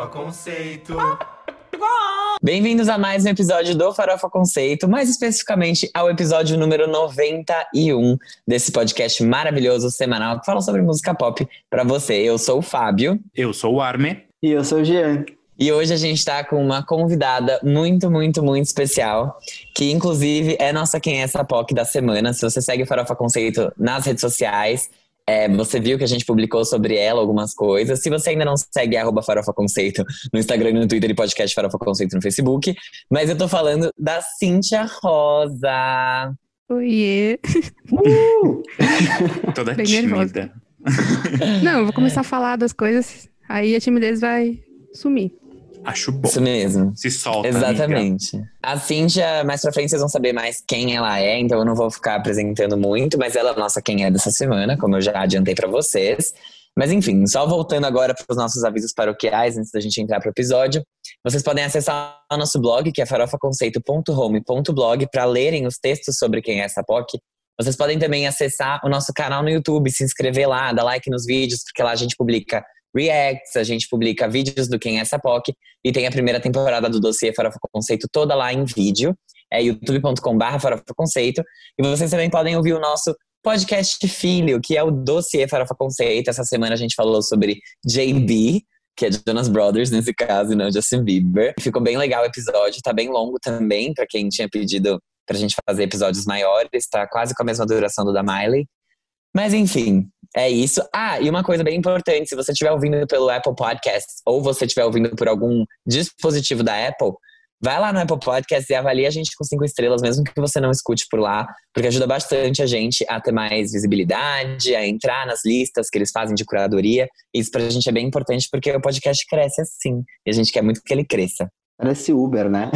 Conceito. Bem-vindos a mais um episódio do Farofa Conceito, mais especificamente ao episódio número 91 desse podcast maravilhoso, semanal, que fala sobre música pop pra você. Eu sou o Fábio. Eu sou o Arme. E eu sou o Jean. E hoje a gente tá com uma convidada muito, muito, muito especial, que inclusive é nossa Quem é essa POC da semana. Se você segue o Farofa Conceito nas redes sociais, você viu que a gente publicou sobre ela algumas coisas. Se você ainda não segue, @Farofa Conceito no Instagram, no Twitter e podcast Farofa Conceito no Facebook. Mas eu tô falando da Cíntia Rosa. Oiê! Toda Bem tímida. Não, eu vou começar a falar das coisas, aí a timidez vai sumir. Acho bom. Isso mesmo. Se solta, Exatamente. amiga. A Cíntia, mais pra frente vocês vão saber mais quem ela é, então eu não vou ficar apresentando muito, mas ela é a nossa Quem é dessa semana, como eu já adiantei pra vocês. Mas enfim, só voltando agora para os nossos avisos paroquiais, antes da gente entrar pro episódio, vocês podem acessar o nosso blog, que é farofaconceito.home.blog, para lerem os textos sobre Quem é essa POC. Vocês podem também acessar o nosso canal no YouTube, se inscrever lá, dar like nos vídeos, porque lá a gente publica reacts, a gente publica vídeos do Quem é essa POC, e tem a primeira temporada do dossiê Farofa Conceito toda lá em vídeo, é youtube.com/Farofa Conceito, e vocês também podem ouvir o nosso podcast filho, que é o dossiê Farofa Conceito. Essa semana a gente falou sobre JB, que é Jonas Brothers nesse caso, e não Justin Bieber. Ficou bem legal o episódio, tá bem longo também, pra quem tinha pedido pra gente fazer episódios maiores, tá quase com a mesma duração do da Miley. Mas enfim, é isso. Ah, e uma coisa bem importante, se você estiver ouvindo pelo Apple Podcasts ou você estiver ouvindo por algum dispositivo da Apple, vai lá no Apple Podcasts e avalie a gente com 5 estrelas, mesmo que você não escute por lá, porque ajuda bastante a gente a ter mais visibilidade, a entrar nas listas que eles fazem de curadoria. Isso pra gente é bem importante, porque o podcast cresce assim, e a gente quer muito que ele cresça. Parece Uber, né?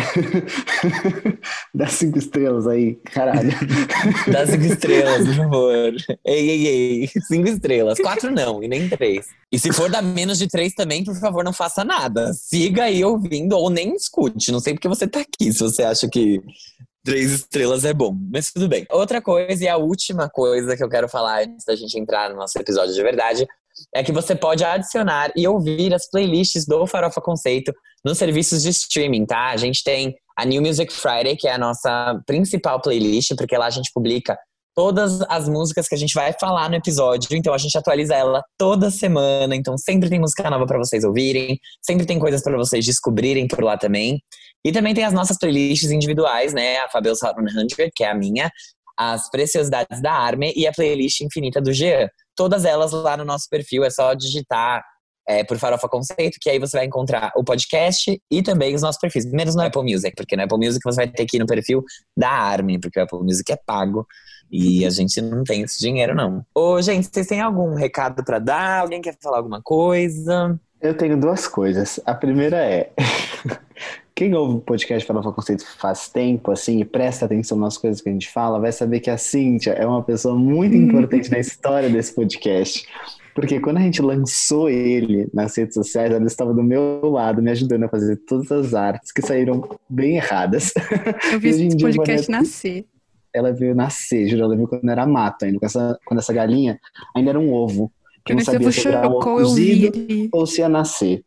Dá 5 estrelas aí, caralho. Dá 5 estrelas, por favor. Ei. 5 estrelas. 4 não, e nem 3. E se for dar menos de 3 também, por favor, não faça nada. Siga aí ouvindo ou nem escute. Não sei porque você tá aqui, se você acha que 3 estrelas é bom. Mas tudo bem. Outra coisa, e a última coisa que eu quero falar antes da gente entrar no nosso episódio de verdade, é que você pode adicionar e ouvir as playlists do Farofa Conceito nos serviços de streaming, tá? A gente tem a New Music Friday, que é a nossa principal playlist, porque lá a gente publica todas as músicas que a gente vai falar no episódio. Então a gente atualiza ela toda semana, então sempre tem música nova pra vocês ouvirem, sempre tem coisas pra vocês descobrirem por lá também. E também tem as nossas playlists individuais, né? A Fabio's Hot 100, que é a minha, as Preciosidades da Arme e a playlist infinita do Jean. Todas elas lá no nosso perfil, é só digitar por Farofa Conceito, que aí você vai encontrar o podcast e também os nossos perfis, menos no Apple Music, porque no Apple Music você vai ter que ir no perfil da Armin, porque o Apple Music é pago e a gente não tem esse dinheiro, não. Ô, gente, vocês têm algum recado pra dar? Alguém quer falar alguma coisa? Eu tenho 2 coisas. A primeira é... Quem ouve o podcast Farofa Conceito faz tempo, assim, e presta atenção nas coisas que a gente fala, vai saber que a Cíntia é uma pessoa muito importante na história desse podcast. Porque quando a gente lançou ele nas redes sociais, ela estava do meu lado, me ajudando a fazer todas as artes que saíram bem erradas. Eu vi esse podcast nascer. Ela veio nascer, juro, ela veio quando era mato ainda, quando essa galinha ainda era um ovo. Que não sabia se era ovo cozido ou se ia nascer.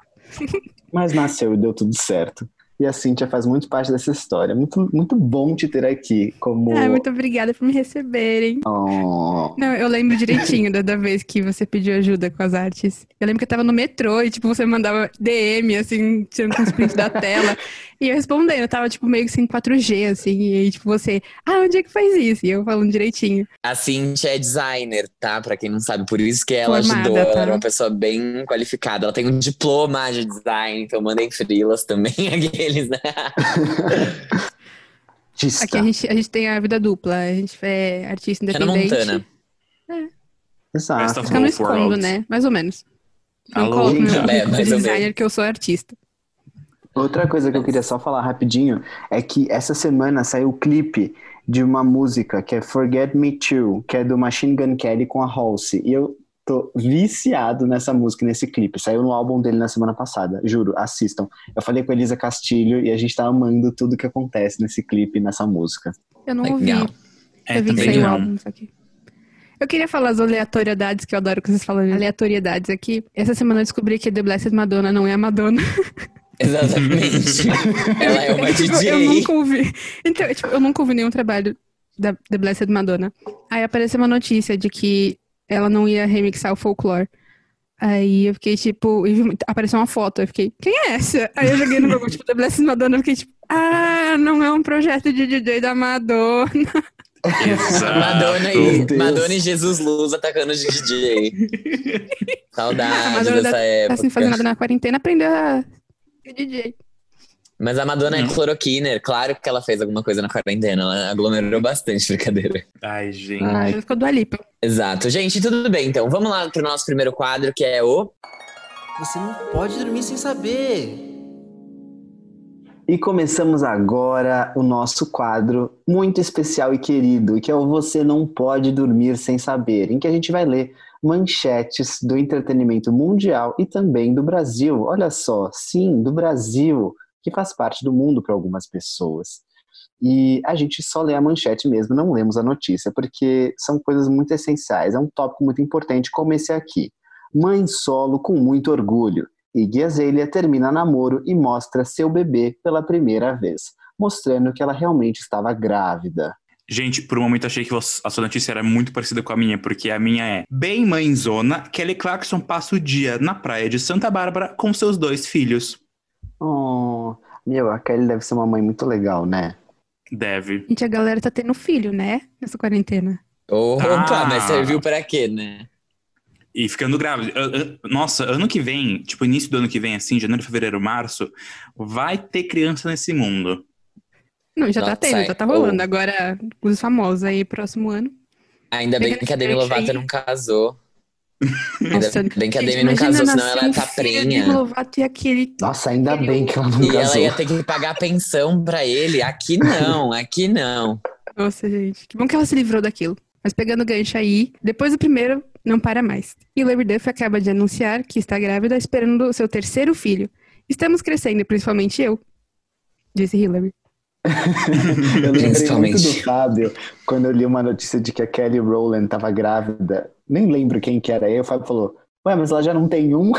Mas nasceu e deu tudo certo. E a Cíntia faz muito parte dessa história. Muito, muito bom te ter aqui. Muito obrigada por me receberem. Oh. Não, eu lembro direitinho da vez que você pediu ajuda com as artes. Eu lembro que eu tava no metrô e, tipo, você mandava DM, assim, tirando com os prints da tela. E eu respondendo, eu tava, tipo, meio que sem 4G, assim. E aí, tipo, você, onde é que faz isso? E eu falando direitinho. A Cíntia é designer, tá? Pra quem não sabe, por isso que ela Formada, ajudou. Ela tá? era uma pessoa bem qualificada. Ela tem um diploma de design, então mandem freelas também, aqueles, né? Aqui a gente tem a vida dupla. A gente é artista independente. Hannah Montana. Exato. Fica no escondo, né? Mais ou menos. Não Alô? coloco meu mais ou designer menos. que eu sou artista. Outra coisa que eu queria só falar rapidinho é que essa semana saiu o clipe de uma música que é Forget Me Too, que é do Machine Gun Kelly com a Halsey. E eu tô viciado nessa música, nesse clipe. Saiu no álbum dele na semana passada, juro, assistam. Eu falei com a Elisa Castilho e a gente tá amando tudo que acontece nesse clipe, nessa música. Eu não ouvi. Legal. Eu vi que também saiu o não. álbum, isso aqui. Eu queria falar as aleatoriedades, que eu adoro que vocês falam aleatoriedades aqui. Essa semana eu descobri que The Blessed Madonna não é a Madonna. Exatamente. Ela é uma Tipo, DJ. eu nunca ouvi. Então, tipo, eu nunca ouvi nenhum trabalho da The Blessed Madonna. Aí apareceu uma notícia de que ela não ia remixar o Folklore. Aí eu fiquei, tipo, apareceu uma foto, eu fiquei, quem é essa? Aí eu joguei no Google, tipo, The Blessed Madonna, eu fiquei, tipo, não é um projeto de DJ da Madonna. Exato. Madonna e Jesus Luz atacando os DJ. A Saudades Madonna dessa tá época. sem fazer nada na quarentena, aprendeu a ser DJ. Mas a Madonna é cloroquiner. Claro que ela fez alguma coisa na quarentena. Ela aglomerou bastante, brincadeira. Ai, gente. Ela ficou Dua Lipa. Exato. Gente, tudo bem. Então, vamos lá pro nosso primeiro quadro, que é o... Você não pode dormir sem saber. E começamos agora o nosso quadro muito especial e querido, que é o Você Não Pode Dormir Sem Saber, em que a gente vai ler manchetes do entretenimento mundial e também do Brasil. Olha só, sim, do Brasil, que faz parte do mundo para algumas pessoas. E a gente só lê a manchete mesmo, não lemos a notícia, porque são coisas muito essenciais. É um tópico muito importante como esse aqui. Mãe solo com muito orgulho. Iggy Azalea termina namoro e mostra seu bebê pela primeira vez, mostrando que ela realmente estava grávida. Gente, por um momento achei que a sua notícia era muito parecida com a minha, porque a minha é: bem mãezona, Kelly Clarkson passa o dia na praia de Santa Bárbara com seus 2 filhos. Oh, a Kelly deve ser uma mãe muito legal, né? Deve. Gente, a galera tá tendo filho, né? Nessa quarentena. Opa, mas serviu pra quê, né? E ficando grávida. Nossa, ano que vem, tipo, início do ano que vem, assim, janeiro, fevereiro, março, vai ter criança nesse mundo. Não, já tá Nossa, tendo, já tá rolando. Agora, os famosos aí, próximo ano. Ainda bem que a Demi Lovato não casou. Nossa, Ainda bem que a gente, Demi não imagina casou, senão nascer ela um tá filho de prenha. Demi Lovato e aquele... Nossa, ainda bem que ela não E ela casou. ia ter que pagar pensão pra ele. Aqui não, aqui não. Nossa, gente. Que bom que ela se livrou daquilo. Mas pegando o gancho aí, depois do primeiro, não para mais. Hilary Duff acaba de anunciar que está grávida, esperando o seu terceiro filho. Estamos crescendo, principalmente eu, disse Hilary. Eu lembrei muito Principalmente. do Fábio, quando eu li uma notícia de que a Kelly Rowland estava grávida. Nem lembro quem que era. Aí o Fábio falou, ué, mas ela já não tem um?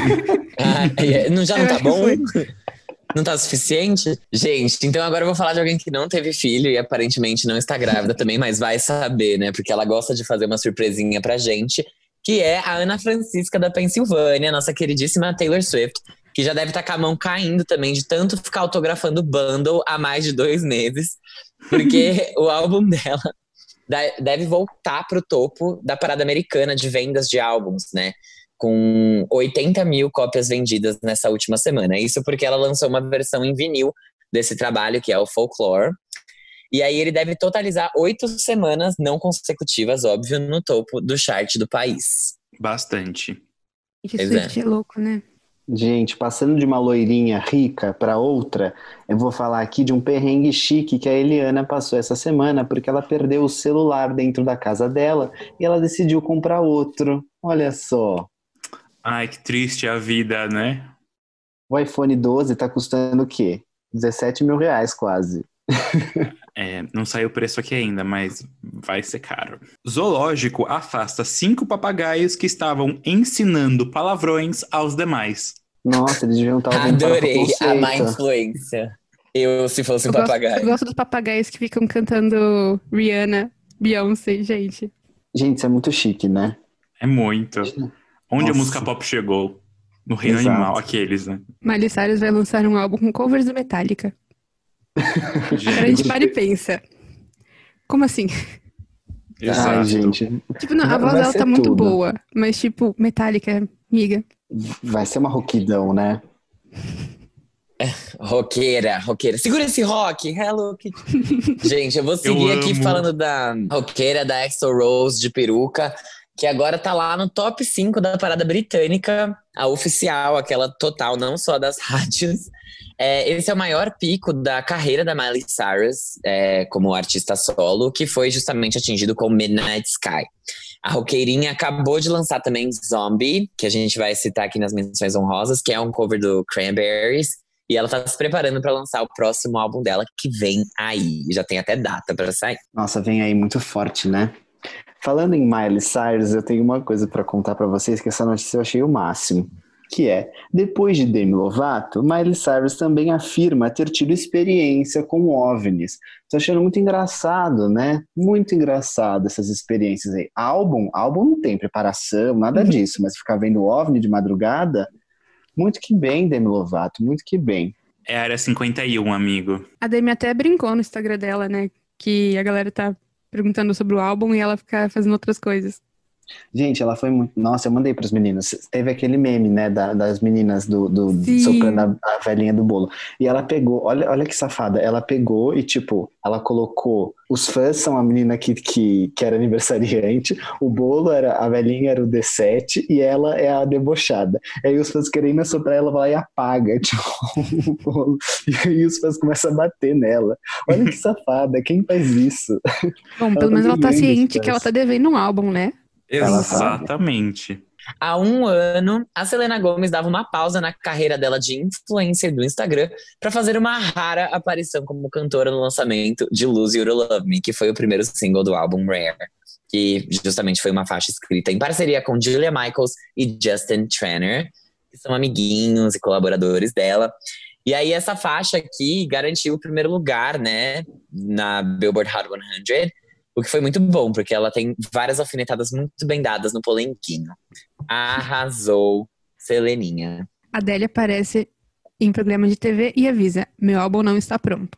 Já não Eu tá acho que bom? foi. Não tá suficiente? Gente, então agora eu vou falar de alguém que não teve filho e aparentemente não está grávida também, mas vai saber, né? Porque ela gosta de fazer uma surpresinha pra gente, que é a Ana Francisca da Pensilvânia, nossa queridíssima Taylor Swift, que já deve estar com a mão caindo também de tanto ficar autografando Bundle há mais de 2 meses, porque o álbum dela deve voltar pro topo da parada americana de vendas de álbuns, né? Com 80 mil cópias vendidas nessa última semana. Isso porque ela lançou uma versão em vinil desse trabalho, que é o Folklore. E aí ele deve totalizar 8 semanas não consecutivas, óbvio, no topo do chart do país. Bastante. Gente, Pois Swift é louco, né? Gente, passando de uma loirinha rica para outra, eu vou falar aqui de um perrengue chique que a Eliana passou essa semana, porque ela perdeu o celular dentro da casa dela e ela decidiu comprar outro. Olha só. Ai, que triste a vida, né? O iPhone 12 tá custando o quê? 17 mil reais quase. Não saiu o preço aqui ainda, mas vai ser caro. Zoológico afasta 5 papagaios que estavam ensinando palavrões aos demais. Nossa, eles deviam estar ouvindo Adorei a má Paraconceito. influência. Eu, se fosse um Eu papagaio. gosto dos papagaios que ficam cantando Rihanna, Beyoncé, gente. Gente, isso é muito chique, né? É muito. Onde a Nossa. música pop chegou? No reino Exato. animal, aqueles, né? Miley Cyrus vai lançar um álbum com covers do Metallica. Agora a gente para e pensa. Como assim? Exato. Ai, gente. Tipo, não, a Vai- voz vai dela ser tá muito tudo. boa. Mas, tipo, Metallica, amiga. Vai ser uma roquidão, né? Roqueira. Segura esse rock, Hello Kitty. Gente, eu vou seguir Eu aqui amo. falando da roqueira da Axl Rose de peruca, que agora tá lá no top 5 da parada britânica, a oficial, aquela total, não só das rádios. Esse é o maior pico da carreira da Miley Cyrus como artista solo, que foi justamente atingido com Midnight Sky. A roqueirinha acabou de lançar também Zombie, que a gente vai citar aqui nas menções honrosas, que é um cover do Cranberries. E ela tá se preparando pra lançar o próximo álbum dela, que vem aí. Já tem até data pra sair. Nossa, vem aí muito forte, né? Falando em Miley Cyrus, eu tenho uma coisa pra contar pra vocês, que essa notícia eu achei o máximo. Que é, depois de Demi Lovato, Miley Cyrus também afirma ter tido experiência com OVNIs. Tô achando muito engraçado, né? Muito engraçado essas experiências aí. Álbum não tem preparação, nada disso, mas ficar vendo OVNI de madrugada, muito que bem, Demi Lovato, muito que bem. É a Área 51, amigo. A Demi até brincou no Instagram dela, né? Que a galera tá perguntando sobre o álbum e ela fica fazendo outras coisas. Gente, ela foi muito... Nossa, eu mandei pros meninos. Teve aquele meme, né, das meninas Sim. soprando a velhinha do bolo. E ela pegou, olha que safada, ela pegou e, tipo, ela colocou... Os fãs são a menina que era aniversariante, o bolo era... A velhinha era o D7 e ela é a debochada. Aí os fãs querendo assoprar, ela vai lá e apaga, tipo, o bolo. E aí os fãs começam a bater nela. Olha que safada, quem faz isso? Bom, pelo menos ela tá devendo os ciente que fãs. ela tá devendo um álbum, né? Ela sabe. Exatamente. Há um ano, a Selena Gomez dava uma pausa na carreira dela de influencer do Instagram para fazer uma rara aparição como cantora no lançamento de Lose You to Love Me, que foi o primeiro single do álbum Rare, que justamente foi uma faixa escrita em parceria com Julia Michaels e Justin Tranter, que são amiguinhos e colaboradores dela. E aí essa faixa aqui garantiu o primeiro lugar, né, na Billboard Hot 100, o que foi muito bom, porque ela tem várias alfinetadas muito bem dadas no polenguinho. Arrasou, Seleninha. A Adele aparece em programa de TV e avisa: meu álbum não está pronto.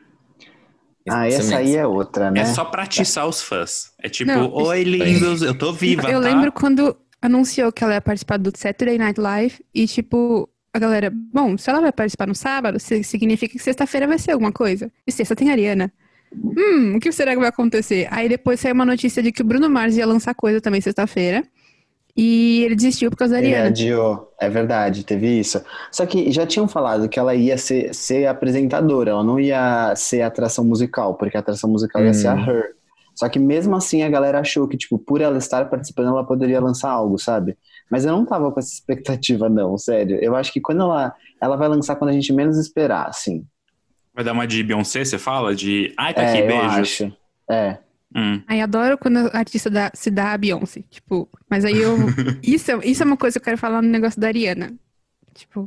Ah, Isso essa aí mesmo. é outra, né? É só pra atiçar os fãs. É tipo, Não, oi lindos, eu tô viva, Eu tá? lembro quando anunciou que ela ia participar do Saturday Night Live e, tipo, a galera, bom, se ela vai participar no sábado, significa que sexta-feira vai ser alguma coisa. E sexta tem Ariana. O que será que vai acontecer? Aí depois saiu uma notícia de que o Bruno Mars ia lançar coisa também sexta-feira. E ele desistiu por causa da Ele Ariana. adiou, é verdade, teve isso. Só que já tinham falado que ela ia ser apresentadora, ela não ia ser atração musical, porque a atração musical ia ser a Her. Só que mesmo assim a galera achou que, tipo, por ela estar participando, ela poderia lançar algo, sabe? Mas eu não tava com essa expectativa, não, sério. Eu acho que quando ela vai lançar quando a gente menos esperar, assim. Vai dar uma de Beyoncé, você fala? De, ai, tá aqui, Eu beijos. acho. É. Aí adoro quando a artista se dá a Beyoncé. Tipo, mas aí eu. Isso é uma coisa que eu quero falar no negócio da Ariana. Tipo.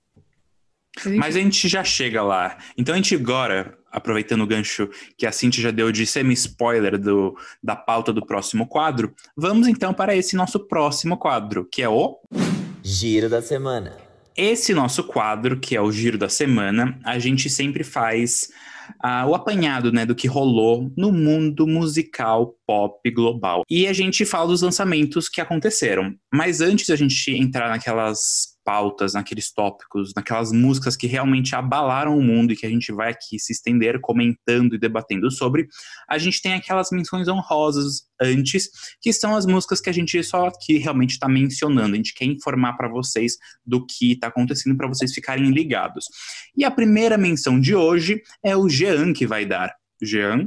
Mas a gente já chega lá. Então a gente agora, aproveitando o gancho que a Cintia já deu de semi-spoiler da pauta do próximo quadro, vamos então para esse nosso próximo quadro, que é o... Giro da semana. Esse nosso quadro, que é o Giro da Semana, a gente sempre faz o apanhado, né, do que rolou no mundo musical pop global. E a gente fala dos lançamentos que aconteceram. Mas antes de a gente entrar naquelas pautas, naqueles tópicos, naquelas músicas que realmente abalaram o mundo e que a gente vai aqui se estender comentando e debatendo sobre, a gente tem aquelas menções honrosas antes, que são as músicas que a gente só aqui realmente está mencionando. A gente quer informar para vocês do que está acontecendo para vocês ficarem ligados. E a primeira menção de hoje é o Jean que vai dar. Jean?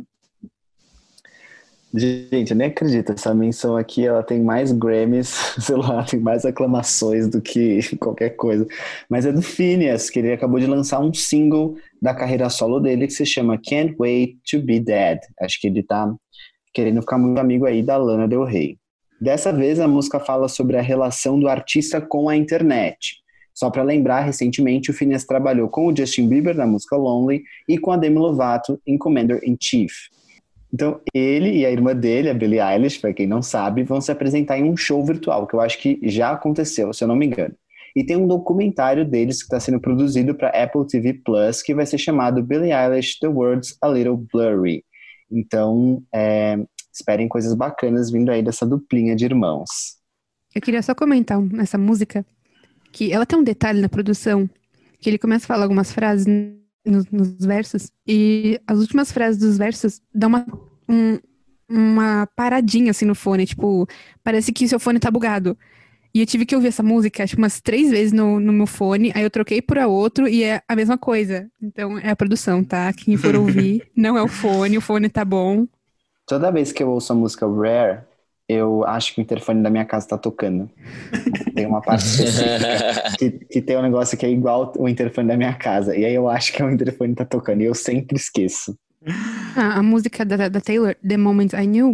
Gente, eu nem acredito, essa menção aqui, ela tem mais Grammys, sei lá, tem mais aclamações do que qualquer coisa. Mas é do Phineas, que ele acabou de lançar um single da carreira solo dele que se chama Can't Wait to Be Dead. Acho que ele tá querendo ficar muito amigo aí da Lana Del Rey. Dessa vez a música fala sobre a relação do artista com a internet. Só para lembrar, recentemente o Phineas trabalhou com o Justin Bieber na música Lonely e com a Demi Lovato em Commander-in-Chief. Então, ele e a irmã dele, a Billie Eilish, para quem não sabe, vão se apresentar em um show virtual, que eu acho que já aconteceu, se eu não me engano. E tem um documentário deles que está sendo produzido para Apple TV Plus, que vai ser chamado Billie Eilish, The World's a Little Blurry. Então, esperem coisas bacanas vindo aí dessa duplinha de irmãos. Eu queria só comentar nessa música que ela tem um detalhe na produção, que ele começa a falar algumas frases nos versos, e as últimas frases dos versos dão uma paradinha assim no fone, tipo, parece que seu fone tá bugado. E eu tive que ouvir essa música, acho que umas 3 vezes no meu fone, aí eu troquei por outro e é a mesma coisa. Então é a produção, tá? Quem for ouvir, não é o fone tá bom. Toda vez que eu ouço a música Rare, eu acho que o interfone da minha casa tá tocando. Tem uma parte específica que tem um negócio que é igual o interfone da minha casa. E aí eu acho que é o interfone que tá tocando. E eu sempre esqueço. A música da Taylor, The Moment I Knew,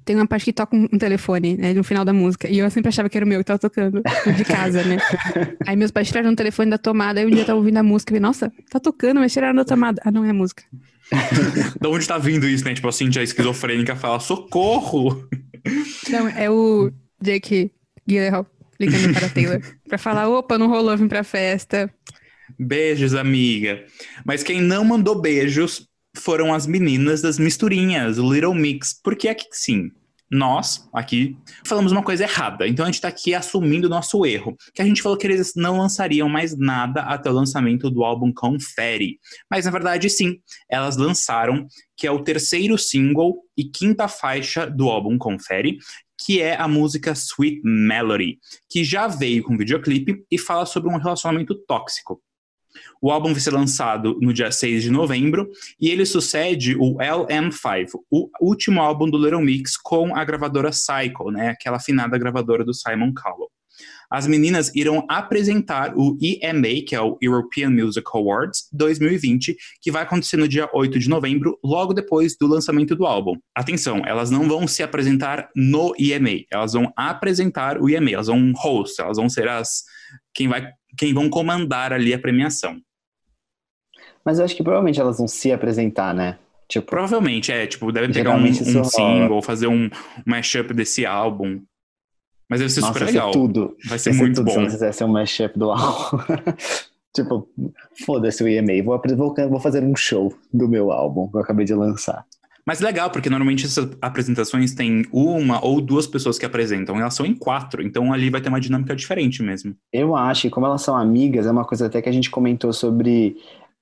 tem uma parte que toca um telefone, né, no final da música. E eu sempre achava que era o meu que tava tocando, o de casa, né? Aí meus pais tiraram o telefone da tomada, aí um dia eu tava ouvindo a música e falei, nossa, tá tocando, mas tiraram da tomada. Ah, não é a música. De onde tá vindo isso, né? Tipo, a Cintia esquizofrênica fala, socorro! Não, é o Jake Gyllenhaal ligando para a Taylor. Pra falar, opa, não rolou, vim pra festa. Beijos, amiga. Mas quem não mandou beijos foram as meninas das misturinhas, o Little Mix. Porque é que sim, nós aqui falamos uma coisa errada. Então a gente tá aqui assumindo o nosso erro. Que a gente falou que eles não lançariam mais nada até o lançamento do álbum Confetti. Mas na verdade sim, elas lançaram, que é o terceiro single e quinta faixa do álbum Confetti, que é a música Sweet Melody, que já veio com videoclipe e fala sobre um relacionamento tóxico. O álbum vai ser lançado no dia 6 de novembro e ele sucede o LM5, o último álbum do Little Mix com a gravadora Syco, né, aquela afinada gravadora do Simon Cowell. As meninas irão apresentar o EMA, que é o European Music Awards 2020, que vai acontecer no dia 8 de novembro, logo depois do lançamento do álbum. Atenção, elas não vão se apresentar no EMA, elas vão apresentar o EMA, elas vão host, elas vão ser quem vão comandar ali a premiação. Mas eu acho que provavelmente elas vão se apresentar, né? Tipo, provavelmente, devem pegar um single, fazer um mashup desse álbum. Mas deve ser super legal. Vai ser muito bom. Se eles fizessem um mashup do álbum. Tipo, foda-se o EMA. Vou fazer um show do meu álbum que eu acabei de lançar. Mas legal, porque normalmente essas apresentações tem uma ou duas pessoas que apresentam. Elas são em 4, então ali vai ter uma dinâmica diferente mesmo. Eu acho que como elas são amigas, é uma coisa até que a gente comentou sobre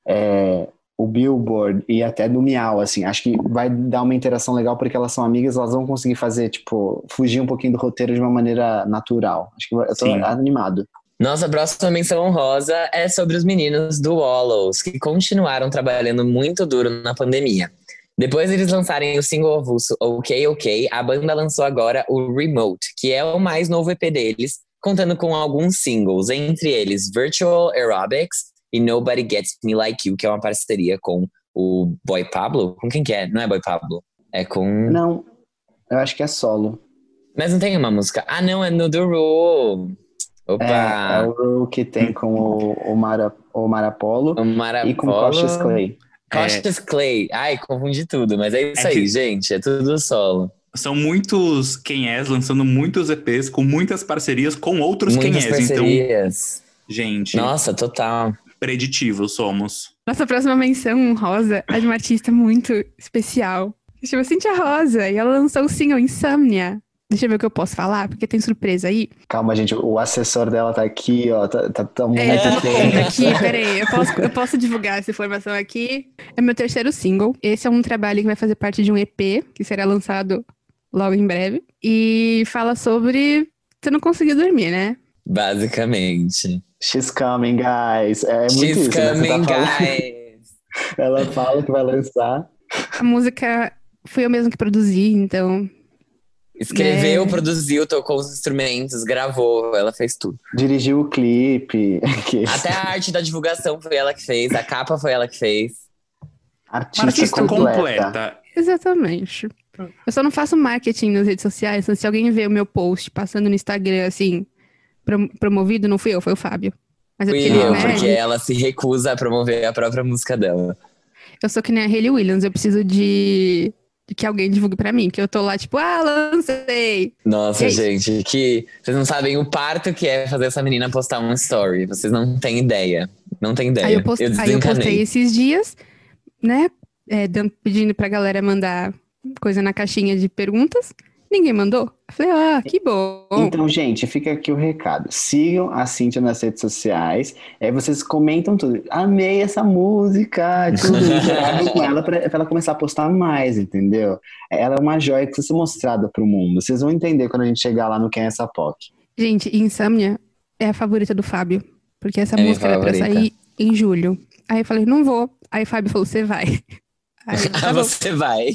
o Billboard e até do Miau, assim. Acho que vai dar uma interação legal porque elas são amigas, elas vão conseguir fazer, tipo, fugir um pouquinho do roteiro de uma maneira natural. Acho que eu tô animado. Nossa próxima menção honrosa é sobre os meninos do Wallows, que continuaram trabalhando muito duro na pandemia. Depois de eles lançarem o single avulso OK OK, a banda lançou agora o Remote, que é o mais novo EP deles, contando com alguns singles, entre eles Virtual Aerobics e Nobody Gets Me Like You, que é uma parceria com o Boy Pablo. Com quem que é? Não é Boy Pablo? É com... Não, eu acho que é solo. Mas não tem uma música? Ah, não, é no The Rule. Opa! É o Rule que tem com o Marapolo e com o Cautious Clay. Cautious Clay. Ai, confundi tudo, mas é isso aí, gente. É tudo solo. São muitos quem és lançando muitos EPs com muitas parcerias com outros quem és. Parcerias. Então, gente... Nossa, total. Preditivos somos. Nossa próxima menção rosa é de uma artista muito especial. Se chama Cynthia Rosa e ela lançou o single Insomnia. Deixa eu ver o que eu posso falar, porque tem surpresa aí. Calma, gente, o assessor dela tá aqui, ó, tá muito aqui, peraí, eu posso divulgar essa informação aqui. É meu terceiro single. Esse é um trabalho que vai fazer parte de um EP, que será lançado logo em breve. E fala sobre você não conseguir dormir, né? Basicamente. She's coming, guys. É muito She's isso, coming, né? guys. Ela fala que vai lançar. A música fui eu mesmo que produzi, então... Escreveu, produziu, tocou os instrumentos, gravou, ela fez tudo. Dirigiu o clipe. Até a arte da divulgação foi ela que fez, a capa foi ela que fez. Artista completa. Exatamente. Eu só não faço marketing nas redes sociais, então se alguém vê o meu post passando no Instagram, assim, promovido, não fui eu, foi o Fábio. Mas Fui eu, porque ela se recusa a promover a própria música dela. Eu sou que nem a Hayley Williams, eu preciso de que alguém divulgue pra mim, que eu tô lá tipo, lancei. Nossa, gente, que vocês não sabem o parto que é fazer essa menina postar um story. Vocês não têm ideia. Não tem ideia. Aí eu postei esses dias, né, pedindo pra galera mandar coisa na caixinha de perguntas. Ninguém mandou. Eu falei, que bom. Então, gente, fica aqui o recado. Sigam a Cynthia nas redes sociais. Aí vocês comentam tudo. Amei essa música, tudo. Interagem com ela pra ela começar a postar mais, entendeu? Ela é uma joia que precisa ser mostrada pro mundo. Vocês vão entender quando a gente chegar lá no Quem é essa POC. Gente, Insomnia é a favorita do Fábio. Porque essa música era pra sair em julho. Aí eu falei, não vou. Aí o Fábio falou, você vai. Aí, você vai.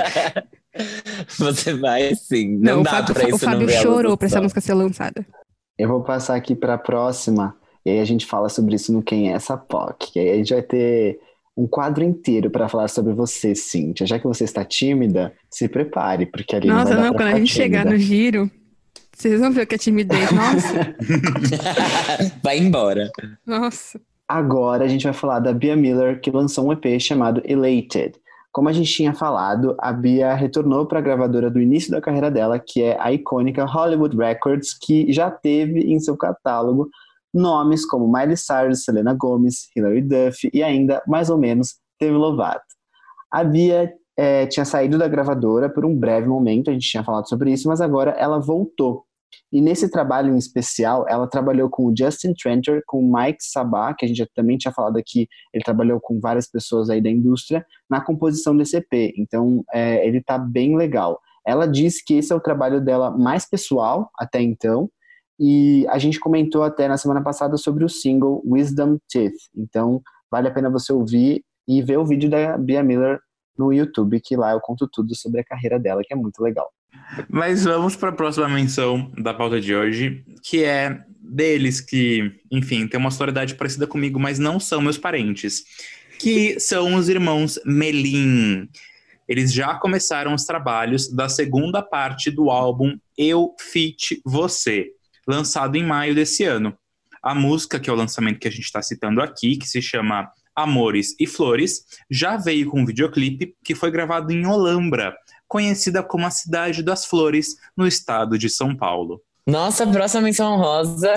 Você vai sim. Não dá pra isso. O Fábio chorou pra essa música ser lançada. Eu vou passar aqui pra próxima. E aí a gente fala sobre isso no Quem é essa POC. E aí a gente vai ter um quadro inteiro para falar sobre você, Cíntia. Já que você está tímida, se prepare, porque ali não Nossa, vai dar não, pra quando a ficar gente chegar tímida. no giro, vocês vão ver o que é timidez. Nossa, Vai embora. nossa. Agora a gente vai falar da Bia Miller, que lançou um EP chamado Elated. Como a gente tinha falado, a Bia retornou para a gravadora do início da carreira dela, que é a icônica Hollywood Records, que já teve em seu catálogo nomes como Miley Cyrus, Selena Gomez, Hilary Duff e ainda, mais ou menos, Demi Lovato. A Bia tinha saído da gravadora por um breve momento, a gente tinha falado sobre isso, mas agora ela voltou. E nesse trabalho em especial, ela trabalhou com o Justin Tranter, com o Mike Sabah, que a gente já também tinha falado aqui, ele trabalhou com várias pessoas aí da indústria, na composição desse EP. Então, ele tá bem legal. Ela disse que esse é o trabalho dela mais pessoal, até então, e a gente comentou até na semana passada sobre o single Wisdom Teeth. Então, vale a pena você ouvir e ver o vídeo da Bia Miller no YouTube, que lá eu conto tudo sobre a carreira dela, que é muito legal. Mas vamos para a próxima menção da pauta de hoje, que é deles que, enfim, tem uma sonoridade parecida comigo, mas não são meus parentes, que são os irmãos Melim. Eles já começaram os trabalhos da segunda parte do álbum Eu Fit Você, lançado em maio desse ano. A música, que é o lançamento que a gente está citando aqui, que se chama Amores e Flores, já veio com um videoclipe que foi gravado em Olambra, conhecida como a Cidade das Flores, no estado de São Paulo. Nossa próxima menção honrosa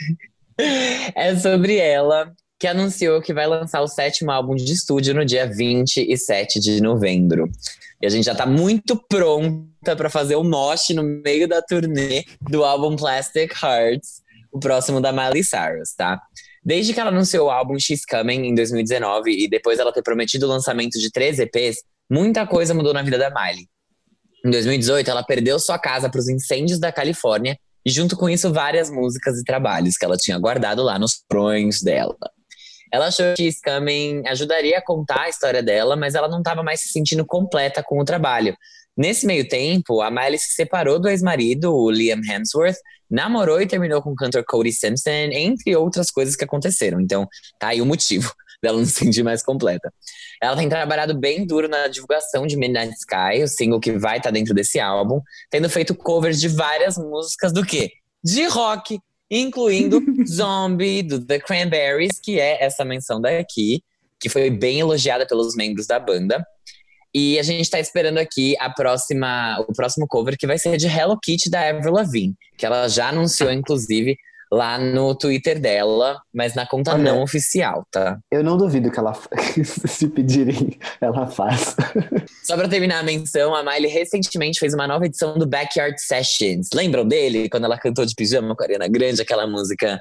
é sobre ela, que anunciou que vai lançar o 7º álbum de estúdio no dia 27 de novembro. E a gente já tá muito pronta para fazer o mosh no meio da turnê do álbum Plastic Hearts, o próximo da Miley Cyrus, tá? Desde que ela anunciou o álbum She's Coming em 2019 e depois ela ter prometido o lançamento de 3 EPs, muita coisa mudou na vida da Miley. Em 2018, ela perdeu sua casa para os incêndios da Califórnia e, junto com isso, várias músicas e trabalhos que ela tinha guardado lá nos sonhos dela. Ela achou que She's Coming ajudaria a contar a história dela, mas ela não estava mais se sentindo completa com o trabalho. Nesse meio tempo, a Miley se separou do ex-marido, o Liam Hemsworth, namorou e terminou com o cantor Cody Simpson, entre outras coisas que aconteceram. Então, tá aí o motivo dela não se sentir mais completa. Ela tem trabalhado bem duro na divulgação de Midnight Sky, o single que vai estar dentro desse álbum, tendo feito covers de várias músicas do quê? De rock, incluindo Zombie, do The Cranberries, que é essa menção daqui, que foi bem elogiada pelos membros da banda. E a gente tá esperando aqui o próximo cover, que vai ser de Hello Kitty, da Avril Lavigne, que ela já anunciou, inclusive, lá no Twitter dela, mas na conta não oficial, tá? Eu não duvido que ela, se pedirem, ela faz. Só pra terminar a menção, a Miley recentemente fez uma nova edição do Backyard Sessions. Lembram dele? Quando ela cantou de pijama com a Ariana Grande, aquela música...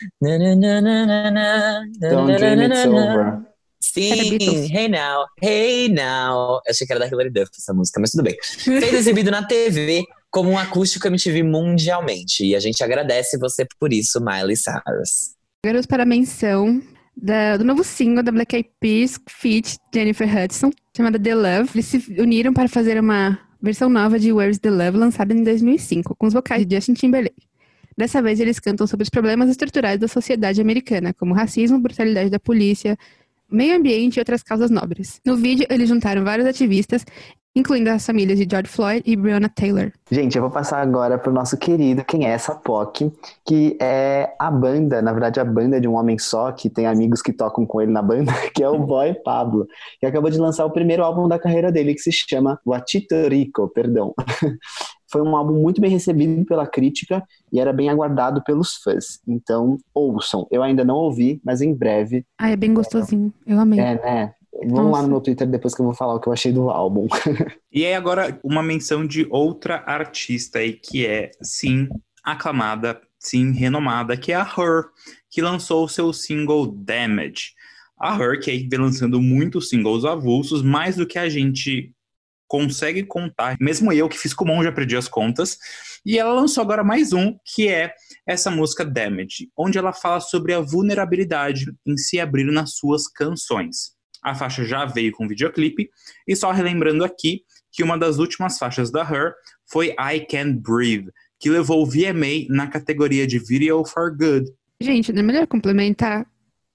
Don't Dream It's Over. Sim, Hey Now. Achei que era da Hilary Duff essa música, mas tudo bem. Sendo exibido na TV como um acústico MTV mundialmente. E a gente agradece você por isso, Miley Cyrus. Agora para a menção do novo single da Black Eyed Peas feat. Jennifer Hudson, chamada The Love. Eles se uniram para fazer uma versão nova de Where's the Love, lançada em 2005, com os vocais de Justin Timberlake. Dessa vez eles cantam sobre os problemas estruturais da sociedade americana, como racismo, brutalidade da polícia, meio ambiente e outras causas nobres. No vídeo, eles juntaram vários ativistas, incluindo as famílias de George Floyd e Breonna Taylor. Gente, eu vou passar agora pro nosso querido Quem é essa POC, que é a banda, na verdade a banda de um homem só, que tem amigos que tocam com ele na banda, que é o Boy Pablo, que acabou de lançar o primeiro álbum da carreira dele, que se chama Guachito Rico, perdão. Foi um álbum muito bem recebido pela crítica e era bem aguardado pelos fãs. Então, ouçam. Eu ainda não ouvi, mas em breve... Ah, é bem gostosinho. Eu amei. É, né? Vamos lá no meu Twitter depois que eu vou falar o que eu achei do álbum. E aí agora uma menção de outra artista aí que é, sim, aclamada, sim, renomada, que é a Her, que lançou o seu single Damage. A Her, que aí vem lançando muitos singles avulsos, mais do que a gente consegue contar. Mesmo eu, que fiz Kumon, já perdi as contas. E ela lançou agora mais um, que é essa música Damage, onde ela fala sobre a vulnerabilidade em se abrir nas suas canções. A faixa já veio com videoclipe, e só relembrando aqui que uma das últimas faixas da Her foi I Can't Breathe, que levou o VMA na categoria de Video for Good. Gente, não é melhor complementar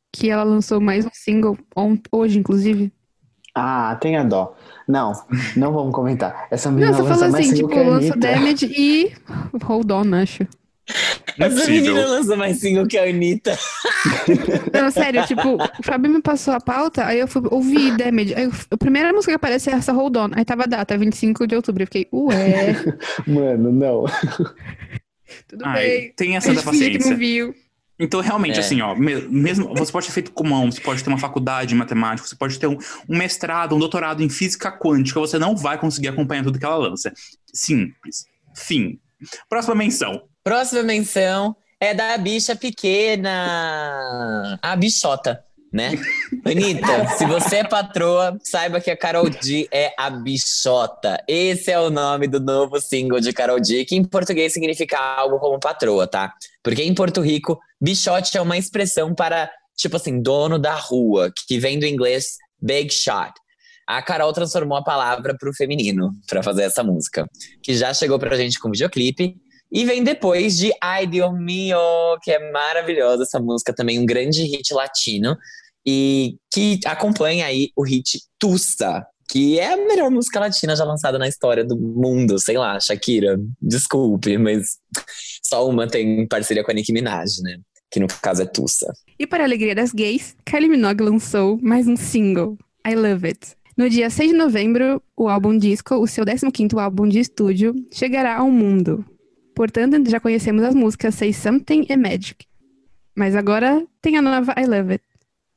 que ela lançou mais um single hoje, inclusive. Ah, tenha dó. Não vamos comentar. Essa Não, menina você lança falou mais assim, single tipo, que a lança Anitta. Damage e Hold On, acho. Não é Essa menina possível. lança mais single que a Anitta. Não, sério, tipo, o Fábio me passou a pauta, aí eu fui ouvir Damage. Aí a primeira música que aparece é essa Hold On. Aí tava a data, 25 de outubro. Eu fiquei, ué, Mano, não. tudo Ai, bem. tenha A santa gente finge que não paciência. viu. Então, realmente, É. assim, ó, mesmo você pode ter feito comum, você pode ter uma faculdade de matemática, você pode ter um mestrado, um doutorado em física quântica, você não vai conseguir acompanhar tudo que ela lança. Simples. Fim. Próxima menção. Próxima menção é da bicha pequena. A bichota, né? Anitta, se você é patroa, saiba que a Karol G é a bichota. Esse é o nome do novo single de Karol G, que em português significa algo como patroa, tá? Porque em Porto Rico, bichote é uma expressão para, tipo assim, dono da rua, que vem do inglês big shot. A Karol transformou a palavra pro feminino pra fazer essa música, que já chegou pra gente com videoclipe. E vem depois de Ay Dios Mío, que é maravilhosa essa música, também um grande hit latino. E que acompanha aí o hit Tussa, que é a melhor música latina já lançada na história do mundo. Sei lá, Shakira, desculpe, mas só uma tem parceria com a Nicki Minaj, né? Que no caso é Tussa. E para a alegria das gays, Kylie Minogue lançou mais um single, I Love It. No dia 6 de novembro, o álbum Disco, o seu 15º álbum de estúdio, chegará ao mundo. Portanto, já conhecemos as músicas Say Something e Magic. Mas agora tem a nova I Love It.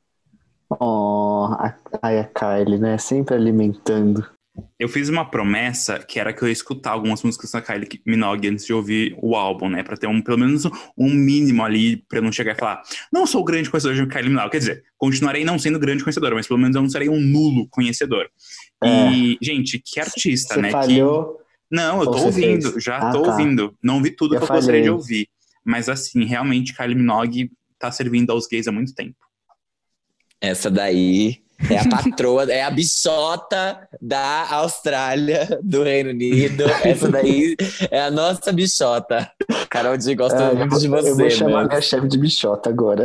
Oh, a Kylie, né? Sempre alimentando. Eu fiz uma promessa que era que eu ia escutar algumas músicas da Kylie Minogue antes de ouvir o álbum, né? Pra ter pelo menos um mínimo ali, pra eu não chegar e falar não sou grande conhecedor de Kylie Minogue. Quer dizer, continuarei não sendo grande conhecedor, mas pelo menos eu não serei um nulo conhecedor. E, gente, que artista, Você né? falhou. Não, eu Ou tô você ouvindo, fez? já tô Tá. ouvindo. Não vi tudo Eu que eu gostaria de falhei. ouvir. Mas assim, realmente, Kylie Minogue tá servindo aos gays há muito tempo. Essa daí é a patroa, é a bichota da Austrália, do Reino Unido. Essa daí é a nossa bichota. Carol D gosta muito de você, Eu vou chamar né? minha chefe de bichota agora.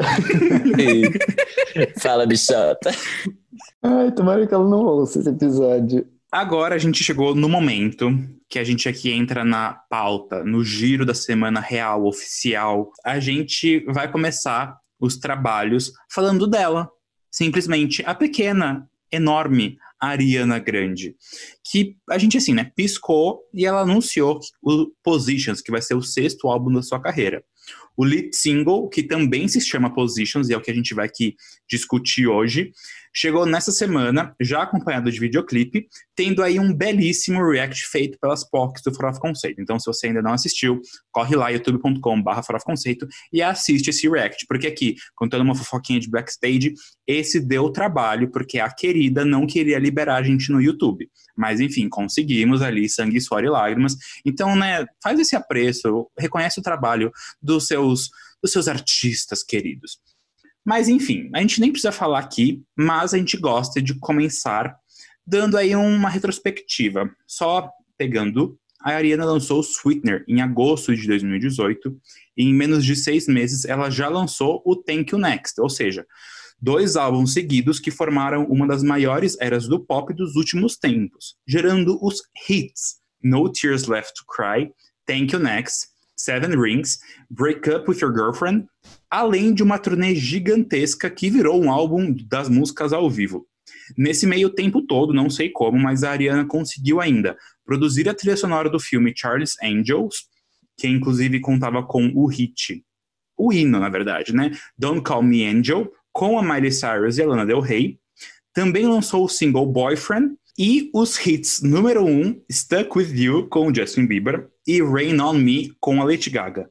Fala, bichota. Ai, tomara que ela não ouça esse episódio. Agora a gente chegou no momento que a gente aqui entra na pauta, no giro da semana real, oficial. A gente vai começar os trabalhos falando dela. Simplesmente a pequena, enorme Ariana Grande. Que a gente, assim, né, piscou e ela anunciou o Positions, que vai ser o 6º álbum da sua carreira. O lead single, que também se chama Positions, e é o que a gente vai aqui discutir hoje, chegou nessa semana, já acompanhado de videoclipe, tendo aí um belíssimo react feito pelas POCs do Farofa Conceito. Então, se você ainda não assistiu, corre lá, youtube.com/farofaconceito e assiste esse react, porque aqui, contando uma fofoquinha de backstage, esse deu trabalho, porque a querida não queria liberar a gente no YouTube. Mas, enfim, conseguimos ali, sangue, suor e lágrimas. Então, né, faz esse apreço, reconhece o trabalho dos seus artistas queridos. Mas, enfim, a gente nem precisa falar aqui, mas a gente gosta de começar dando aí uma retrospectiva. Só pegando, a Ariana lançou o Sweetener em agosto de 2018, e em menos de 6 meses ela já lançou o Thank You Next, ou seja, 2 álbuns seguidos que formaram uma das maiores eras do pop dos últimos tempos, gerando os hits No Tears Left to Cry, Thank You Next, Seven Rings, Break Up With Your Girlfriend, além de uma turnê gigantesca que virou um álbum das músicas ao vivo. Nesse meio tempo todo, não sei como, mas a Ariana conseguiu ainda produzir a trilha sonora do filme Charlie's Angels, que inclusive contava com o hit, o hino, na verdade, né? Don't Call Me Angel, com a Miley Cyrus e a Lana Del Rey. Também lançou o single Boyfriend e os hits número 1, Stuck With You, com o Justin Bieber, e Rain On Me, com a Lady Gaga.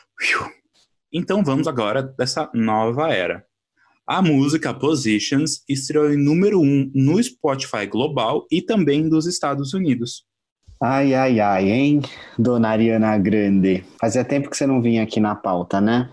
Então vamos agora dessa nova era. A música Positions estreou em número 1 no Spotify global e também dos Estados Unidos. Ai, ai, ai, hein, dona Ariana Grande? Fazia tempo que você não vinha aqui na pauta, né?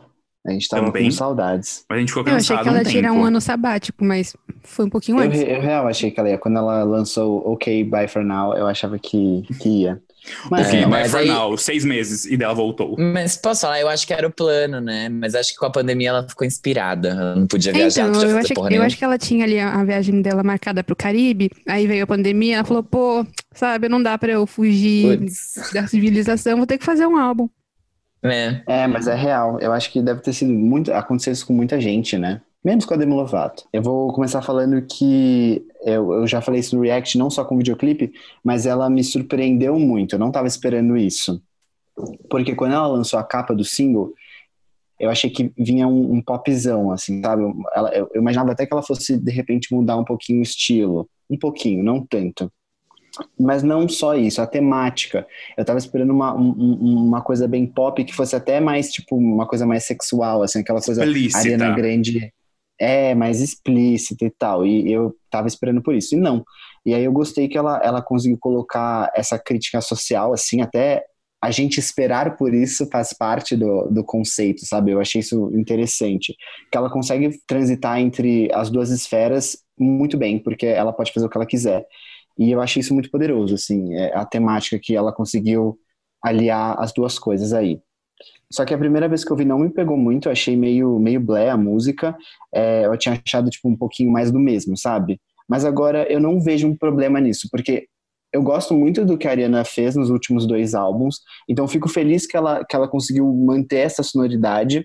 A gente tava Também. com saudades. Mas a gente ficou Eu achei cansado que ela um ia tirar um tempo. ano sabático, mas foi um pouquinho antes. Eu real achei que ela ia. Quando ela lançou OK, Bye For Now, eu achava que ia. Mas Ok, não. Bye mas For aí- Now, 6 meses, e dela voltou. Mas posso falar, eu acho que era o plano, né? Mas acho que com a pandemia ela ficou inspirada. Ela não podia viajar, não Então, podia eu, fazer achei, porra eu nenhuma. acho que ela tinha ali a viagem dela marcada pro Caribe, aí veio a pandemia, ela falou, pô, sabe, não dá pra eu fugir Putz. da civilização, vou ter que fazer um álbum. Mas é real. Eu acho que deve ter sido muito. Aconteceu isso com muita gente, né? Menos com a Demi Lovato. Eu vou começar falando que eu já falei isso no React, não só com o videoclipe, mas ela me surpreendeu muito. Eu não tava esperando isso. Porque quando ela lançou a capa do single, eu achei que vinha um popzão, assim, sabe? Eu imaginava até que ela fosse, de repente, mudar um pouquinho o estilo. Um pouquinho, não tanto. Mas não só isso, a temática. Eu tava esperando uma coisa bem pop, que fosse até mais, tipo, uma coisa mais sexual, assim, aquela coisa Explícita. Ariana Grande, mais explícita e tal. E eu tava esperando por isso. E não. E aí eu gostei que ela conseguiu colocar essa crítica social, assim, até a gente esperar por isso faz parte do conceito, sabe? Eu achei isso interessante. Que ela consegue transitar entre as duas esferas muito bem, porque ela pode fazer o que ela quiser. E eu achei isso muito poderoso, assim, a temática que ela conseguiu aliar as duas coisas aí. Só que a primeira vez que eu vi não me pegou muito, eu achei meio blé a música, eu tinha achado, tipo, um pouquinho mais do mesmo, sabe? Mas agora eu não vejo um problema nisso, porque eu gosto muito do que a Ariana fez nos últimos 2 álbuns, então eu fico feliz que ela conseguiu manter essa sonoridade,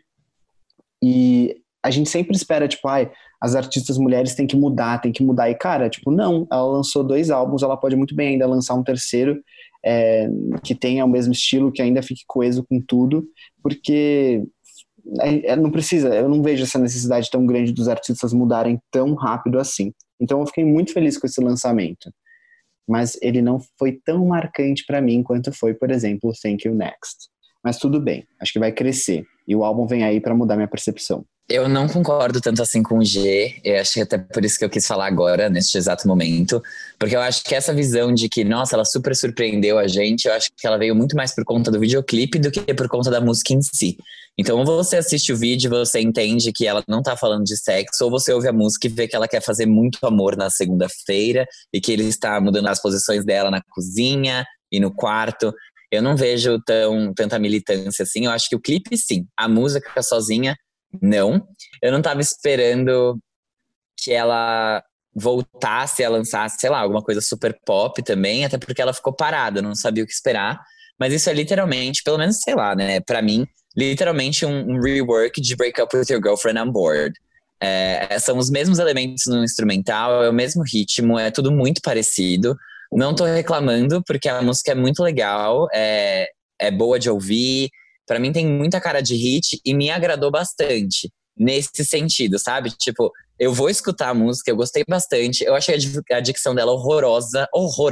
e a gente sempre espera, tipo, as artistas mulheres têm que mudar, e cara, tipo, não, ela lançou 2 álbuns, ela pode muito bem ainda lançar um terceiro, que tenha o mesmo estilo, que ainda fique coeso com tudo, porque não precisa, eu não vejo essa necessidade tão grande dos artistas mudarem tão rápido assim. Então eu fiquei muito feliz com esse lançamento, mas ele não foi tão marcante pra mim quanto foi, por exemplo, Thank You Next. Mas tudo bem, acho que vai crescer, e o álbum vem aí pra mudar minha percepção. Eu não concordo tanto assim com o G. Eu acho que até por isso que eu quis falar agora, neste exato momento. Porque eu acho que essa visão de que, nossa, ela super surpreendeu a gente, eu acho que ela veio muito mais por conta do videoclipe do que por conta da música em si. Então, ou você assiste o vídeo e você entende que ela não tá falando de sexo, ou você ouve a música e vê que ela quer fazer muito amor na segunda-feira e que ele está mudando as posições dela na cozinha e no quarto. Eu não vejo tanta militância assim. Eu acho que o clipe, sim. A música sozinha, não. Eu não tava esperando que ela voltasse a lançar, sei lá, alguma coisa super pop também, até porque ela ficou parada, não sabia o que esperar. Mas isso é literalmente, pelo menos, sei lá, né? Pra mim, literalmente um rework de Break Up With Your Girlfriend on Board. São os mesmos elementos no instrumental, é o mesmo ritmo, é tudo muito parecido. Não tô reclamando, porque a música é muito legal, é boa de ouvir. Pra mim tem muita cara de hit e me agradou bastante nesse sentido, sabe? Tipo, eu vou escutar a música, eu gostei bastante. Eu achei a dicção dela horrorosa,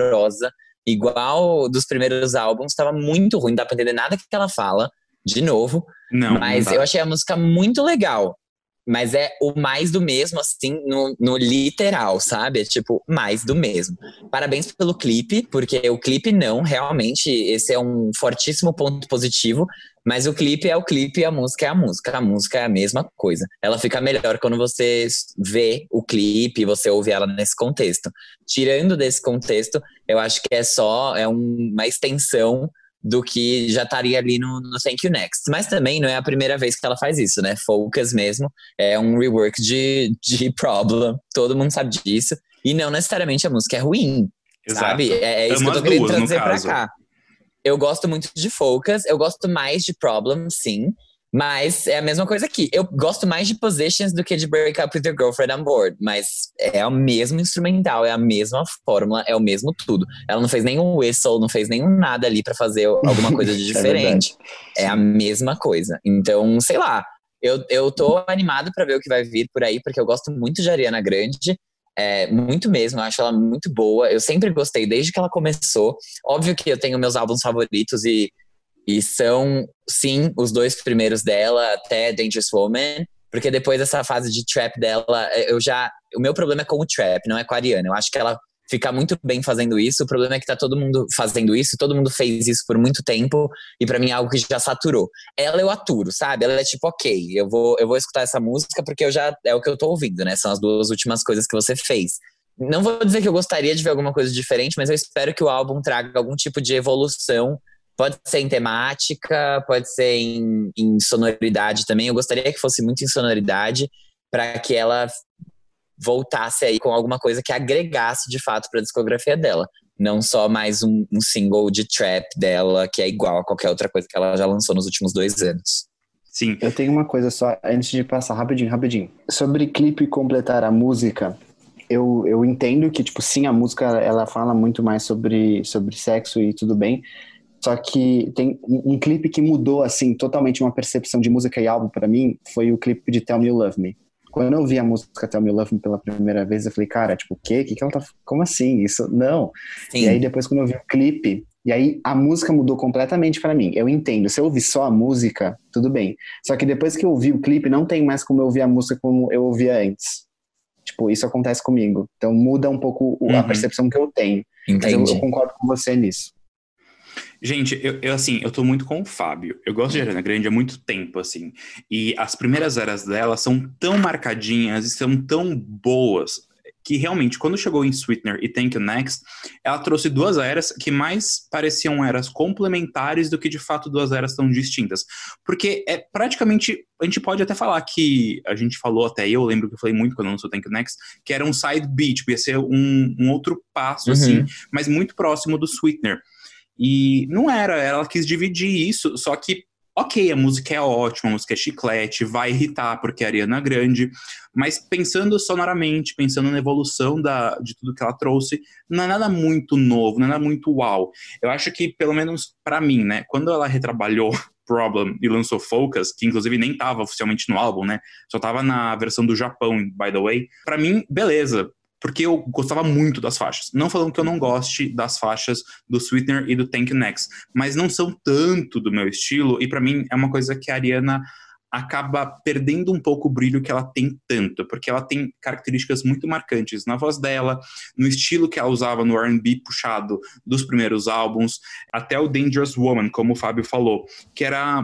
igual dos primeiros álbuns, tava muito ruim, não dá pra entender nada que ela fala, de novo. Não, mas não dá. eu achei a música muito legal. Mas é o mais do mesmo, assim, no literal, sabe? É tipo, mais do mesmo. Parabéns pelo clipe, porque o clipe não, realmente, esse é um fortíssimo ponto positivo, mas o clipe é o clipe e a música é a música. A música é a mesma coisa. Ela fica melhor quando você vê o clipe e você ouve ela nesse contexto. Tirando desse contexto, eu acho que é uma extensão do que já estaria ali no Thank You Next. Mas também não é a primeira vez que ela faz isso, né? Focus mesmo, é um rework de Problem, todo mundo sabe disso. E não necessariamente a música é ruim, Exato. sabe? É isso Amo que eu tô as querendo duas, no trazer pra caso. cá. Eu gosto muito de Focus, eu gosto mais de Problem, sim. Mas é a mesma coisa aqui. Eu gosto mais de Positions do que de Break Up With Your Girlfriend on Board. Mas é o mesmo instrumental, é a mesma fórmula, é o mesmo tudo. Ela não fez nenhum whistle, não fez nenhum nada ali pra fazer alguma coisa de diferente. É a mesma coisa. Então, sei lá. Eu tô animado pra ver o que vai vir por aí, porque eu gosto muito de Ariana Grande. Muito mesmo, eu acho ela muito boa. Eu sempre gostei, desde que ela começou. Óbvio que eu tenho meus álbuns favoritos e são, sim, os 2 primeiros dela, até Dangerous Woman, porque depois dessa fase de trap dela, o meu problema é com o trap, não é com a Ariana. Eu acho que ela ficar muito bem fazendo isso. O problema é que tá todo mundo fazendo isso, todo mundo fez isso por muito tempo, e pra mim é algo que já saturou. Ela eu aturo, sabe? Ela é tipo, ok, eu vou escutar essa música porque é o que eu tô ouvindo, né? São as duas últimas coisas que você fez. Não vou dizer que eu gostaria de ver alguma coisa diferente, mas eu espero que o álbum traga algum tipo de evolução. Pode ser em temática, pode ser em sonoridade também. Eu gostaria que fosse muito em sonoridade, para que ela voltasse aí com alguma coisa que agregasse de fato para a discografia dela. Não só mais um single de trap dela, que é igual a qualquer outra coisa que ela já lançou nos últimos 2 anos. Sim. Eu tenho uma coisa só, antes de passar rapidinho. Sobre clipe completar a música, eu entendo que, tipo, sim, a música, ela fala muito mais sobre sexo e tudo bem. Só que tem um clipe que mudou, assim, totalmente uma percepção de música e álbum pra mim, foi o clipe de Tell Me You Love Me. Quando eu ouvi a música Tell Me You Love Me pela primeira vez, eu falei, cara, tipo, o quê? Que ela tá... Como assim? Isso? Não. Sim. E aí depois quando eu vi o clipe, e aí a música mudou completamente pra mim. Eu entendo, se eu ouvir só a música, tudo bem. Só que depois que eu ouvi o clipe, não tem mais como eu ouvir a música como eu ouvia antes. Tipo, isso acontece comigo. Então muda um pouco a percepção que eu tenho. Entendi. Mas eu concordo com você nisso. Gente, eu tô muito com o Fábio. Eu gosto de Ariana Grande há muito tempo, assim. E as primeiras eras dela são tão marcadinhas e são tão boas que realmente, quando chegou em Sweetener e Thank You Next, ela trouxe 2 eras que mais pareciam eras complementares do que, de fato, 2 eras tão distintas. Porque é praticamente... A gente pode até falar que... A gente falou até, eu lembro que eu falei muito quando eu lançou Thank You Next, que era um side B, tipo, ia ser um outro passo, assim, mas muito próximo do Sweetener. E não era, ela quis dividir isso, só que, ok, a música é ótima, a música é chiclete, vai irritar porque é Ariana Grande, mas pensando sonoramente, pensando na evolução de tudo que ela trouxe, não é nada muito novo, não é nada muito uau. Eu acho que, pelo menos pra mim, né, quando ela retrabalhou Problem e lançou Focus, que inclusive nem tava oficialmente no álbum, né, só tava na versão do Japão, by the way, pra mim, beleza. Porque eu gostava muito das faixas. Não falando que eu não goste das faixas do Sweetener e do Thank You Next, mas não são tanto do meu estilo, e pra mim é uma coisa que a Ariana acaba perdendo um pouco o brilho que ela tem tanto, porque ela tem características muito marcantes na voz dela, no estilo que ela usava no R&B puxado dos primeiros álbuns, até o Dangerous Woman, como o Fábio falou, que era...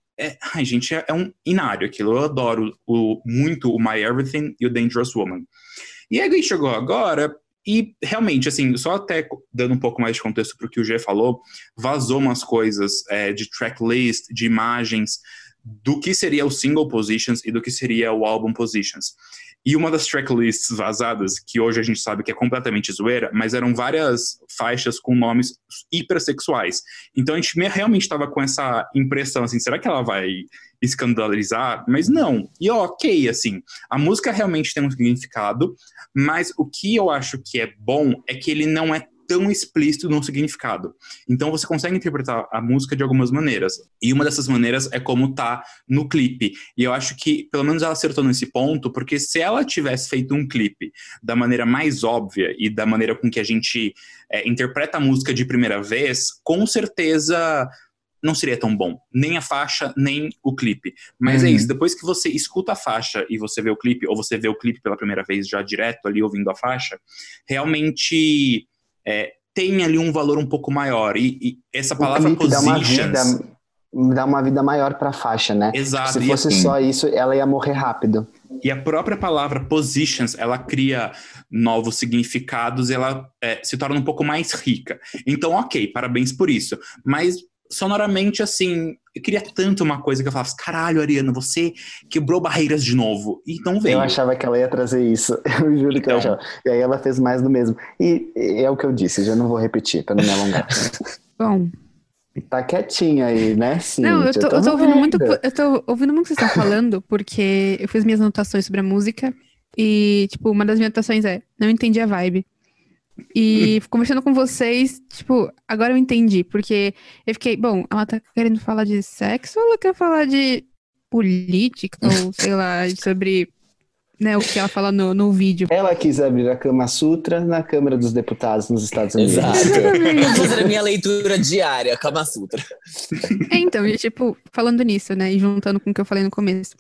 Ai, gente, é um inário aquilo. Eu adoro muito o My Everything e o Dangerous Woman. E aí chegou agora, e realmente, assim, só até dando um pouco mais de contexto pro que o G falou, vazou umas coisas de tracklist, de imagens, do que seria o single positions e do que seria o album positions. E uma das tracklists vazadas, que hoje a gente sabe que é completamente zoeira, mas eram várias faixas com nomes hipersexuais. Então a gente realmente estava com essa impressão, assim, será que ela vai escandalizar? Mas não. E ok, assim, a música realmente tem um significado, mas o que eu acho que é bom é que ele não é tão explícito no significado. Então você consegue interpretar a música de algumas maneiras. E uma dessas maneiras é como tá no clipe. E eu acho que, pelo menos ela acertou nesse ponto, porque se ela tivesse feito um clipe da maneira mais óbvia e da maneira com que a gente interpreta a música de primeira vez, com certeza não seria tão bom. Nem a faixa, nem o clipe. Mas é isso, depois que você escuta a faixa e você vê o clipe, ou você vê o clipe pela primeira vez já direto ali ouvindo a faixa, realmente... tem ali um valor um pouco maior. E essa palavra positions... dá uma vida maior pra faixa, né? Exato. Se fosse só isso, ela ia morrer rápido. E a própria palavra positions, ela cria novos significados, ela se torna um pouco mais rica. Então, ok, parabéns por isso. Mas, sonoramente, assim, eu queria tanto uma coisa que eu falasse, caralho, Ariana, você quebrou barreiras de novo. E então veio. Eu achava que ela ia trazer isso. Eu juro que eu achava. E aí ela fez mais do mesmo. E é o que eu disse, já não vou repetir, pra não me alongar. Bom... Tá quietinha aí, né, Cíntia? Não, eu tô ouvindo muito o que vocês estão falando, porque eu fiz minhas anotações sobre a música e, tipo, uma das minhas anotações não entendi a vibe. E conversando com vocês, tipo, agora eu entendi, porque eu fiquei, bom, ela tá querendo falar de sexo ou ela quer falar de política, ou sei lá, sobre... Né, o que ela fala no vídeo. Ela quis abrir a Kama Sutra na Câmara dos Deputados nos Estados Unidos. Exato. Vou fazer a minha leitura diária, Kama Sutra. Então, e, tipo, falando nisso, né, e juntando com o que eu falei no começo,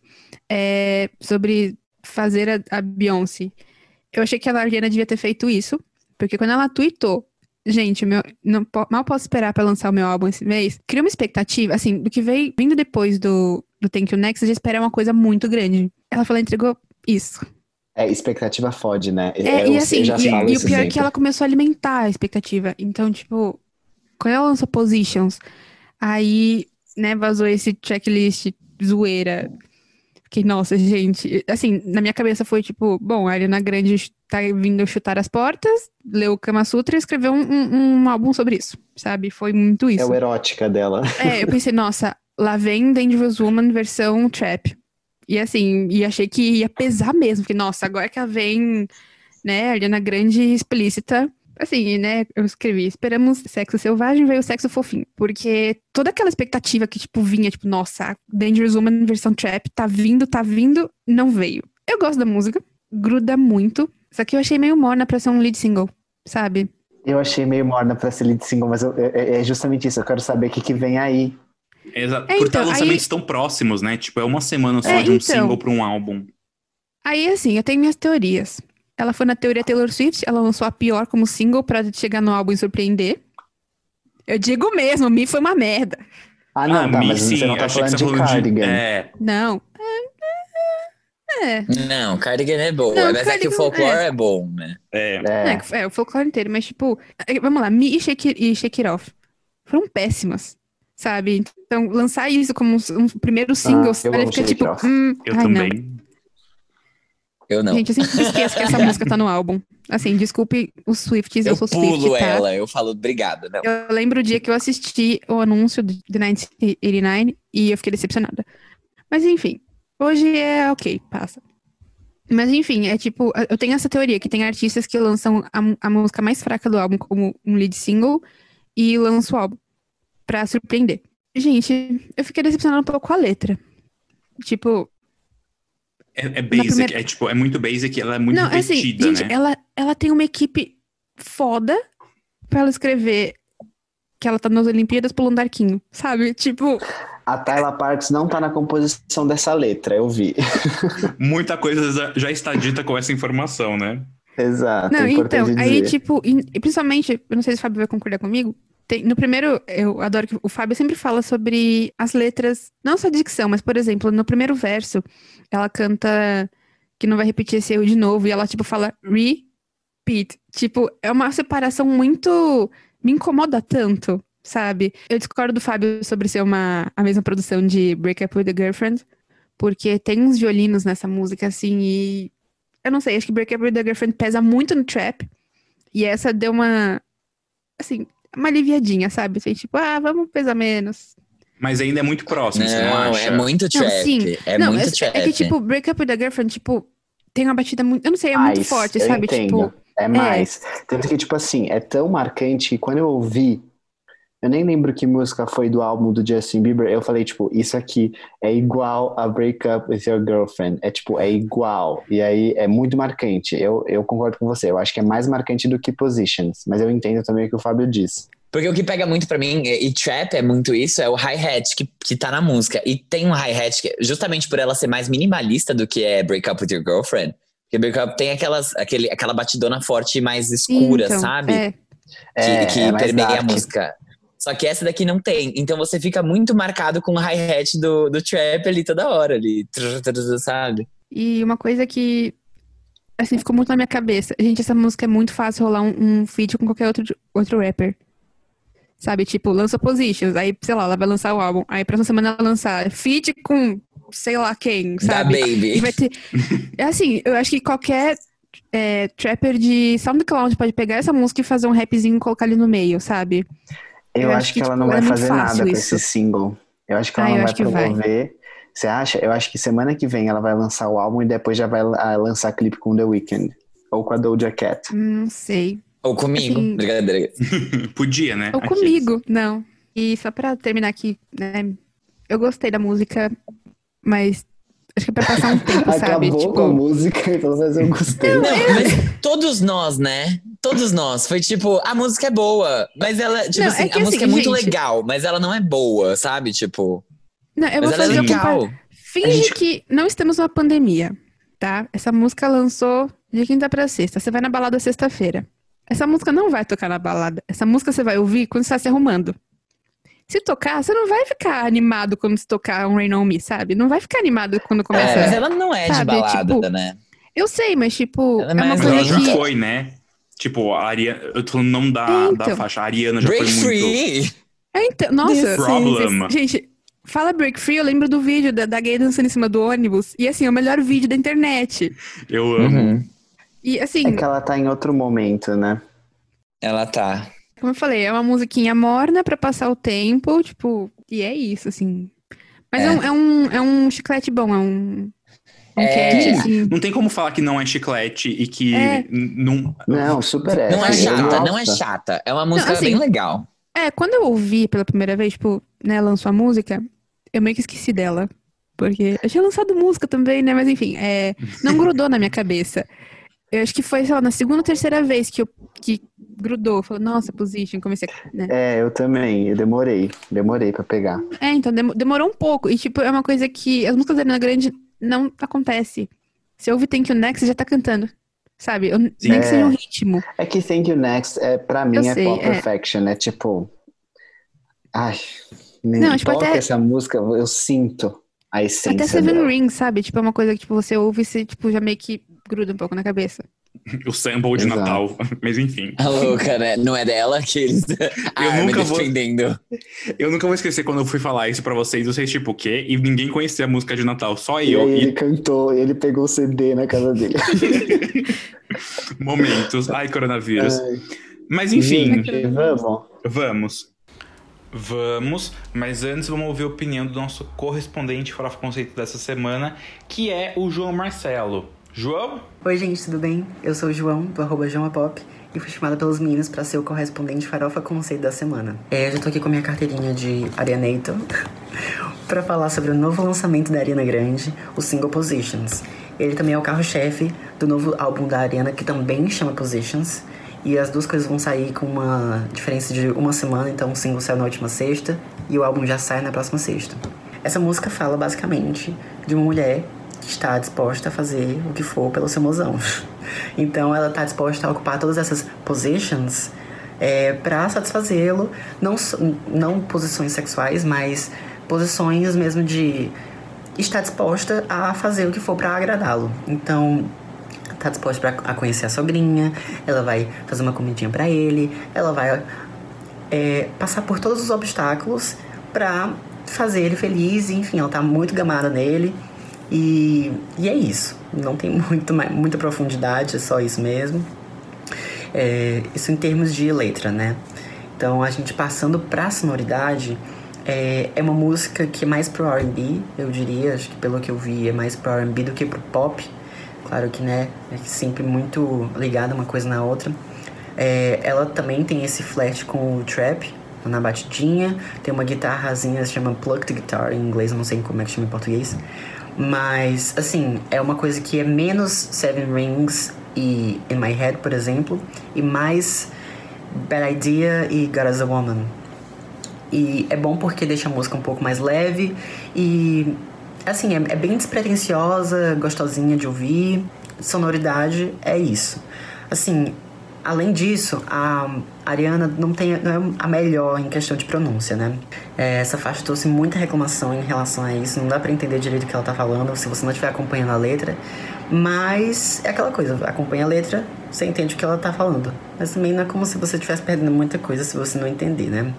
sobre fazer a Beyoncé. Eu achei que a Ariana devia ter feito isso, Porque quando ela tweetou, gente, mal posso esperar pra lançar o meu álbum esse mês, criou uma expectativa, assim, do que veio vindo depois do Thank You Next, a gente espera uma coisa muito grande. Ela falou, entregou isso. Expectativa fode, né? E assim, já falo e o isso pior é sempre. que ela começou a alimentar a expectativa. Então, tipo, quando ela lançou Positions, aí, né, vazou esse checklist zoeira. Que, nossa, gente, assim, na minha cabeça foi tipo, bom, a Ariana Grande tá vindo chutar as portas, leu o Kama Sutra e escreveu um álbum sobre isso, sabe? Foi muito É isso. o erótica dela. Eu pensei, nossa, lá vem Dangerous Woman versão trap. E assim, e achei que ia pesar mesmo, porque, nossa, agora que ela vem, né, Ariana Grande explícita. Assim, né, eu escrevi, esperamos sexo selvagem, veio o sexo fofinho. Porque toda aquela expectativa que, tipo, vinha, tipo, nossa, Dangerous Woman versão trap, tá vindo, não veio. Eu gosto da música, gruda muito, só que eu achei meio morna pra ser um lead single, sabe? Eu achei meio morna pra ser lead single, mas é justamente isso, eu quero saber o que vem aí. Exato, por estar lançamentos tão próximos, né? Tipo, é uma semana só de um single pra um álbum. Aí, assim, eu tenho minhas teorias. Ela foi na teoria Taylor Swift, ela lançou a pior como single pra chegar no álbum e surpreender. Eu digo mesmo, Me foi uma merda. Não, tá, mas você não tá falando de Cardigan. Não. Não, Cardigan é boa, Não, mas é que o Folklore é bom, né? O Folklore inteiro, mas tipo, vamos lá, Me e Shake It Off foram péssimas, sabe? Então, lançar isso como um primeiro single, eu fica tipo, eu também. Não. Eu não. Gente, eu sempre esqueço que essa música tá no álbum. Assim, desculpe os Swifties, eu sou Swift, pulo tá? ela, eu falo obrigado, não. Eu lembro o dia que eu assisti o anúncio de 1989 e eu fiquei decepcionada. Mas enfim, hoje é ok, passa. Mas enfim, é tipo, eu tenho essa teoria que tem artistas que lançam a música mais fraca do álbum como um lead single e lançam o álbum pra surpreender. Gente, eu fiquei decepcionada um pouco com a letra. Tipo... É basic, é muito basic, ela é muito repetida, assim, gente, né? Ela tem uma equipe foda pra ela escrever que ela tá nas Olimpíadas pulando arquinho, sabe? Tipo... A Tyla Parks não tá na composição dessa letra, eu vi. Muita coisa já está dita com essa informação, né? Exato, não, é importante então, dizer. aí tipo, e principalmente, eu não sei se o Fábio vai concordar comigo, no primeiro, eu adoro que o Fábio sempre fala sobre as letras, não só a dicção, mas, por exemplo, no primeiro verso, ela canta que não vai repetir esse erro de novo, e ela, tipo, fala repeat. Tipo, é uma separação muito... me incomoda tanto, sabe? Eu discordo do Fábio sobre ser a mesma produção de Break Up With A Girlfriend, porque tem uns violinos nessa música, assim, e... eu não sei, acho que Break Up With A Girlfriend pesa muito no trap, e essa deu uma... assim... uma aliviadinha, sabe? Assim, tipo, vamos pesar menos. Mas ainda é muito próximo, você não acha? É muito trap. Não, sim. Muito trap. É que, tipo, Break Up With A Girlfriend, tipo, tem uma batida muito... eu não sei, é muito forte, eu sabe? Entendo. Tipo... é mais. Tanto que, tipo assim, é tão marcante que quando eu ouvi, eu nem lembro que música foi do álbum do Justin Bieber, eu falei, tipo, isso aqui é igual a Break Up With Your Girlfriend. É, tipo, é igual. E aí, é muito marcante. Eu concordo com você. Eu acho que é mais marcante do que Positions. Mas eu entendo também o que o Fábio disse. Porque o que pega muito pra mim, e trap é muito isso, é o hi-hat que tá na música. E tem um hi-hat que, justamente por ela ser mais minimalista do que é Break Up With Your Girlfriend, porque Break Up tem aquela batidona forte mais escura, então, sabe? Que permeia dark. a música. Só que essa daqui não tem. Então você fica muito marcado com o hi-hat do trap ali toda hora, ali, sabe? E uma coisa que, assim, ficou muito na minha cabeça. Gente, essa música é muito fácil rolar um feat com qualquer outro rapper. Sabe, tipo, lança Positions, aí, sei lá, ela vai lançar o álbum. Aí, próxima semana ela lançar feat com sei lá quem, sabe? Da Baby. E vai ter... É assim, eu acho que qualquer trapper de SoundCloud pode pegar essa música e fazer um rapzinho e colocar ali no meio, sabe? Eu acho que ela tipo, não vai é muito fazer nada fácil com isso. esse single. Eu acho que ela não vai promover. Você acha? Eu acho que semana que vem ela vai lançar o álbum e depois já vai lançar clipe com The Weeknd. Ou com a Doja Cat. Não sei. Ou comigo. Assim, Brincadeira. Podia, né? Ou comigo, não. E só pra terminar aqui, né? Eu gostei da música, mas acho que é pra passar um tempo, sabe? Acabou Tipo... com a música e pelo menos eu gostei. Não, mas todos nós, né? Todos nós. Foi tipo, a música é boa, mas ela, tipo não, assim, que, a música assim, é muito gente... legal, mas ela não é boa, sabe? Tipo... Não, eu mas vou ela fazer é legal. Finge que não estamos numa pandemia, tá? Essa música lançou de quinta pra sexta. Você vai na balada sexta-feira. essa música não vai tocar na balada. Essa música você vai ouvir quando você tá se arrumando. Se tocar, você não vai ficar animado quando se tocar um Rain On Me, sabe? Não vai ficar animado quando começa... Mas ela não é de sabe, balada, tipo, né? Eu sei, mas tipo, Ela é é uma mais Mas ela coisa já que... foi, né? Tipo, a Ariana... Eu tô falando não da Então. faixa. A Ariana já Break foi muito... Free! Então, nossa, Problem. gente, fala Break Free, eu lembro do vídeo da gay dançando em cima do ônibus. E assim, é o melhor vídeo da internet. Eu amo. Uhum. E assim, É que ela tá em outro momento, né? Ela tá. como eu falei, é uma musiquinha morna pra passar o tempo, tipo, e é isso, assim. Mas é um chiclete bom, é um cat, assim. Não tem como falar que não é chiclete e que não... Não, super é. Não é Eu chata, não é gosto. chata. É uma música assim, bem legal. Quando eu ouvi pela primeira vez, tipo, né, lançou a música, eu meio que esqueci dela. Porque eu tinha lançado música também, né? Mas enfim, não grudou na minha cabeça. Eu acho que foi, sei lá, na segunda ou terceira vez que grudou. Falei, nossa, Position, comecei a... Né? Eu também. Eu demorei pra pegar. Então, demorou um pouco. E, tipo, é uma coisa que as músicas da Ariana Grande não acontece. Você ouve Thank You Next, você já tá cantando. Sabe? Nem que seja um ritmo. É que Thank You Next, pra mim, Eu é sei, pop perfection. É tipo... Ai, Não, tipo, toca até- essa música, eu sinto a essência Até Seven dela. Rings, sabe? Tipo, é uma coisa que tipo, você ouve e você tipo, já meio que gruda um pouco na cabeça. O sample de Exato. Natal. Mas enfim. A louca, né? Não é dela que eles... me nunca vou- defendendo. Eu nunca vou esquecer quando eu fui falar isso pra vocês tipo, o quê? E ninguém conhecia a música de Natal, só E eu. aí E ele cantou, e ele pegou o CD na casa dele. momentos. Ai, coronavírus. Ai. Mas enfim, Gente, vamos. Vamos, mas antes vamos ouvir a opinião do nosso correspondente Farofa Conceito dessa semana, que é o João Marcelo. João? Oi gente, tudo bem? Eu sou o João, do @JoãoPop, e fui chamada pelos meninos pra ser o correspondente Farofa Conceito da semana. Eu já tô aqui com a minha carteirinha de Arianator pra falar sobre o novo lançamento da Ariana Grande, o single Positions. Ele também é o carro-chefe do novo álbum da Ariana, que também chama Positions. E as duas coisas vão sair com uma diferença de uma semana, então o single saiu na última sexta e o álbum já sai na próxima sexta. Essa música fala basicamente de uma mulher que está disposta a fazer o que for pelo seu mozão. Então ela está disposta a ocupar todas essas positions para satisfazê-lo, não posições sexuais, mas posições mesmo de estar disposta a fazer o que for para agradá-lo. Então tá disposta a conhecer a sogrinha, ela vai fazer uma comidinha pra ele, ela vai passar por todos os obstáculos pra fazer ele feliz, enfim, ela tá muito gamada nele e é isso, não tem muita profundidade, é só isso mesmo. Isso em termos de letra, né? Então a gente passando pra sonoridade, é uma música que é mais pro R&B, eu diria, acho que pelo que eu vi é mais pro R&B do que pro pop. Claro que, né, é sempre muito ligada uma coisa na outra. Ela também tem esse flash com o trap na batidinha. Tem uma guitarrazinha, se chama plucked guitar em inglês, não sei como é que chama em português. Mas, assim, é uma coisa que é menos Seven Rings e In My Head, por exemplo. E mais Bad Idea e God as a Woman. E é bom porque deixa a música um pouco mais leve e... assim, é bem despretensiosa, gostosinha de ouvir. Sonoridade é isso. Assim, além disso, a Ariana não é a melhor em questão de pronúncia, né? Essa faixa trouxe muita reclamação em relação a isso. Não dá pra entender direito o que ela tá falando se você não estiver acompanhando a letra. Mas é aquela coisa, acompanha a letra, você entende o que ela tá falando. Mas também não é como se você estivesse perdendo muita coisa se você não entender, né?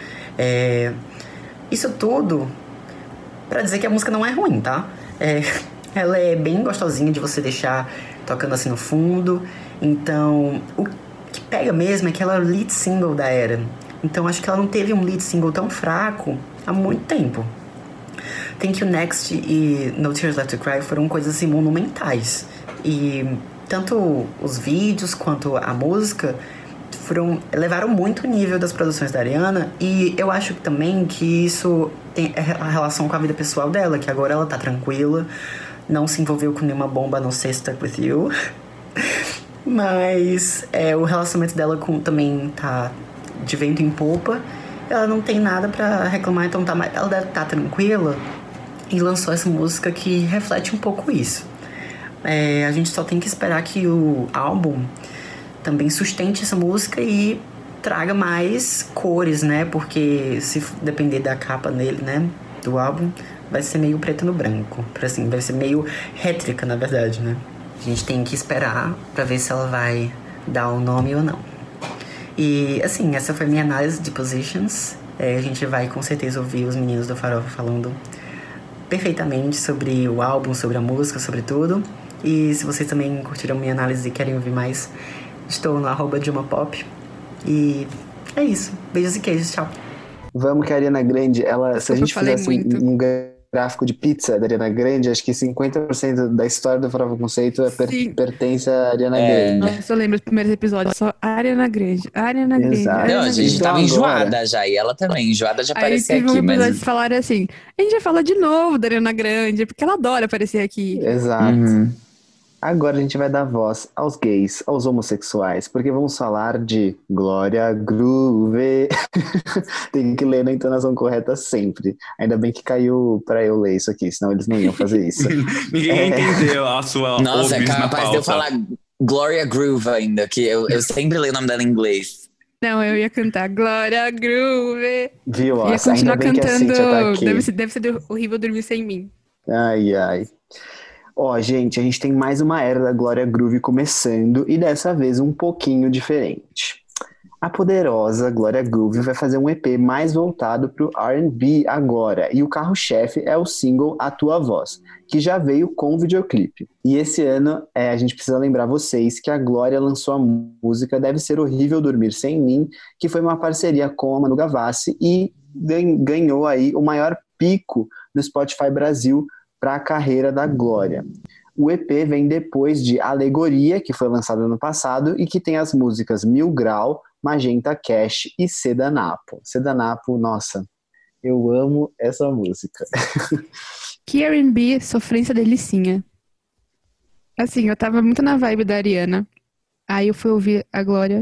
Isso tudo... pra dizer que a música não é ruim, tá? Ela é bem gostosinha de você deixar tocando assim no fundo. Então, o que pega mesmo é que ela é o lead single da era. Então, acho que ela não teve um lead single tão fraco há muito tempo. Thank You Next e No Tears Left to Cry foram coisas assim monumentais. E tanto os vídeos quanto a música levaram muito o nível das produções da Ariana. E eu acho também que isso tem a relação com a vida pessoal dela, que agora ela tá tranquila, não se envolveu com nenhuma bomba, não sei Stuck With You. Mas o relacionamento dela também tá de vento em popa. Ela não tem nada pra reclamar, então ela deve estar tranquila. E lançou essa música que reflete um pouco isso. A gente só tem que esperar que o álbum também sustente essa música e traga mais cores, né? Porque se depender da capa dele, né? Do álbum, vai ser meio preto no branco. Assim, vai ser meio rétrica, na verdade, né? A gente tem que esperar pra ver se ela vai dar o nome ou não. E, assim, essa foi minha análise de Positions. A gente vai, com certeza, ouvir os meninos do Farofa falando perfeitamente sobre o álbum, sobre a música, sobre tudo. E se vocês também curtiram minha análise e querem ouvir mais, estou no @DilmaPop. E é isso. Beijos e queijos. Tchau. Vamos que a Ariana Grande, se a gente fizesse um gráfico de pizza da Ariana Grande, acho que 50% da história do Farofa Conceito pertence à Ariana Grande. Nossa, eu lembro dos primeiros episódios, só Ariana Grande. Não, a gente Então tava agora... enjoada já, e ela também, enjoada de aparecer aí, aqui. Aí Mas eles falaram assim, a gente vai falar de novo da Ariana Grande, porque ela adora aparecer aqui. Exato. Agora a gente vai dar voz aos gays, aos homossexuais, porque vamos falar de Glória Groove. Tem que ler na entonação correta sempre. Ainda bem que caiu pra eu ler isso aqui, senão eles não iam fazer isso. Ninguém entendeu a sua nossa, é óbvio na capaz de eu falar Gloria Groove ainda, que eu sempre leio o nome dela em inglês. Não, eu ia cantar Glória Groove. Viu? Ia continuar cantando. Tá aqui. Deve ser horrível dormir sem mim. Ai, ai. Gente, a gente tem mais uma era da Glória Groove começando e dessa vez um pouquinho diferente. A poderosa Glória Groove vai fazer um EP mais voltado pro R&B agora, e o carro-chefe é o single A Tua Voz, que já veio com videoclipe. E esse ano, a gente precisa lembrar vocês que a Glória lançou a música Deve Ser Horrível Dormir Sem Mim, que foi uma parceria com a Manu Gavassi e ganhou aí o maior pico do Spotify Brasil para a carreira da Glória. O EP vem depois de Alegoria, que foi lançado ano passado e que tem as músicas Mil Grau, Magenta Cash e Sedanapo. Sedanapo, nossa, eu amo essa música. Que R&B, sofrência delicinha. Assim, eu tava muito na vibe da Ariana. Aí eu fui ouvir a Glória.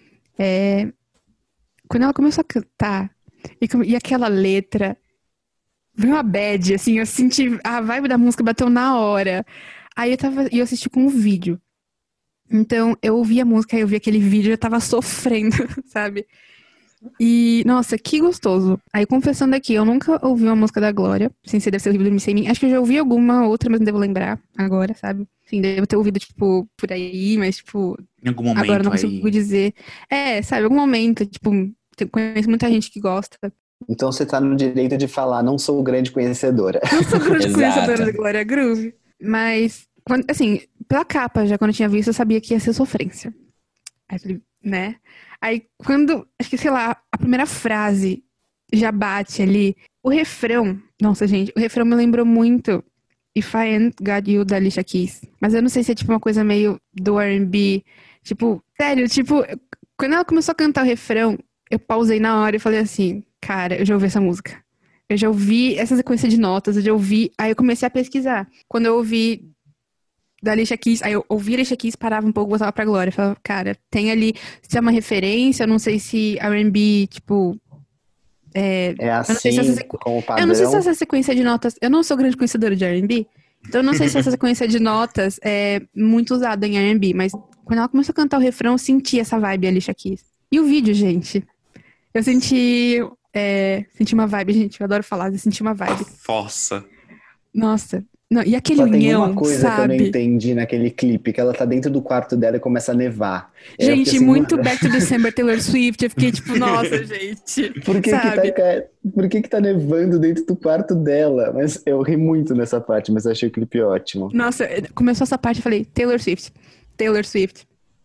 Quando ela começou a cantar, e aquela letra... Veio uma bad, assim, eu senti... A vibe da música bateu na hora. Aí eu assisti com um vídeo. Então, eu ouvi a música, aí eu vi aquele vídeo, eu tava sofrendo, sabe? E, nossa, que gostoso. Aí, confessando aqui, eu nunca ouvi uma música da Glória, sem ser Deve Ser Horrível Dormir Sem Mim. Acho que eu já ouvi alguma outra, mas não devo lembrar agora, sabe? Sim, devo ter ouvido, tipo, por aí, mas, tipo... Em algum momento agora não consigo dizer. Sabe, algum momento, tipo... Conheço muita gente que gosta. Então você tá no direito de falar, não sou grande conhecedora. Não sou grande conhecedora da Glória Groove. Mas, assim, pela capa, já quando eu tinha visto, eu sabia que ia ser sofrência. Aí eu falei, né? Aí quando, acho que, sei lá, a primeira frase já bate ali. O refrão, nossa, gente, o refrão me lembrou muito If I Ain't Got You, da Alicia Keys. Mas eu não sei se é tipo uma coisa meio do R&B. Tipo, sério, tipo, quando ela começou a cantar o refrão, eu pausei na hora e falei assim... Cara, eu já ouvi essa música. Eu já ouvi essa sequência de notas, eu já ouvi... Aí eu comecei a pesquisar. Quando eu ouvi da Alicia Keys, aí eu ouvi a Alicia Keys, parava um pouco, voltava pra Glória. Falava, cara, tem ali... Se é uma referência, eu não sei se R&B, tipo... assim, com o padrão. Eu não sei se essa sequência de notas... Eu não sou grande conhecedora de R&B, então eu não sei se essa sequência de notas é muito usada em R&B, mas quando ela começou a cantar o refrão, eu senti essa vibe Alicia Keys. E o vídeo, gente? Eu senti uma vibe, gente. Eu adoro falar, eu senti uma vibe. Força. Nossa. Não, e aquele Só tem união, uma coisa sabe? que eu não entendi naquele clipe, que ela tá dentro do quarto dela e começa a nevar. Gente, assim, muito Back to December, Taylor Swift. Eu fiquei tipo, nossa, gente. Por que tá nevando dentro do quarto dela? Mas eu ri muito nessa parte, mas achei o clipe ótimo. Nossa, começou essa parte e falei, Taylor Swift. Taylor Swift.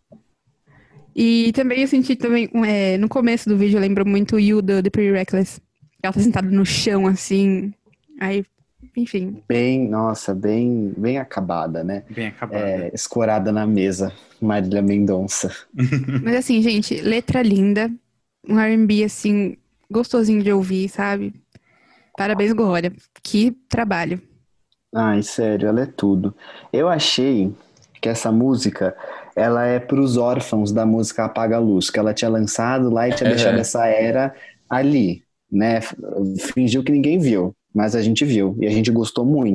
E também eu senti também, no começo do vídeo, eu lembro muito You, The Pretty Reckless. Ela tá sentada no chão, assim, aí, enfim. Bem acabada, né? Bem acabada. Escorada na mesa, Marília Mendonça. Mas assim, gente, letra linda, um R&B, assim, gostosinho de ouvir, sabe? Parabéns, Glória. Que trabalho. Ai, sério, ela é tudo. Eu achei que essa música... ela é pros órfãos da música Apaga a Luz, que ela tinha lançado lá e tinha deixado essa era ali, né? Fingiu que ninguém viu, mas a gente viu, e a gente gostou muito.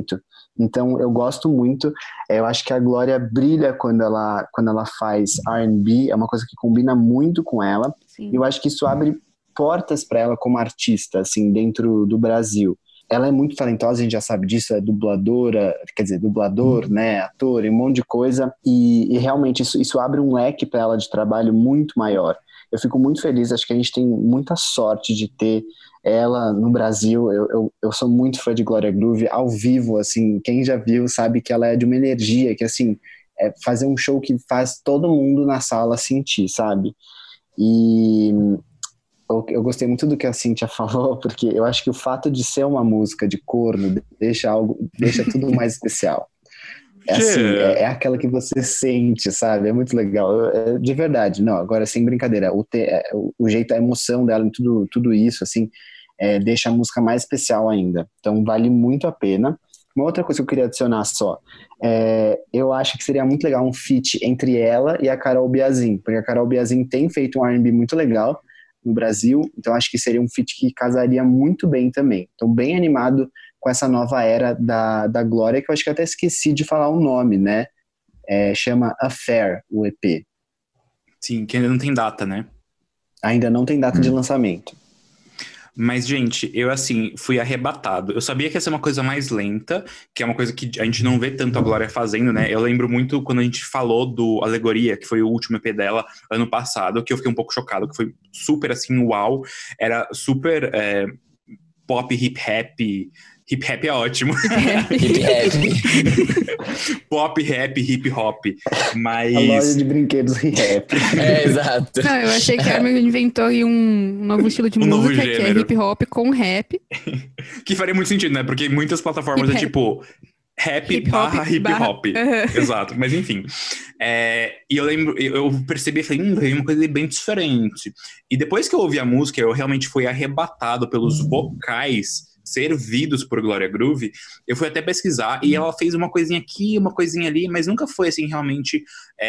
Então eu gosto muito. Eu acho que a Glória brilha quando ela faz R&B, é uma coisa que combina muito com ela. Sim. E eu acho que isso abre portas para ela como artista, assim, dentro do Brasil. Ela é muito talentosa, a gente já sabe disso, é dubladora, quer dizer, dublador, né, ator, e um monte de coisa, e realmente isso abre um leque para ela de trabalho muito maior. Eu fico muito feliz, acho que a gente tem muita sorte de ter ela no Brasil. Eu sou muito fã de Glória Groove, ao vivo, assim, quem já viu sabe que ela é de uma energia, que assim, é fazer um show que faz todo mundo na sala sentir, sabe? E eu gostei muito do que a Cíntia falou, porque eu acho que o fato de ser uma música de corno deixa tudo mais especial. É assim, é aquela que você sente, sabe? É muito legal. De verdade, não, agora sem brincadeira, o jeito, a emoção dela em tudo isso, assim, deixa a música mais especial ainda. Então vale muito a pena. Uma outra coisa que eu queria adicionar só, eu acho que seria muito legal um feat entre ela e a Carol Biazin, porque a Carol Biazin tem feito um R&B muito legal no Brasil, então acho que seria um feat que casaria muito bem também. Então bem animado com essa nova era da Glória, que eu acho que até esqueci de falar o nome, né? Chama Affair, o EP. Sim, que ainda não tem data, né? Ainda não tem data de lançamento. Mas, gente, eu, assim, fui arrebatado. Eu sabia que ia ser uma coisa mais lenta, que é uma coisa que a gente não vê tanto a Glória fazendo, né? Eu lembro muito quando a gente falou do Alegoria, que foi o último EP dela ano passado, que eu fiquei um pouco chocado, que foi super, assim, uau. Era super pop, hip-hop. Hip-hop é ótimo. Pop, rap, hip-hop. Mas... A loja de brinquedos rap. Exato. Não, eu achei que a Armin inventou aí um novo estilo de música, que é hip hop com rap. Que faria muito sentido, né? Porque muitas plataformas é tipo rap barra hip hop. Exato, mas enfim. E eu lembro, eu percebi e falei, veio uma coisa bem diferente. E depois que eu ouvi a música, eu realmente fui arrebatado pelos vocais servidos por Glória Groove. Eu fui até pesquisar e ela fez uma coisinha aqui, uma coisinha ali, mas nunca foi assim realmente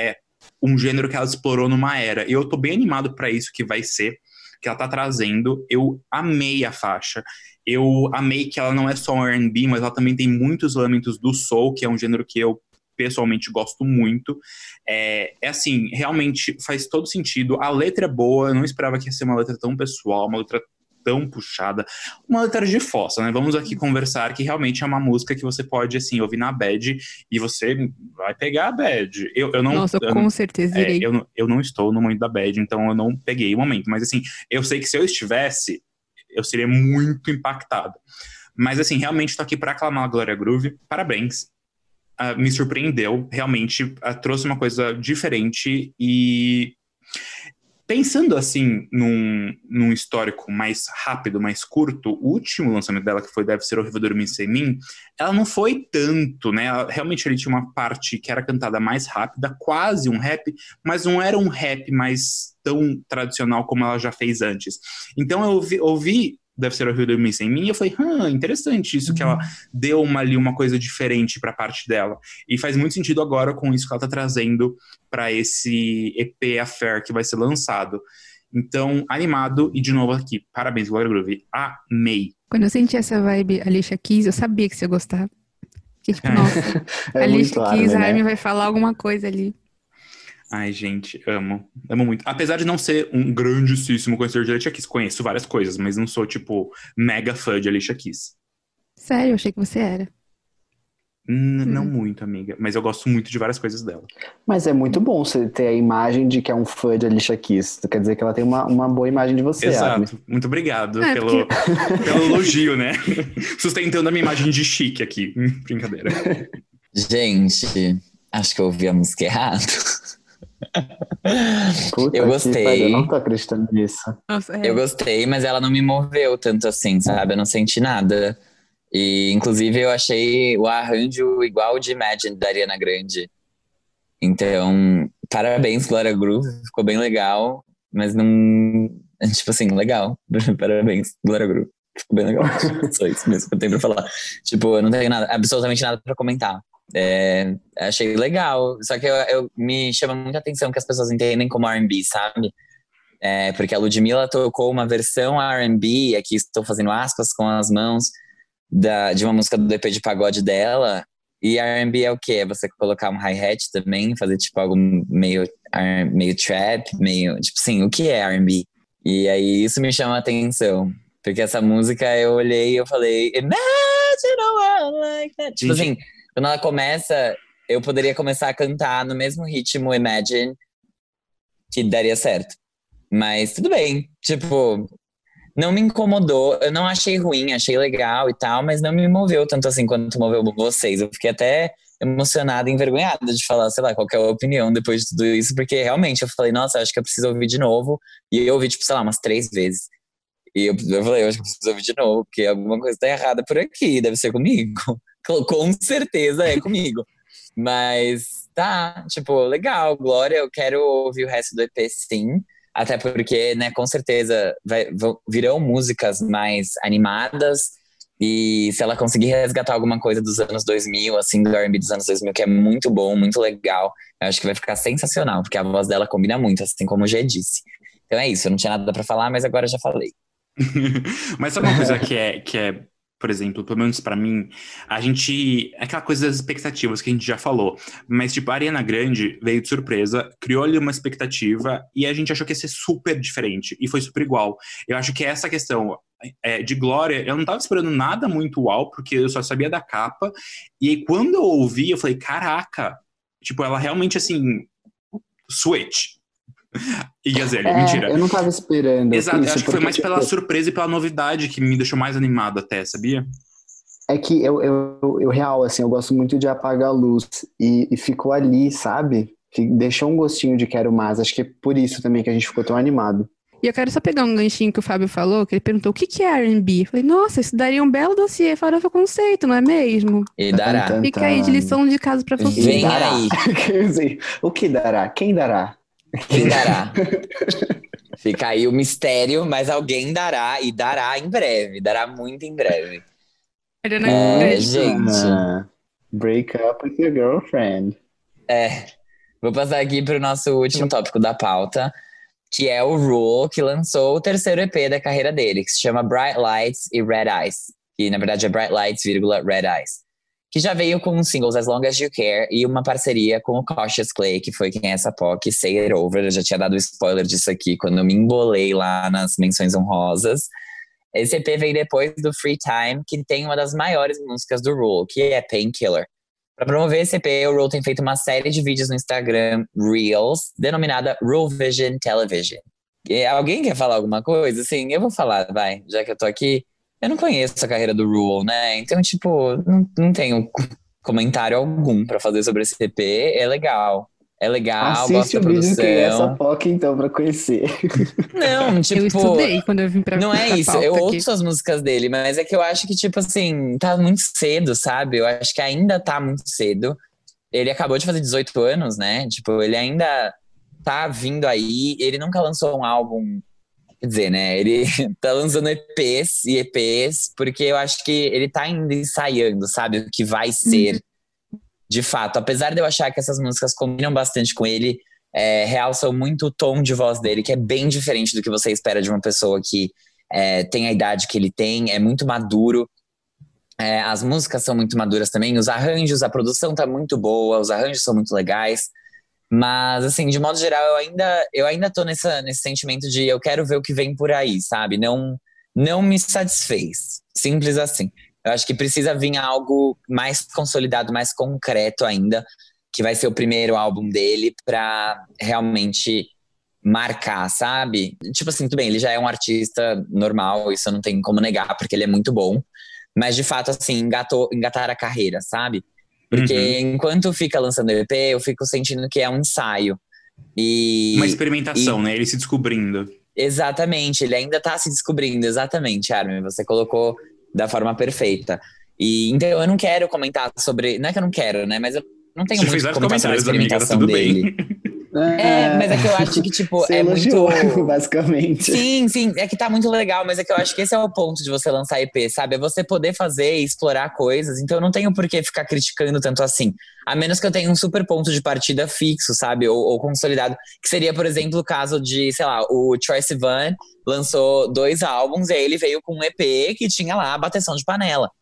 um gênero que ela explorou numa era. E eu tô bem animado pra isso que vai ser, que ela tá trazendo. Eu amei a faixa. Eu amei que ela não é só um R&B, mas ela também tem muitos elementos do soul, que é um gênero que eu pessoalmente gosto muito. Assim, realmente faz todo sentido. A letra é boa, eu não esperava que ia ser uma letra tão pessoal, uma letra tão puxada, uma letra de fossa, né? Vamos aqui conversar que realmente é uma música que você pode, assim, ouvir na bad e você vai pegar a bad. Eu não... Nossa, com certeza irei. Eu não estou no momento da bad, então eu não peguei o momento. Mas, assim, eu sei que se eu estivesse, eu seria muito impactado. Mas, assim, realmente tô aqui para aclamar a Glória Groove. Parabéns. Me surpreendeu. Realmente trouxe uma coisa diferente e... Pensando, assim, num histórico mais rápido, mais curto, o último lançamento dela, que foi Deve Ser Horrível Dormir Sem Mim, ela não foi tanto, né? Realmente ele tinha uma parte que era cantada mais rápida, quase um rap, mas não era um rap mais tão tradicional como ela já fez antes. Então eu ouvi Deve Ser Horrível Dormir Sem Mim, e eu falei, interessante isso, que ela deu uma coisa diferente pra parte dela. E faz muito sentido agora com isso que ela tá trazendo pra esse EP Affair que vai ser lançado. Então, animado, e de novo aqui, parabéns, Glória Groove, amei. Quando eu senti essa vibe Alicia Keys, eu sabia que você ia gostar. Fiquei tipo, nossa, Alicia Keys, a Armin vai falar alguma coisa ali. Ai, gente, amo muito. Apesar de não ser um grandíssimo conhecedor de Alicia Keys, conheço várias coisas, mas não sou, tipo, mega fã de Alicia Keys. Sério, eu achei que você era. Não muito, amiga, mas eu gosto muito de várias coisas dela. Mas é muito bom você ter a imagem de que é um fã de Alicia Keys. Quer dizer que ela tem uma boa imagem de você, Exato, Armin. muito obrigado pelo elogio, né? Sustentando a minha imagem de chique aqui. Brincadeira. Gente, acho que eu ouvi a música errado. Puta eu gostei. Eu não tô acreditando nisso. Nossa, Eu gostei, mas ela não me moveu tanto assim, sabe? Eu não senti nada. E, inclusive, eu achei o arranjo igual de Imagine, da Ariana Grande. Então, parabéns, Glória Groove. Ficou bem legal, mas não... Tipo assim, legal. Parabéns, Glória Groove. Ficou bem legal. Só isso mesmo que eu tenho pra falar. Tipo, eu não tenho absolutamente nada pra comentar. Achei legal. Só que me chama muita atenção que as pessoas entendem como R&B, sabe? Porque a Ludmilla tocou uma versão R&B, aqui estou fazendo aspas com as mãos, de uma música do EP de pagode dela, E R&B é o quê? É você colocar um hi-hat também, fazer tipo algo meio trap, meio... Tipo assim, o que é R&B? E aí isso me chama a atenção. Porque essa música eu olhei e eu falei, Imagine a world like that. Tipo assim, quando ela começa, eu poderia começar a cantar no mesmo ritmo Imagine, que daria certo. Mas tudo bem, tipo, não me incomodou, eu não achei ruim, achei legal e tal, mas não me moveu tanto assim quanto moveu vocês. Eu fiquei até emocionada e envergonhada de falar, sei lá, qual que é a opinião depois de tudo isso, porque realmente eu falei, nossa, acho que eu preciso ouvir de novo. E eu ouvi, tipo, sei lá, umas 3 vezes. E eu falei, eu acho que eu preciso ouvir de novo, porque alguma coisa tá errada por aqui, deve ser comigo. Com certeza é comigo. Mas tá, tipo, legal, Glória, eu quero ouvir o resto do EP sim. Até porque, né, com certeza virão músicas mais animadas. E se ela conseguir resgatar alguma coisa dos anos 2000, assim, do R&B dos anos 2000, que é muito bom, muito legal, eu acho que vai ficar sensacional, porque a voz dela combina muito, assim como o G disse. Então é isso, eu não tinha nada pra falar, mas agora eu já falei. Mas sabe uma coisa que é, por exemplo, pelo menos pra mim, a gente... É aquela coisa das expectativas que a gente já falou. Mas, tipo, a Ariana Grande veio de surpresa, criou ali uma expectativa e a gente achou que ia ser super diferente. E foi super igual. Eu acho que essa questão de Glória, eu não tava esperando nada muito uau, porque eu só sabia da capa. E aí, quando eu ouvi, eu falei, caraca! Tipo, ela realmente, assim... Switch. E Gazelle, mentira. Eu não tava esperando. Exato, isso, eu acho que foi porque, mais pela surpresa e pela novidade que me deixou mais animado até, sabia? É que eu real, assim, eu gosto muito de apagar a luz. E ficou ali, sabe? Deixou um gostinho de quero mais. Acho que é por isso também que a gente ficou tão animado. E eu quero só pegar um ganchinho que o Fábio falou, que ele perguntou o que é R&B. Eu falei, nossa, isso daria um belo dossiê Farofa Conceito, não é mesmo? E dará. Fica aí de lição de casa pra você. Vem Dará. aí. Quer dizer, o que dará? Quem dará? Quem dará? Fica aí o mistério, mas alguém dará e dará em breve. Dará muito em breve. Ariana Grande. Gente. Break up with your girlfriend. Vou passar aqui pro nosso último tópico da pauta, que é o Rule, que lançou o terceiro EP da carreira dele, que se chama Bright Lights e Red Eyes. Que na verdade é Bright Lights, Red Eyes. Que já veio com os singles As Long As You Care e uma parceria com o Cautious Clay, que foi quem é essa POC, Say It Over. Eu já tinha dado spoiler disso aqui quando eu me embolei lá nas menções honrosas. Esse EP veio depois do Free Time, que tem uma das maiores músicas do Rule, que é Painkiller. Para promover esse EP, o Rule tem feito uma série de vídeos no Instagram Reels, denominada Rule Vision Television. E alguém quer falar alguma coisa? Sim, eu vou falar, vai, já que eu tô aqui. Eu não conheço a carreira do Rule, né? Então, tipo, não tenho comentário algum pra fazer sobre esse EP. É legal. É legal, Assiste gosto da o vídeo que é essa produção. POC, então, pra conhecer. Não, tipo... Eu estudei quando eu vim pra Não é pra isso, pauta eu aqui. ouço as músicas dele, mas é que eu acho que, tipo assim, tá muito cedo, sabe? Eu acho que ainda tá muito cedo. Ele acabou de fazer 18 anos, né? Tipo, ele ainda tá vindo aí. Ele nunca lançou um álbum, quer dizer, né? Ele tá lançando EPs e EPs, porque eu acho que ele tá ainda ensaiando, sabe? O que vai ser, de fato. Apesar de eu achar que essas músicas combinam bastante com ele, realçam muito o tom de voz dele, que é bem diferente do que você espera de uma pessoa que tem a idade que ele tem, é muito maduro. As músicas são muito maduras também, os arranjos, a produção tá muito boa, os arranjos são muito legais. Mas, assim, de modo geral, eu ainda tô nesse sentimento de eu quero ver o que vem por aí, sabe? Não me satisfez. Simples assim. Eu acho que precisa vir algo mais consolidado, mais concreto ainda, que vai ser o primeiro álbum dele pra realmente marcar, sabe? Tipo assim, tudo bem, ele já é um artista normal, isso eu não tenho como negar, porque ele é muito bom. Mas, de fato, assim, engatar a carreira, sabe? Porque enquanto fica lançando EP, eu fico sentindo que é um ensaio. Uma experimentação, né? Ele se descobrindo. Exatamente, ele ainda tá se descobrindo. Exatamente, Armin, você colocou da forma perfeita. E então eu não quero comentar sobre... Não é que eu não quero, né? Mas eu não tenho Você muito fez o que vários comentar sobre a comentários, amiga, tá experimentação tudo dele. bem. Mas é que eu acho que, tipo, Você é muito... elogiou, basicamente. Sim, é que tá muito legal, mas é que eu acho que esse é o ponto de você lançar EP, sabe? É você poder fazer e explorar coisas, então eu não tenho por que ficar criticando tanto assim. A menos que eu tenha um super ponto de partida fixo, sabe? Ou consolidado, que seria, por exemplo, o caso de, sei lá, o Troye Sivan lançou 2 álbuns e aí ele veio com um EP que tinha lá a bateção de panela.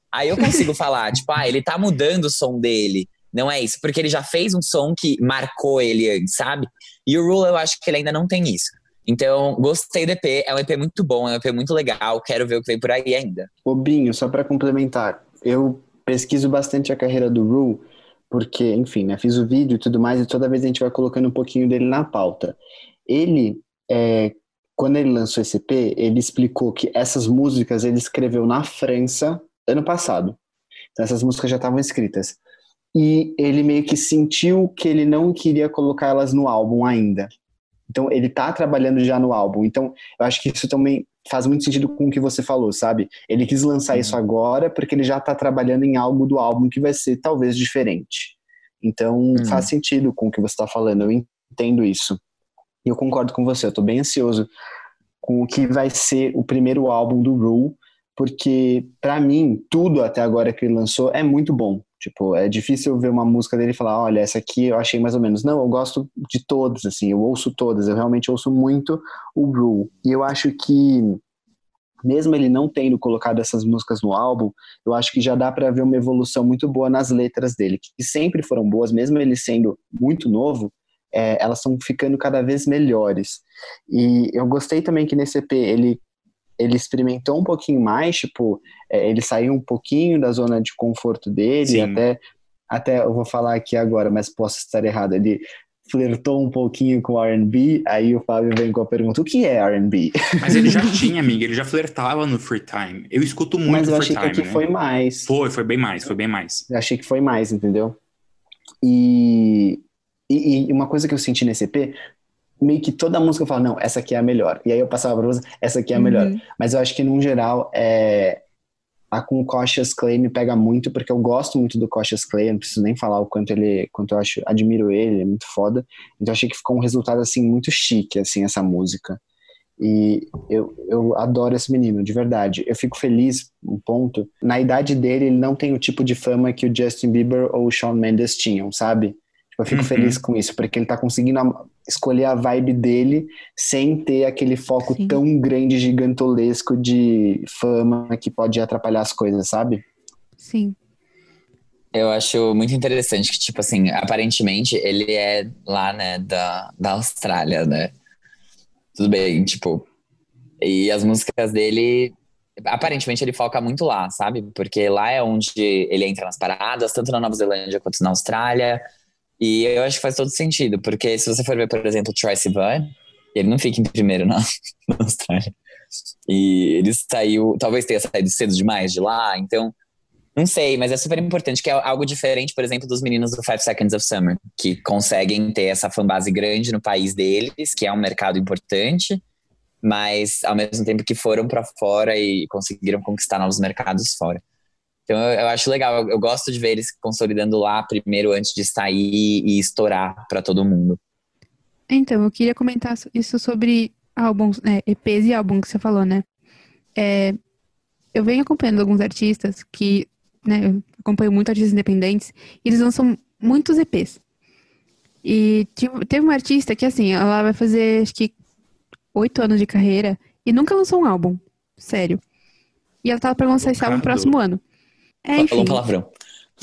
Aí eu consigo falar, tipo, ele tá mudando o som dele. Não é isso, porque ele já fez um som que marcou ele antes, sabe? E o Rule, eu acho que ele ainda não tem isso. Então, gostei do EP, é um EP muito bom, é um EP muito legal, quero ver o que vem por aí ainda. Ô Binho, só pra complementar, eu pesquiso bastante a carreira do Rule, porque, enfim, né, fiz o vídeo e tudo mais, e toda vez a gente vai colocando um pouquinho dele na pauta. Ele, quando ele lançou esse EP, ele explicou que essas músicas ele escreveu na França ano passado. Então essas músicas já estavam escritas. E ele meio que sentiu que ele não queria colocar elas no álbum ainda. Então ele tá trabalhando já no álbum. Então eu acho que isso também faz muito sentido com o que você falou, sabe? Ele quis lançar isso agora porque ele já tá trabalhando em algo do álbum que vai ser talvez diferente. Então faz sentido com o que você tá falando, eu entendo isso. E eu concordo com você, eu tô bem ansioso com o que vai ser o primeiro álbum do Rule, porque pra mim, tudo até agora que ele lançou é muito bom. Tipo, é difícil eu ver uma música dele e falar, olha, essa aqui eu achei mais ou menos. Não, eu gosto de todas, assim, eu ouço todas, eu realmente ouço muito o Rule. E eu acho que, mesmo ele não tendo colocado essas músicas no álbum, eu acho que já dá pra ver uma evolução muito boa nas letras dele, que sempre foram boas, mesmo ele sendo muito novo, elas estão ficando cada vez melhores. E eu gostei também que nesse EP ele experimentou um pouquinho mais, tipo, ele saiu um pouquinho da zona de conforto dele, até eu vou falar aqui agora, mas posso estar errado, ele flertou um pouquinho com R&B, aí o Fábio vem com a pergunta, o que é R&B? Mas ele já tinha, amiga, ele já flertava no Free Time. Eu escuto muito mas eu Free achei Time, que né? foi mais. Foi bem mais, foi bem mais. Eu achei que foi mais, entendeu? E uma coisa que eu senti nesse EP, meio que toda música eu falo, não, essa aqui é a melhor. E aí eu passava pra você, essa aqui é a melhor. Mas eu acho que, num geral, a com o Cautious Clay me pega muito, porque eu gosto muito do Cautious Clay, eu não preciso nem falar o quanto eu admiro ele é muito foda. Então eu achei que ficou um resultado, assim, muito chique, assim, essa música. E eu adoro esse menino, de verdade. Eu fico feliz, um ponto, na idade dele, ele não tem o tipo de fama que o Justin Bieber ou o Shawn Mendes tinham, sabe? Eu fico feliz com isso, porque ele tá conseguindo escolher a vibe dele sem ter aquele foco tão grande, gigantolesco de fama que pode atrapalhar as coisas, sabe? Sim. Eu acho muito interessante que, tipo assim, aparentemente ele é lá, né, da Austrália, né? Tudo bem, tipo... E as músicas dele... Aparentemente ele foca muito lá, sabe? Porque lá é onde ele entra nas paradas, tanto na Nova Zelândia quanto na Austrália... E eu acho que faz todo sentido, porque se você for ver, por exemplo, o Troye Sivan, ele não fica em primeiro na Austrália. E ele saiu, talvez tenha saído cedo demais de lá, então, não sei, mas é super importante, que é algo diferente, por exemplo, dos meninos do 5 Seconds of Summer, que conseguem ter essa fanbase grande no país deles, que é um mercado importante, mas ao mesmo tempo que foram pra fora e conseguiram conquistar novos mercados fora. Então eu acho legal, eu gosto de ver eles consolidando lá primeiro antes de sair e estourar pra todo mundo. Então, eu queria comentar isso sobre álbuns, EPs e álbuns que você falou, né? Eu venho acompanhando alguns artistas que, né, eu acompanho muito artistas independentes, e eles lançam muitos EPs. E teve uma artista que, assim, ela vai fazer, acho que, 8 anos de carreira e nunca lançou um álbum, sério. E ela tava pra lançar esse álbum no próximo ano. Enfim. Falou um palavrão.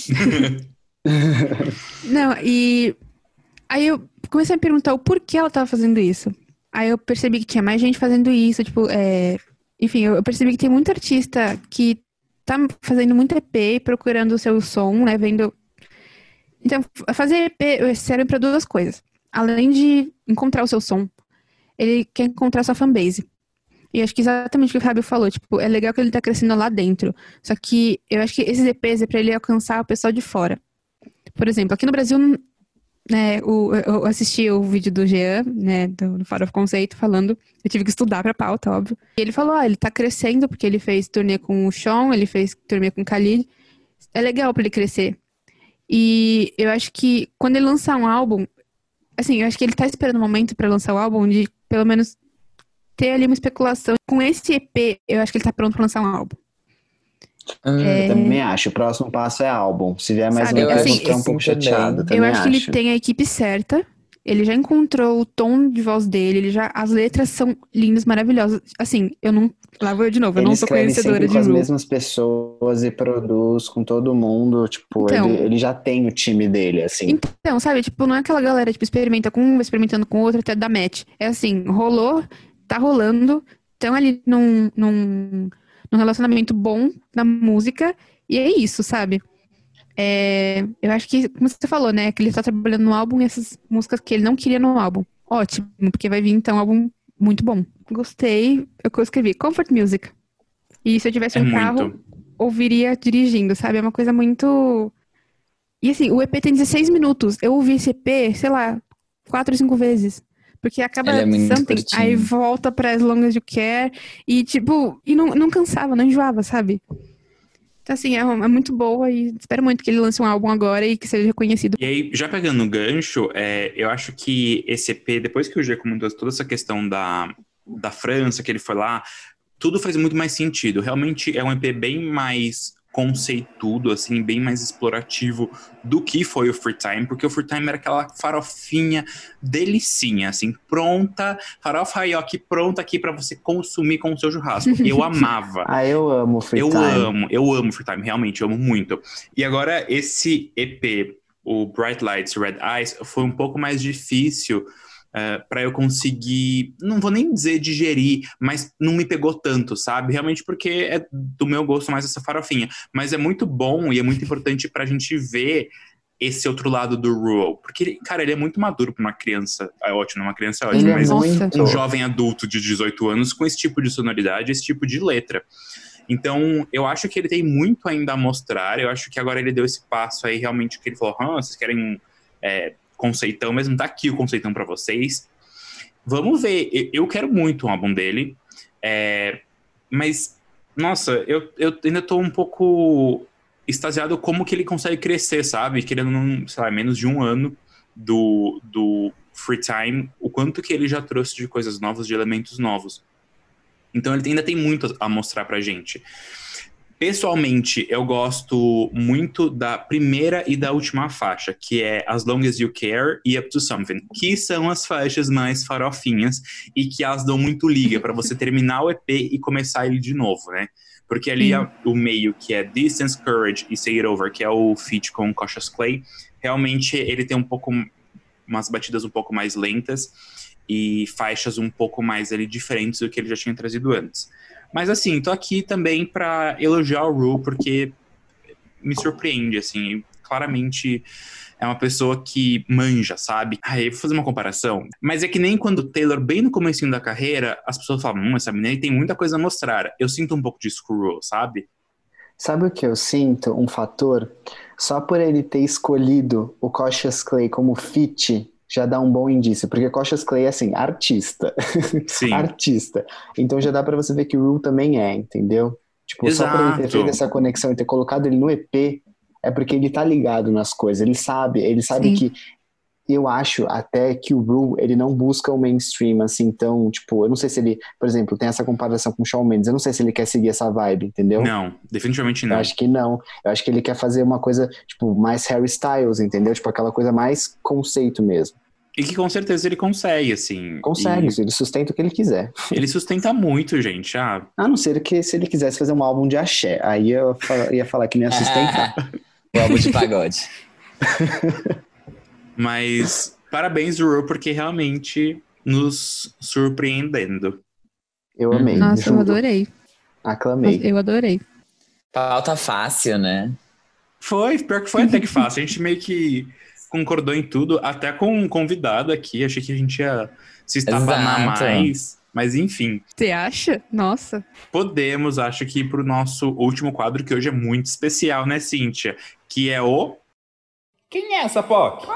Não, e aí eu comecei a me perguntar o porquê ela tava fazendo isso. Aí eu percebi que tinha mais gente fazendo isso, tipo, enfim, eu percebi que tem muito artista que tá fazendo muito EP, procurando o seu som, né, vendo... Então, fazer EP serve pra duas coisas. Além de encontrar o seu som, ele quer encontrar a sua fanbase. E acho que exatamente o que o Fábio falou, tipo, é legal que ele tá crescendo lá dentro. Só que eu acho que esses EPs é pra ele alcançar o pessoal de fora. Por exemplo, aqui no Brasil, né, eu assisti o vídeo do Jean, né, do Farofa Conceito, falando, eu tive que estudar pra pauta, óbvio. E ele falou, ele tá crescendo, porque ele fez turnê com o Shawn, ele fez turnê com o Khalid. É legal pra ele crescer. E eu acho que quando ele lançar um álbum, assim, eu acho que ele tá esperando um momento pra lançar o álbum de, pelo menos, ter ali uma especulação. Com esse EP, eu acho que ele tá pronto pra lançar um álbum. Eu também acho. O próximo passo é álbum. Se vier mais Sabe, um EP, eu assim, vou ficar um pouco chateado. Eu acho que ele tem a equipe certa. Ele já encontrou o tom de voz dele, as letras são lindas, maravilhosas. Assim, eu não... Lá vou eu de novo, eu Ele não sou escreve conhecedora sempre de com as Ru. mesmas pessoas e produz com todo mundo. Tipo, Então. ele já tem o time dele, assim. Então, sabe, tipo, não é aquela galera, tipo, experimenta com um, vai experimentando com outro até dar match. É assim, rolou, tá rolando, estão ali num relacionamento bom na música, e é isso, sabe? Eu acho que, como você falou, né, que ele tá trabalhando no álbum e essas músicas que ele não queria no álbum. Ótimo, porque vai vir, então, um álbum muito bom. Gostei, é o que eu escrevi, Comfort Music. E se eu tivesse um carro, ouviria dirigindo, sabe? É uma coisa muito... E assim, o EP tem 16 minutos. Eu ouvi esse EP, sei lá, 4 ou 5 vezes. Porque acaba Ele é muito something, curtinho. aí volta pra As Long As You Care. E tipo, não cansava, não enjoava, sabe? Então assim, é muito boa e espero muito que ele lance um álbum agora e que seja reconhecido. E aí, já pegando no gancho, eu acho que esse EP, depois que o G comentou toda essa questão da França, que ele foi lá, tudo faz muito mais sentido. Realmente é um EP bem mais conceitudo, assim, bem mais explorativo do que foi o Free Time, porque o Free Time era aquela farofinha delicinha, assim, pronta, farofa Hayoki pronta aqui pra você consumir com o seu churrasco. E eu amava. Eu amo Free Time. Eu amo Free Time, realmente, eu amo muito. E agora, esse EP, o Bright Lights, Red Eyes, foi um pouco mais difícil para eu conseguir, não vou nem dizer digerir, mas não me pegou tanto, sabe? Realmente porque é do meu gosto mais essa farofinha. Mas é muito bom e é muito importante pra gente ver esse outro lado do Ruel. Porque, cara, ele é muito maduro pra uma criança. É ótimo, uma criança é ótimo, mas muito... um jovem adulto de 18 anos com esse tipo de sonoridade, esse tipo de letra. Então, eu acho que ele tem muito ainda a mostrar. Eu acho que agora ele deu esse passo aí, realmente, que ele falou, vocês querem... conceitão mesmo, tá aqui o conceitão pra vocês. Vamos ver, eu quero muito um álbum dele, mas, nossa, eu ainda tô um pouco extasiado como que ele consegue crescer, sabe? Querendo, sei lá, menos de um ano do Free Time, o quanto que ele já trouxe de coisas novas, de elementos novos. Então ele ainda tem muito a mostrar pra gente. Pessoalmente, eu gosto muito da primeira e da última faixa, que é As Long As You Care e Up To Something, que são as faixas mais farofinhas e que elas dão muito liga para você terminar o EP e começar ele de novo, né? Porque ali o meio, que é Distance, Courage e Say It Over, que é o feat com Cautious Clay, realmente ele tem umas batidas um pouco mais lentas e faixas um pouco mais ali diferentes do que ele já tinha trazido antes. Mas assim, tô aqui também pra elogiar o Ru, porque me surpreende, assim, claramente é uma pessoa que manja, sabe? Eu vou fazer uma comparação, mas é que nem quando o Taylor, bem no comecinho da carreira, as pessoas falam, essa menina tem muita coisa a mostrar. Eu sinto um pouco disso com o Ru, sabe? Sabe o que eu sinto? Um fator? Só por ele ter escolhido o Cautious Clay como feat, já dá um bom indício, porque Cautious Clay é assim, artista. Sim. Artista. Então já dá pra você ver que o Ru também é, entendeu? Tipo, Exato. Só por ele ter feito essa conexão e ter colocado ele no EP, é porque ele tá ligado nas coisas, ele sabe Sim. que eu acho até que o Ru, ele não busca o mainstream, assim, então, tipo, eu não sei se ele, por exemplo, tem essa comparação com o Shawn Mendes, eu não sei se ele quer seguir essa vibe, entendeu? Não, definitivamente não. Eu acho que não. Eu acho que ele quer fazer uma coisa, tipo, mais Harry Styles, entendeu? Tipo, aquela coisa mais conceito mesmo. E que com certeza ele consegue, assim. Consegue, ele sustenta o que ele quiser. Ele sustenta muito, gente. A não ser que se ele quisesse fazer um álbum de axé, aí eu ia falar que nem ia sustentar. O álbum de pagode. Mas parabéns, Ru, porque realmente nos surpreendendo. Eu amei. Nossa, eu adorei. Aclamei. Eu adorei. Pauta fácil, né? Pior que foi até que fácil. A gente meio que concordou em tudo, até com um convidado aqui. Achei que a gente ia se estabanar mais. Mas enfim. Você acha? Nossa. Podemos, acho que ir pro nosso último quadro, que hoje é muito especial, né, Cíntia? Que é o... Quem é essa POC?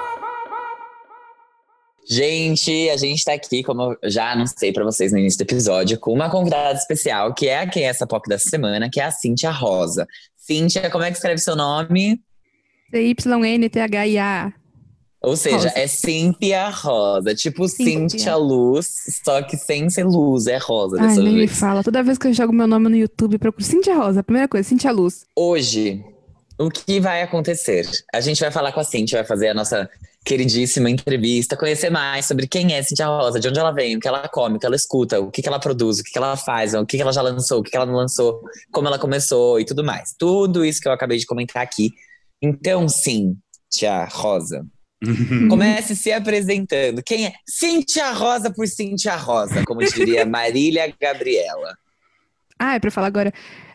Gente, a gente tá aqui, como eu já anunciei pra vocês no início do episódio, com uma convidada especial, que é a Quem é essa POC da semana, que é a Cíntia Rosa. Cíntia, como é que escreve seu nome? CYNTHIA. Ou seja, Rosa. é Cíntia Rosa. Tipo Cíntia Luz, só que sem ser luz, é rosa Ai, dessa nem me vez. fala. Toda vez que eu jogo meu nome no YouTube, eu procuro Cíntia Rosa. A primeira coisa, Cíntia Luz. Hoje, o que vai acontecer? A gente vai falar com a Cíntia, vai fazer a nossa queridíssima entrevista, conhecer mais sobre quem é Cíntia Rosa, de onde ela vem, o que ela come, o que ela escuta, o que ela produz, o que ela faz, o que ela já lançou, o que ela não lançou, como ela começou e tudo mais. Tudo isso que eu acabei de comentar aqui. Então, Cíntia Rosa, comece se apresentando. Quem é? Cíntia Rosa por Cíntia Rosa, como diria Marília Gabriela. Ah, é pra falar agora.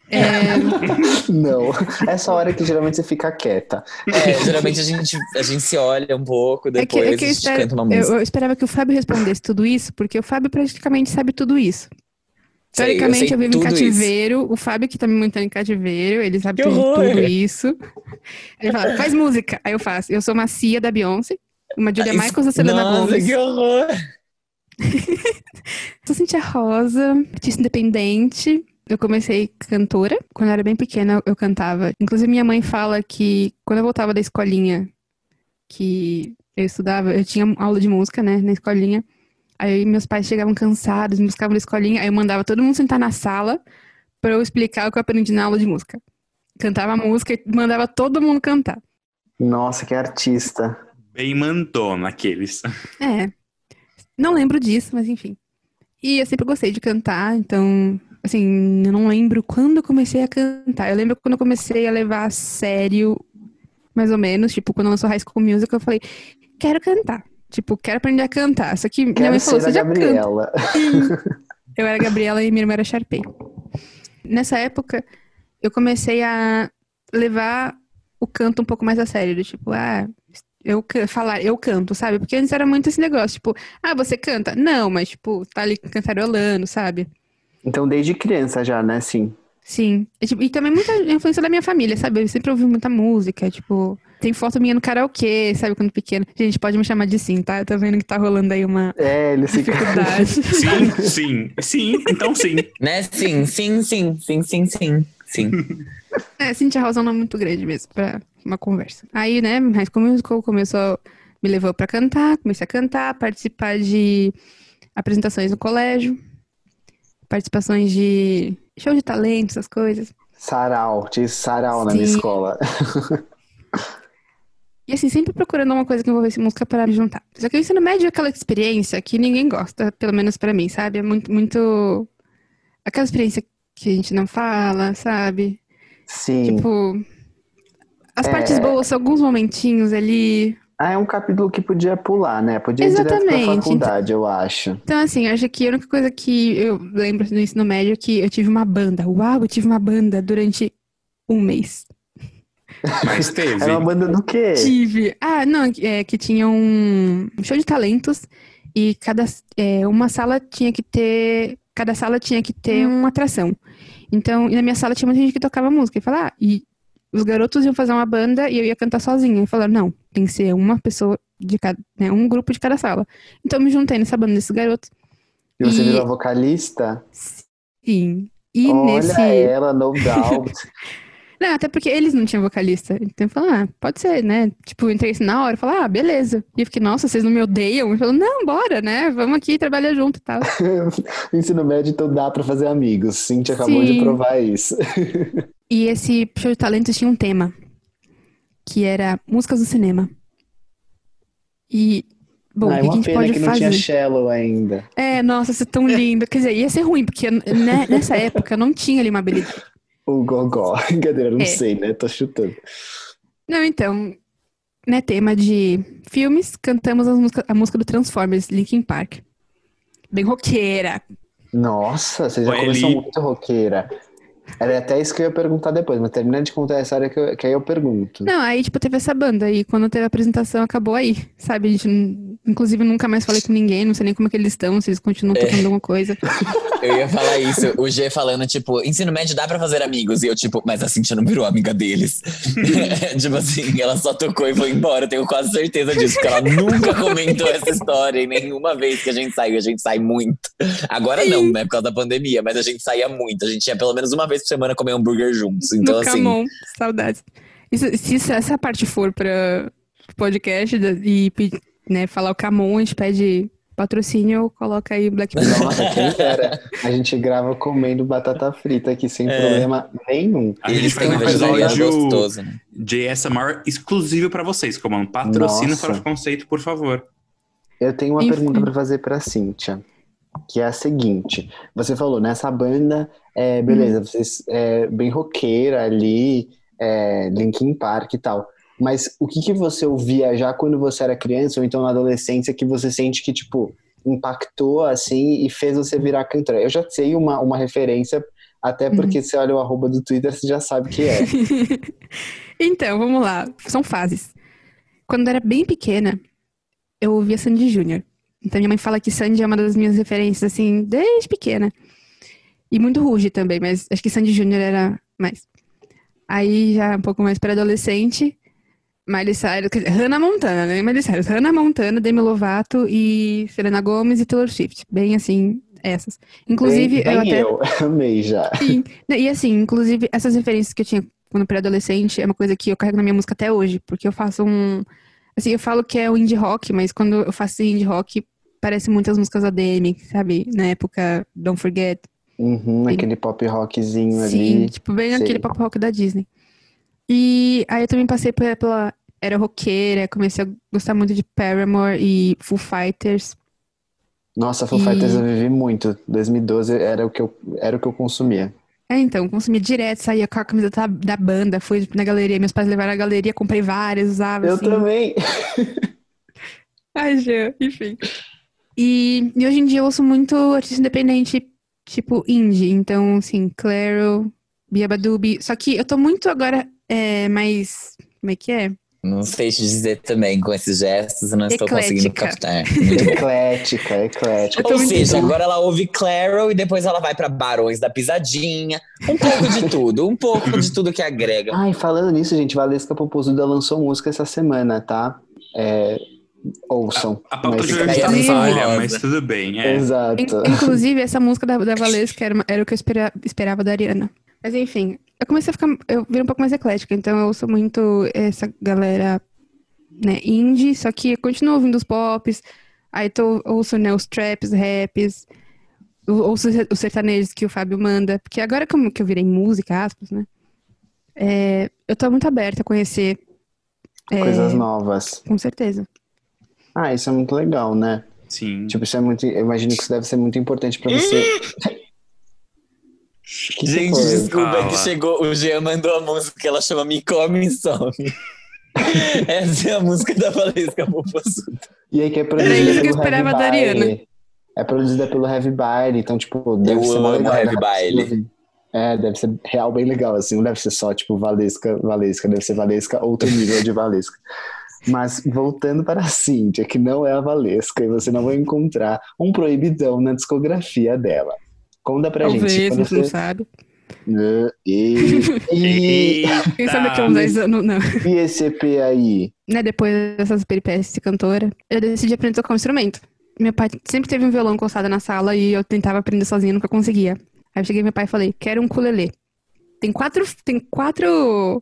Não, essa hora que geralmente você fica quieta. Geralmente a gente se olha um pouco, depois a gente canta uma música. Eu esperava que o Fábio respondesse tudo isso, porque o Fábio praticamente sabe tudo isso. Sei, Teoricamente, eu vivo em tudo cativeiro. Isso. O Fábio que tá me mantendo em cativeiro, ele sabe tudo isso. Ele fala, faz música. Aí eu faço. Eu sou uma Cia da Beyoncé, uma Julia Michaels da Selena Gomez. Que horror! Sou Cíntia Rosa, artista independente. Eu comecei cantora. Quando eu era bem pequena, eu cantava. Inclusive, minha mãe fala que quando eu voltava da escolinha que eu estudava, eu tinha aula de música, né, na escolinha. Aí meus pais chegavam cansados, me buscavam na escolinha. Aí eu mandava todo mundo sentar na sala pra eu explicar o que eu aprendi na aula de música. Cantava a música e mandava todo mundo cantar. Nossa, que artista. Bem mandona aqueles. Não lembro disso, mas enfim. E eu sempre gostei de cantar, então... Assim, eu não lembro quando eu comecei a cantar. Eu lembro quando eu comecei a levar a sério, mais ou menos. Tipo, quando lançou High School Musical, eu falei, quero cantar. Tipo, quero aprender a cantar. Só que minha mãe falou, você já canta. Eu era a Gabriela e minha irmã era a Sharpay. Nessa época, eu comecei a levar o canto um pouco mais a sério. Tipo, eu canto, sabe? Porque antes era muito esse negócio, tipo, você canta? Não, mas tipo, tá ali cantarolando, sabe? Então, desde criança já, né? Sim. E também muita influência da minha família, sabe? Eu sempre ouvi muita música, tipo... Tem foto minha no karaokê, sabe? Quando pequena. Gente, pode me chamar de Sim, tá? Eu tô vendo que tá rolando aí uma dificuldade. Sim, então sim. Né? Sim. Cíntia Rosa é um nome muito grande mesmo pra uma conversa. Aí, né, High School Musical me levou pra cantar, comecei a cantar, participar de apresentações no colégio. Participações de show de talento, essas coisas. Sarau, tinha sarau na minha escola. E assim, sempre procurando uma coisa que envolvesse música para me juntar. Só que o ensino médio é aquela experiência que ninguém gosta, pelo menos pra mim, sabe? É muito... Aquela experiência que a gente não fala, sabe? Sim. Tipo... As partes boas são alguns momentinhos ali... É um capítulo que podia pular, né? Podia ir direto pra faculdade, eu acho. Então, assim, eu acho que a única coisa que eu lembro do ensino médio é que eu tive uma banda. Uau, eu tive uma banda durante um mês. Mas teve. Era uma banda do quê? Tive. Que tinha um show de talentos e cada sala tinha que ter uma atração. Então, e na minha sala tinha muita gente que tocava música. E falava, e os garotos iam fazer uma banda e eu ia cantar sozinha. E falaram, não, tem que ser uma pessoa de cada, né, um grupo de cada sala. Então eu me juntei nessa banda desses garotos. E você virou a vocalista? Sim. E olha ela, no doubt. Não, até porque eles não tinham vocalista. Então eu falei, pode ser, né? Tipo, eu entrei assim na hora e falei, beleza. E eu fiquei, nossa, vocês não me odeiam? E falou, não, bora, né? Vamos aqui trabalhar junto e tal. Ensino médio, então dá pra fazer amigos. Cíntia acabou de provar isso. E esse show de talentos tinha um tema, que era músicas do cinema. E, bom, o que a gente pode que fazer? Não tinha Shallow ainda. Nossa, isso é tão lindo. Quer dizer, ia ser ruim, porque nessa época eu não tinha ali uma habilidade. O gogó. Brincadeira, não sei, né? Tô chutando. Não, então, né, tema de filmes, cantamos a música do Transformers, Linkin Park. Bem roqueira. Nossa, você já começou muito roqueira. Era até isso que eu ia perguntar depois, mas terminando de contar essa área que aí eu pergunto. Não, aí tipo, teve essa banda e quando teve a apresentação acabou aí, sabe? A gente, inclusive, nunca mais falei com ninguém, não sei nem como é que eles estão, se eles continuam tocando alguma coisa. Eu ia falar isso, o G falando, tipo, ensino médio dá pra fazer amigos. E eu, tipo, mas a Cíntia não virou amiga deles. Tipo assim, ela só tocou e foi embora. Eu tenho quase certeza disso, porque ela nunca comentou essa história em nenhuma vez que a gente saiu. A gente sai muito. Agora não, né, por causa da pandemia, mas a gente saía muito. A gente ia pelo menos uma vez por semana comer hambúrguer juntos. Então, no assim... Camon, saudades. Se essa parte for pra podcast e, né, falar o Camon, a gente pede Patrocínio, coloca aí Blackpink. Nossa, quem dera. A gente grava comendo batata frita aqui sem problema nenhum. A gente faz um Tem vegano episódio gostoso, né? de ASMR exclusivo pra vocês, como um patrocínio Nossa. para o conceito, por favor. Eu tenho uma Enfim. pergunta pra fazer pra Cíntia, que é a seguinte. Você falou, nessa banda, beleza, vocês bem roqueira ali, Linkin Park e tal. Mas o que você ouvia já quando você era criança, ou então na adolescência, que você sente que, tipo, impactou, assim, e fez você virar cantora? Eu já sei uma referência, até porque você olha o arroba do Twitter, você já sabe que é. Então, vamos lá. São fases. Quando eu era bem pequena, eu ouvia Sandy Júnior. Então, minha mãe fala que Sandy é uma das minhas referências, assim, desde pequena. E muito Ruge também, mas acho que Sandy Júnior era mais. Aí, já um pouco mais para adolescente, Miley Cyrus, quer dizer, Hannah Montana, né? Miley Cyrus, Hannah Montana, Demi Lovato e Selena Gomez e Taylor Swift. Bem assim, essas. Inclusive, Bem eu até... amei já. Sim. E assim, inclusive, essas referências que eu tinha quando eu era adolescente é uma coisa que eu carrego na minha música até hoje. Porque eu faço Assim, eu falo que é o indie rock, mas quando eu faço indie rock, parece muitas músicas da DM, sabe? Na época, Don't Forget. Uhum, aquele pop rockzinho ali. Sim, tipo, bem Sei. aquele pop rock da Disney. E aí eu também passei pela era roqueira, comecei a gostar muito de Paramore e Foo Fighters. Nossa, Foo Fighters eu vivi muito. 2012 era o que eu consumia. Então, consumi direto, saía com a camisa da banda, fui na galeria, meus pais levaram a galeria, comprei várias, usava, Eu assim. também. Ai, Jean, enfim. E hoje em dia eu ouço muito artista independente, tipo indie. Então, assim, Clairo, Bia Badubi. Só que eu tô muito agora mais... Como é que é? Não sei te dizer também, com esses gestos, eu não estou conseguindo Eclética. captar. Muito bom. Eclética. tô Ou muito seja, bom. agora ela ouve Clairo e depois ela vai pra Barões da Pisadinha. Um pouco de tudo, um pouco de tudo que agrega. Ai, falando nisso, gente, Valesca Popozuda lançou música essa semana, tá? Ouçam. A pauta Mas- de hoje está Inclusive- falha, mas tudo bem. Exato. Inclusive, essa música da Valesca era o que eu esperava da Ariana. Mas enfim, eu virei um pouco mais eclética, então eu ouço muito essa galera, né, indie, só que eu continuo ouvindo os pops, aí ouço, né, os traps, raps, ouço os sertanejos que o Fábio manda, porque agora que eu virei música, aspas, né, eu tô muito aberta a conhecer, Coisas novas. com certeza. Ah, isso é muito legal, né? Sim. Tipo, isso é muito. Eu imagino que isso deve ser muito importante pra você. Que Gente, foi? desculpa, Fala. que chegou. O Jean mandou a música que ela chama Me Come e Some. Essa é a música da Valesca Popozuda. E aí que é Era produzida isso que eu pelo esperava Heavy da Ariana. Baile. É produzida pelo Heavy Baile, então, tipo, deve Eu ser mó amo legal, Heavy deve ser Baile. ouvir. Deve ser real bem legal, assim. Não deve ser só, tipo, Valesca, deve ser Valesca, outro nível de Valesca. Mas voltando para a Cíntia, que não é a Valesca, e você não vai encontrar um proibidão na discografia dela. Conta pra gente. Talvez, Quando não você... sabe. E Quem sabe daqui a Eita. uns 10 anos, não. esse EP aí? Né, depois dessas peripécias de cantora, eu decidi aprender a tocar um instrumento. Meu pai sempre teve um violão encostado na sala e eu tentava aprender sozinha, nunca conseguia. Aí eu cheguei pro meu pai e falei, quero um ukulele. Tem quatro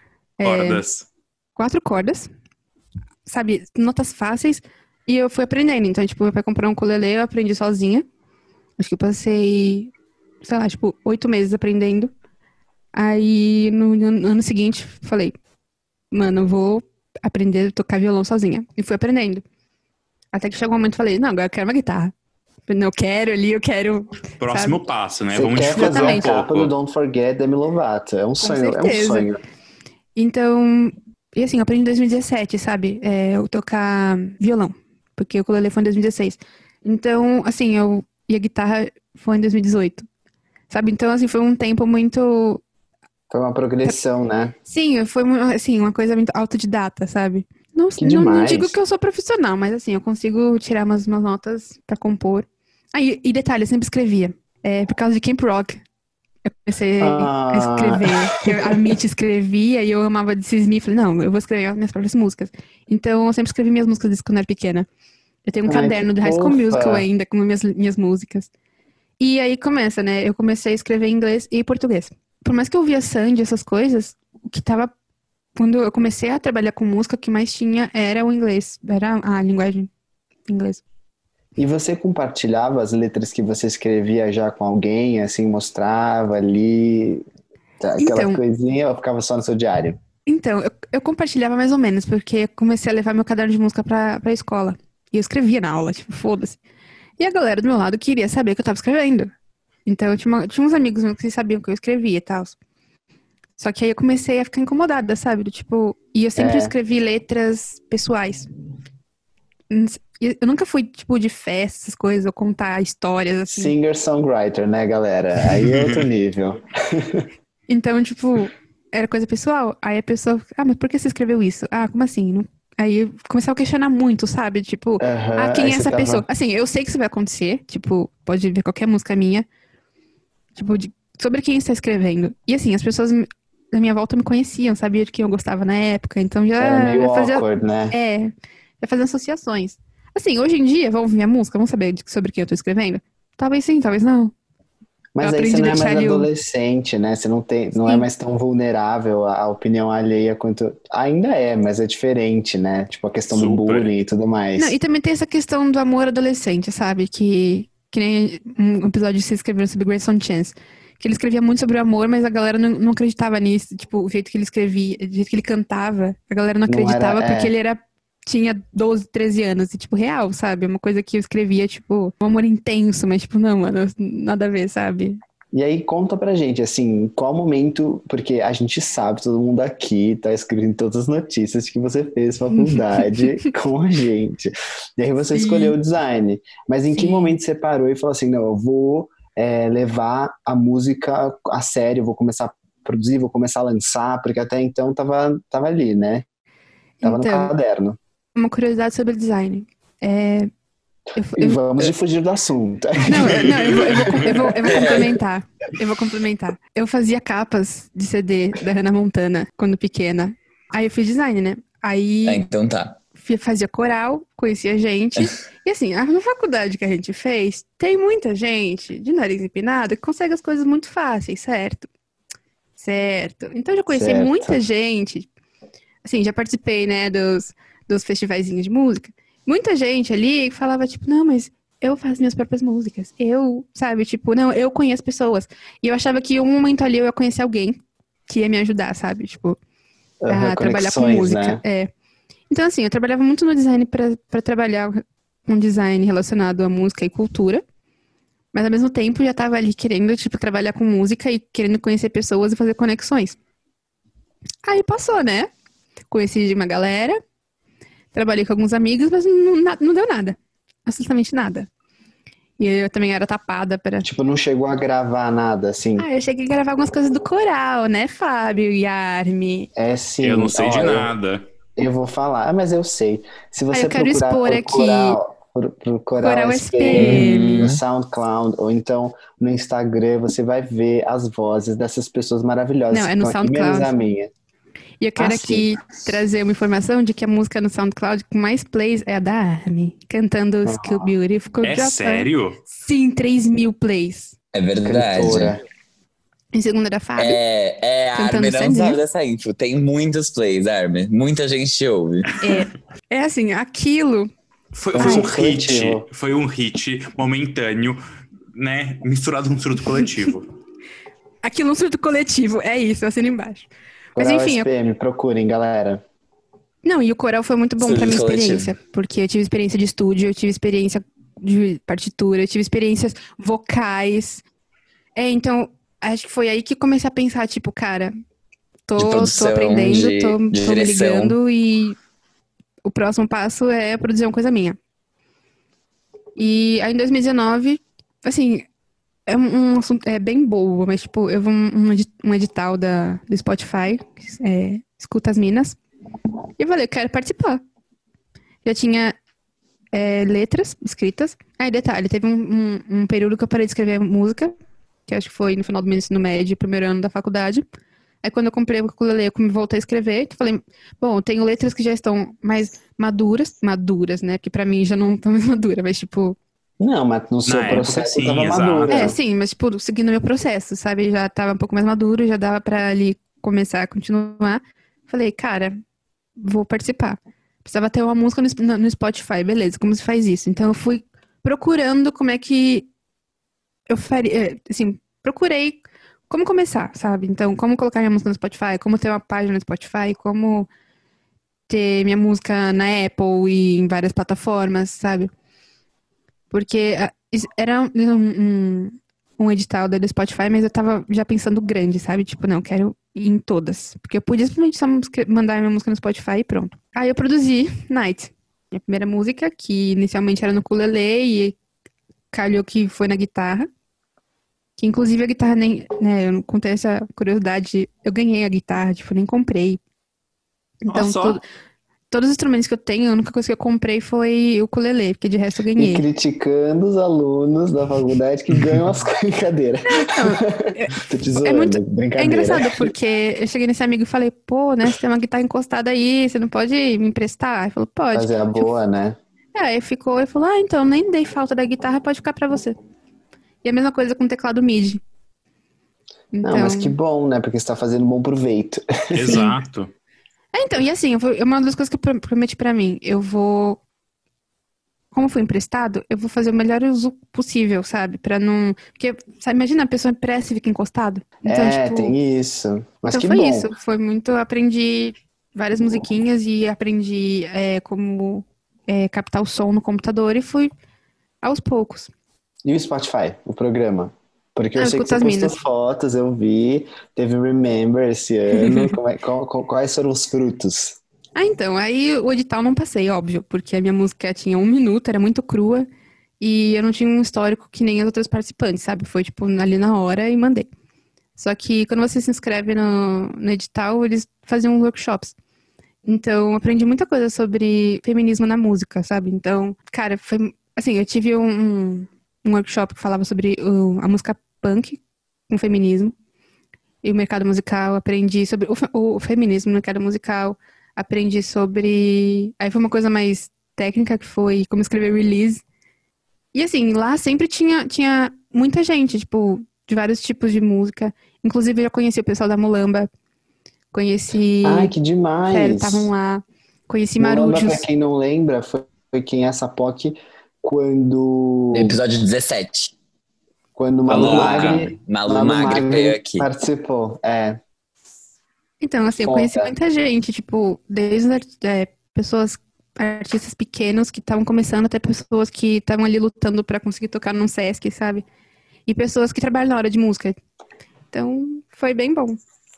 cordas, sabe, notas fáceis, e eu fui aprendendo. Então, tipo, meu pai comprou um ukulele, eu aprendi sozinha. Acho que eu passei, sei lá, tipo, 8 meses aprendendo. Aí, no ano seguinte, falei, mano, eu vou aprender a tocar violão sozinha. E fui aprendendo. Até que chegou um momento e falei, não, agora eu quero uma guitarra. Não, eu quero... Próximo sabe? passo, né? Você Vamos quer fazer dificultar um a capa do pouco. Don't Forget Demi Lovato. É um sonho, é um certeza. sonho. Então, e assim, eu aprendi em 2017, sabe? Eu tocar violão. Porque o ukulele foi em 2016. Então, assim, e a guitarra foi em 2018. Sabe? Então, assim, foi um tempo muito... Foi uma progressão, né? Sim, foi, assim, uma coisa muito autodidata, sabe? Não, Que não demais. digo que eu sou profissional, mas assim, eu consigo tirar umas notas pra compor. E detalhe, eu sempre escrevia. Por causa de Camp Rock. Eu comecei a escrever. A Mitch escrevia e eu amava de Smith. Falei, não, eu vou escrever as minhas próprias músicas. Então, eu sempre escrevi minhas músicas desde quando eu era pequena. Eu tenho um Ai, caderno que de High School fofa. Musical ainda, com minhas músicas. E aí começa, né? Eu comecei a escrever em inglês e português. Por mais que eu via Sandy, essas coisas, o que tava... Quando eu comecei a trabalhar com música, o que mais tinha era o inglês. Era a linguagem inglesa. E você compartilhava as letras que você escrevia já com alguém, assim, mostrava ali, aquela Então, coisinha, ou ficava só no seu diário? então eu compartilhava mais ou menos, porque eu comecei a levar meu caderno de música pra escola. E eu escrevia na aula, tipo, foda-se. E a galera do meu lado queria saber o que eu tava escrevendo. Então, tinha uns amigos meus que sabiam que eu escrevia e tal. Só que aí eu comecei a ficar incomodada, sabe? Do tipo, e eu sempre É, escrevi letras pessoais. E eu nunca fui, tipo, de festa, essas coisas, ou contar histórias, assim. singer-songwriter, né, galera? Aí é outro nível. Então, tipo, era coisa pessoal. Aí a pessoa, mas por que você escreveu isso? Ah, como assim? Aí eu começava a questionar muito, sabe? Tipo, Aham, aí quem é você essa pessoa? tava... Assim, eu sei que isso vai acontecer, tipo, pode ver qualquer música minha, tipo, sobre quem está escrevendo. E assim, as pessoas da minha volta me conheciam, sabia de quem eu gostava na época, então Era meio já fazia, awkward, né? já fazia associações. Assim, hoje em dia, vão ouvir minha música, vão saber sobre quem eu tô escrevendo? Talvez sim, talvez não. Eu Mas aí você aprendi a não é deixar mais ali o... adolescente, né? Você não é Sim. mais tão vulnerável à opinião alheia quanto. Ainda é, mas é diferente, né? Tipo a questão do Super. bullying e tudo Não, e mais. também tem essa questão do amor adolescente, sabe? Que nem um episódio que vocês escreveram sobre Grayson Chance. Que ele escrevia muito sobre o amor, mas a galera não acreditava nisso. Tipo, o jeito que ele escrevia, o jeito que ele cantava, a galera não Não era. acreditava porque É. tinha 12, 13 anos. E, tipo, real, sabe? Uma coisa que eu escrevia, tipo, um amor intenso, mas, tipo, não, mano, nada a ver, sabe? E aí conta pra gente, assim, qual momento, porque a gente sabe, todo mundo aqui tá escrito em todas as notícias que você fez faculdade com a gente. E aí você escolheu Sim, o design. Mas em que sim. momento você parou e falou assim, não, eu vou levar a música a sério, vou começar a produzir, vou começar a lançar, porque até então tava ali, né? Tava no Então, caderno. uma curiosidade sobre design. É, E vamos de fugir do assunto. Não, não, eu vou complementar. Eu vou complementar. Eu fazia capas de CD da Hannah Montana quando pequena. Aí eu fiz design, né? Ah, Aí então tá. fazia coral, conhecia gente. E assim, na faculdade que a gente fez, tem muita gente de nariz empinado que consegue as coisas muito fáceis, certo? Certo. Então eu já conheci muita Certo. gente. Assim, já participei, né, dos festivaizinhos de música. Muita gente ali falava, tipo, não, mas eu faço minhas próprias músicas. Eu, sabe, tipo, não, eu conheço pessoas. E eu achava que em um momento ali eu ia conhecer alguém que ia me ajudar, sabe? Tipo, Aham, a trabalhar com conexões, música. né? É. Então, assim, eu trabalhava muito no design pra trabalhar com design relacionado à música e cultura. Mas ao mesmo tempo já tava ali querendo, tipo, trabalhar com música e querendo conhecer pessoas e fazer conexões. Aí passou, né? Conheci uma galera, trabalhei com alguns amigos, mas não deu nada. Absolutamente nada. E eu também era tapada para. Tipo, não chegou a gravar nada, assim. Eu cheguei a gravar algumas coisas do coral, né, Fábio e Arme? É Eu não sim, sei de ó, nada. eu vou falar, mas eu sei. Se Eu você quero procurar expor aqui por Coral Coral SPM no SPM. SoundCloud ou então no Instagram, você vai ver as vozes dessas pessoas maravilhosas Não, que é no estão aqui, menos a SoundCloud. minha. E eu Ah, quero sim. aqui trazer uma informação de que a música no SoundCloud com mais plays é a da Arme, cantando Skill Ah, Beautiful É Japan. sério? Sim, 3.000 plays. É verdade. cantora. Em segunda era Fábio, A cantando Armin não sabe Sandinha. dessa info. Tem muitos plays, Armin. Muita gente te ouve. É assim, aquilo. É um Foi um surto hit. coletivo. Foi um hit momentâneo, né? Misturado com um surto coletivo. Aquilo é um surto coletivo, é isso, eu assino embaixo. Mas Coral enfim, SPM, procurem, galera. não, e o coral foi muito bom pra Surto minha coletivo. experiência, porque eu tive experiência de estúdio, eu tive experiência de partitura, eu tive experiências vocais. Então, acho que foi aí que comecei a pensar, tipo, cara, De tô produção, aprendendo, de tô me direção. ligando e o próximo passo é produzir uma coisa minha. E aí em 2019, assim, é um assunto bem bobo, mas tipo, eu vi um edital do Spotify, Escuta as Minas, e eu falei, eu quero participar. Já tinha letras escritas. Aí, detalhe, teve um período que eu parei de escrever música, que acho que foi no final do meu ensino médio, primeiro ano da faculdade. Aí quando eu comprei o ukulele, eu voltei a escrever, que eu falei, bom, eu tenho letras que já estão mais maduras, né? Que pra mim já não estão mais maduras, mas tipo, Não, mas no seu Na época, processo sim, tava exato. madura. sim, mas tipo, seguindo o meu processo, sabe? Já tava um pouco mais maduro, já dava pra ali começar a continuar. Falei, cara, vou participar. Precisava ter uma música no Spotify, beleza, como se faz isso? Então eu fui procurando como é que eu faria, assim, procurei como começar, sabe? Então, como colocar minha música no Spotify, como ter uma página no Spotify, como ter minha música na Apple e em várias plataformas, sabe? Porque era um edital do Spotify, mas eu tava já pensando grande, sabe? Tipo, não, quero ir em todas. Porque eu podia simplesmente só mandar minha música no Spotify e pronto. Aí eu produzi Night, minha primeira música, que inicialmente era no ukulele e calhou que foi na guitarra. Que inclusive a guitarra nem, né, eu não contei essa curiosidade, eu ganhei a guitarra, tipo, nem comprei. Então, todos os instrumentos que eu tenho, a única coisa que eu comprei foi o ukulele, porque de resto eu E ganhei. criticando os alunos da faculdade que ganham as brincadeiras. Tô te zoando, brincadeira. É engraçado, porque eu cheguei nesse amigo e falei, pô, né, você tem uma guitarra encostada aí, você não pode me emprestar? Ele falou, pode. Fazer a boa, né? Aí ficou, ele falou, então, nem dei falta da guitarra, pode ficar pra você. E a mesma coisa com o teclado MIDI. Então... Não, mas que bom, né? Porque você tá fazendo bom proveito. Exato. Então, e assim, uma das coisas que eu prometi pra mim, como foi emprestado, eu vou fazer o melhor uso possível, sabe? Pra não... Porque, sabe, imagina a pessoa empresta e fica encostado. Então, tem isso. Mas então que foi bom. isso, foi muito, aprendi várias musiquinhas e aprendi como captar o som no computador e fui aos poucos. E o Spotify, o programa? Porque eu sei que escuto você as postou minas. fotos, eu vi, teve Remember esse ano. Quais foram os frutos? Então, aí o edital não passei, óbvio, porque a minha música tinha 1 minuto, era muito crua, e eu não tinha um histórico que nem as outras participantes, sabe? Foi, tipo, ali na hora e mandei. Só que quando você se inscreve no edital, eles faziam workshops. Então, eu aprendi muita coisa sobre feminismo na música, sabe? Então, cara, foi... Assim, eu tive um workshop que falava sobre a música punk com feminismo. E o mercado musical, aprendi sobre o feminismo no mercado musical. Aprendi sobre... Aí foi uma coisa mais técnica, que foi como escrever release. E assim, lá sempre tinha muita gente, tipo, de vários tipos de música. Inclusive, eu já conheci o pessoal da Mulamba. Conheci... Ai, que demais! Sério, estavam lá. Conheci Mulamba, Marujos. pra quem não lembra, foi quem é essa POC quando... Episódio 17. Quando Malu Malu Magre veio aqui. participou. Então, assim, eu conheci muita gente, tipo, desde pessoas, artistas pequenos que estavam começando, até pessoas que estavam ali lutando pra conseguir tocar num Sesc, sabe? E pessoas que trabalham na hora de música. Então, foi bem bom.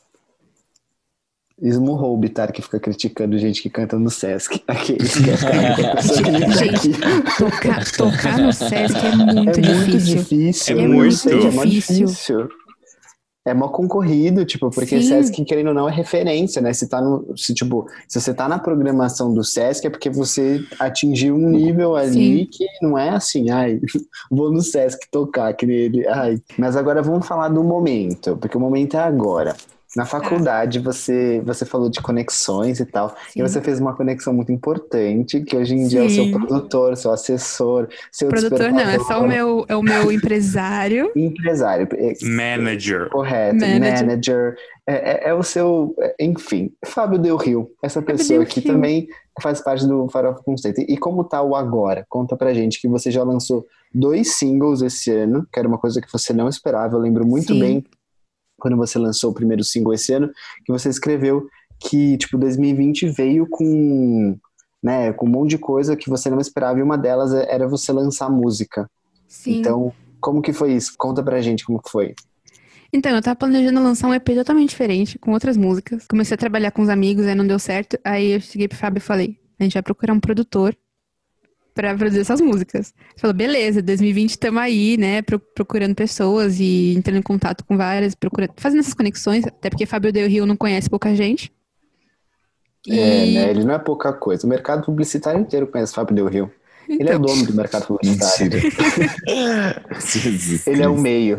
Esmurrou o Bitar, que fica criticando gente que canta no Sesc. Aqueles que Gente, tocar no Sesc é muito difícil. É muito difícil. É mó concorrido, tipo, porque Sim. Sesc, querendo ou não, é referência, né? Se você tá na programação do Sesc, é porque você atingiu um nível ali Sim. que não é assim, vou no Sesc tocar, que nele, Mas agora vamos falar do momento, porque o momento é agora. Na faculdade, você falou de conexões e tal, Sim. e você fez uma conexão muito importante, que hoje em dia é o seu produtor, seu assessor, seu produtor não, é só o meu empresário. Empresário. Manager. Correto, manager. É o seu, enfim, Fábio Del Rio, essa pessoa que também faz parte do Farofa Conceito. E como tá o agora? Conta pra gente que você já lançou 2 singles esse ano, que era uma coisa que você não esperava, eu lembro muito bem quando você lançou o primeiro single esse ano, que você escreveu que, tipo, 2020 veio com um monte de coisa que você não esperava, e uma delas era você lançar música. Sim. Então, como que foi isso? Conta pra gente como que foi. Então, eu tava planejando lançar um EP totalmente diferente, com outras músicas. Comecei a trabalhar com os amigos, aí não deu certo. Aí eu cheguei pro Fábio e falei, a gente vai procurar um produtor pra produzir essas músicas. Ele falou, beleza, 2020 tamo aí, né, procurando pessoas e entrando em contato com várias, fazendo essas conexões, até porque Fábio Del Rio não conhece pouca gente. Né, ele não é pouca coisa. O mercado publicitário inteiro conhece Fábio Del Rio. Então. Ele é o dono do mercado publicitário. Ele é o meio.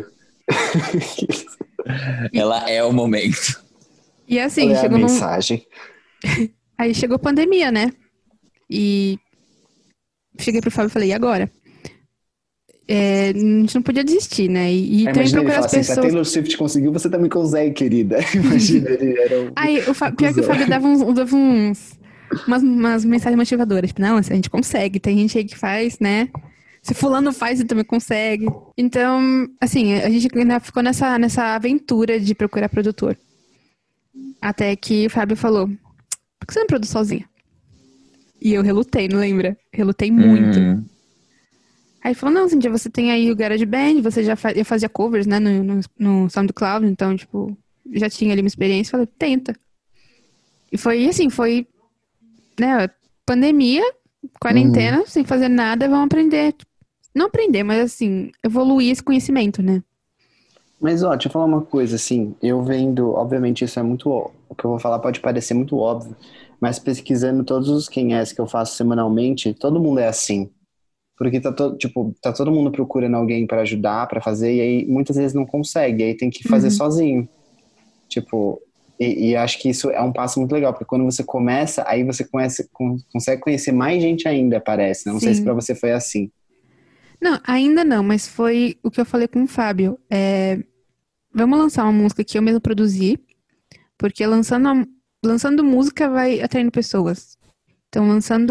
Ela é o momento. E assim, ela chegou a mensagem. Aí chegou a pandemia, né? E cheguei pro Fábio e falei, e agora? A gente não podia desistir, né? E também procurar as pessoas... Se a Taylor Swift conseguiu, você também consegue, querida. Imagina, ele era Aí, pior que o Fábio dava umas mensagens motivadoras. Tipo, não, a gente consegue. Tem gente aí que faz, né? Se fulano faz, você também consegue. Então, assim, a gente ainda ficou nessa aventura de procurar produtor. Até que o Fábio falou, por que você não produz sozinha? E eu relutei, não lembra? Relutei muito. Aí ele falou, não, Cíntia, você tem aí o GarageBand, você eu fazia covers, né, no SoundCloud, então, tipo, já tinha ali uma experiência, falei, tenta. E foi assim, né, pandemia, quarentena, sem fazer nada, vamos aprender. Não aprender, mas assim, evoluir esse conhecimento, né? Mas, ó, deixa eu falar uma coisa, assim, eu vendo, obviamente isso é muito, o que eu vou falar pode parecer muito óbvio, mas pesquisando todos os quem é que eu faço semanalmente, todo mundo é assim. Porque tá todo mundo procurando alguém pra ajudar, pra fazer, e aí muitas vezes não consegue, aí tem que fazer sozinho. Tipo, e acho que isso é um passo muito legal, porque quando você começa, aí você consegue conhecer mais gente ainda, parece, né? Não sei se pra você foi assim. Não, ainda não, mas foi o que eu falei com o Fábio. Vamos lançar uma música que eu mesmo produzi, porque lançando música vai atraindo pessoas. Então,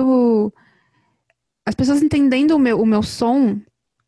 as pessoas entendendo o meu som,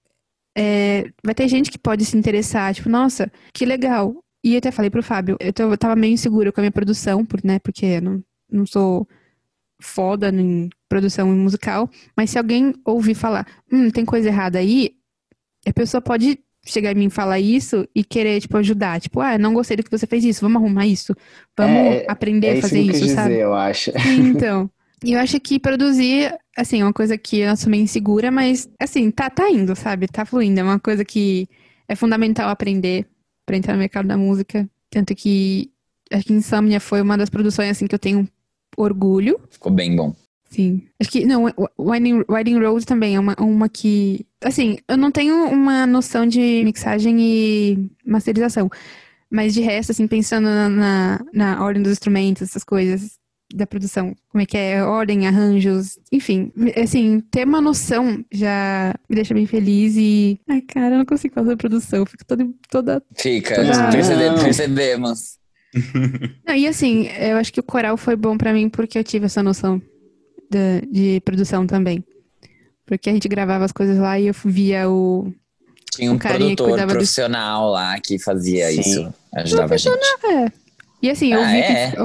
vai ter gente que pode se interessar, tipo, nossa, que legal. E eu até falei pro Fábio, eu tava meio insegura com a minha produção, porque eu não sou foda em produção musical, mas se alguém ouvir falar, tem coisa errada aí, a pessoa pode chegar em mim e falar isso e querer, tipo, ajudar. Tipo, não gostei do que você fez isso, vamos arrumar isso. Vamos aprender a fazer isso, que eu quis sabe? dizer, eu acho. Sim, então. E eu acho que produzir, assim, é uma coisa que eu sou meio insegura, mas, assim, tá indo, sabe? Tá fluindo. É uma coisa que é fundamental aprender pra entrar no mercado da música. Tanto que acho que Insomnia foi uma das produções, assim, que eu tenho orgulho. Ficou bem bom. Sim. Acho que, não, Winding Road também é uma que... Assim, eu não tenho uma noção de mixagem e masterização. Mas de resto, assim, pensando na ordem dos instrumentos, essas coisas da produção. Como é que é? Ordem, arranjos, enfim. Assim, ter uma noção já me deixa bem feliz e... Ai, cara, eu não consigo fazer produção. Eu fico toda... Fica, Não. percebemos. Não, e assim, eu acho que o coral foi bom pra mim porque eu tive essa noção de produção também. Porque a gente gravava as coisas lá e eu via Tinha um carinha que produtor cuidava profissional lá que fazia Sim. isso. Ajudava a gente. E assim, eu vi que...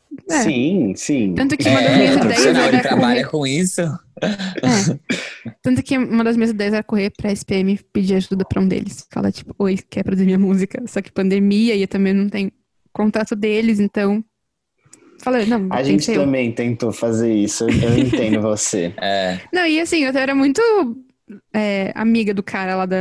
Sim. Tanto que uma das minhas ideias profissional, ele era trabalha com isso. Tanto que uma das minhas ideias era correr pra SPM pedir ajuda pra um deles. Falar, tipo, oi, quer produzir minha música? Só que pandemia e eu também não tenho contato deles, então... Falei, não, A gente também tentou fazer isso, eu entendo você. Não, e assim, eu era muito amiga do cara lá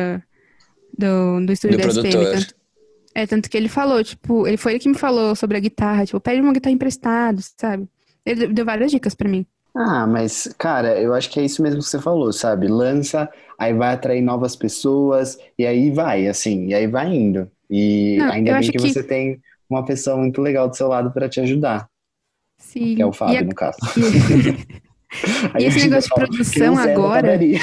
do estúdio Do da SPM. produtor. Tanto que ele falou, tipo, ele foi ele que me falou sobre a guitarra, tipo, pede uma guitarra emprestada, sabe? Ele deu várias dicas pra mim. Ah, mas, cara, eu acho que é isso mesmo que você falou, sabe? Lança, aí vai atrair novas pessoas, e aí vai, assim, e aí vai indo. E Não, ainda eu bem acho que que- você tem uma pessoa muito legal do seu lado pra te ajudar, Sim. que é o Fábio, no caso. Aí E esse eu ainda negócio de falo, produção "Criança é da agora... padaria."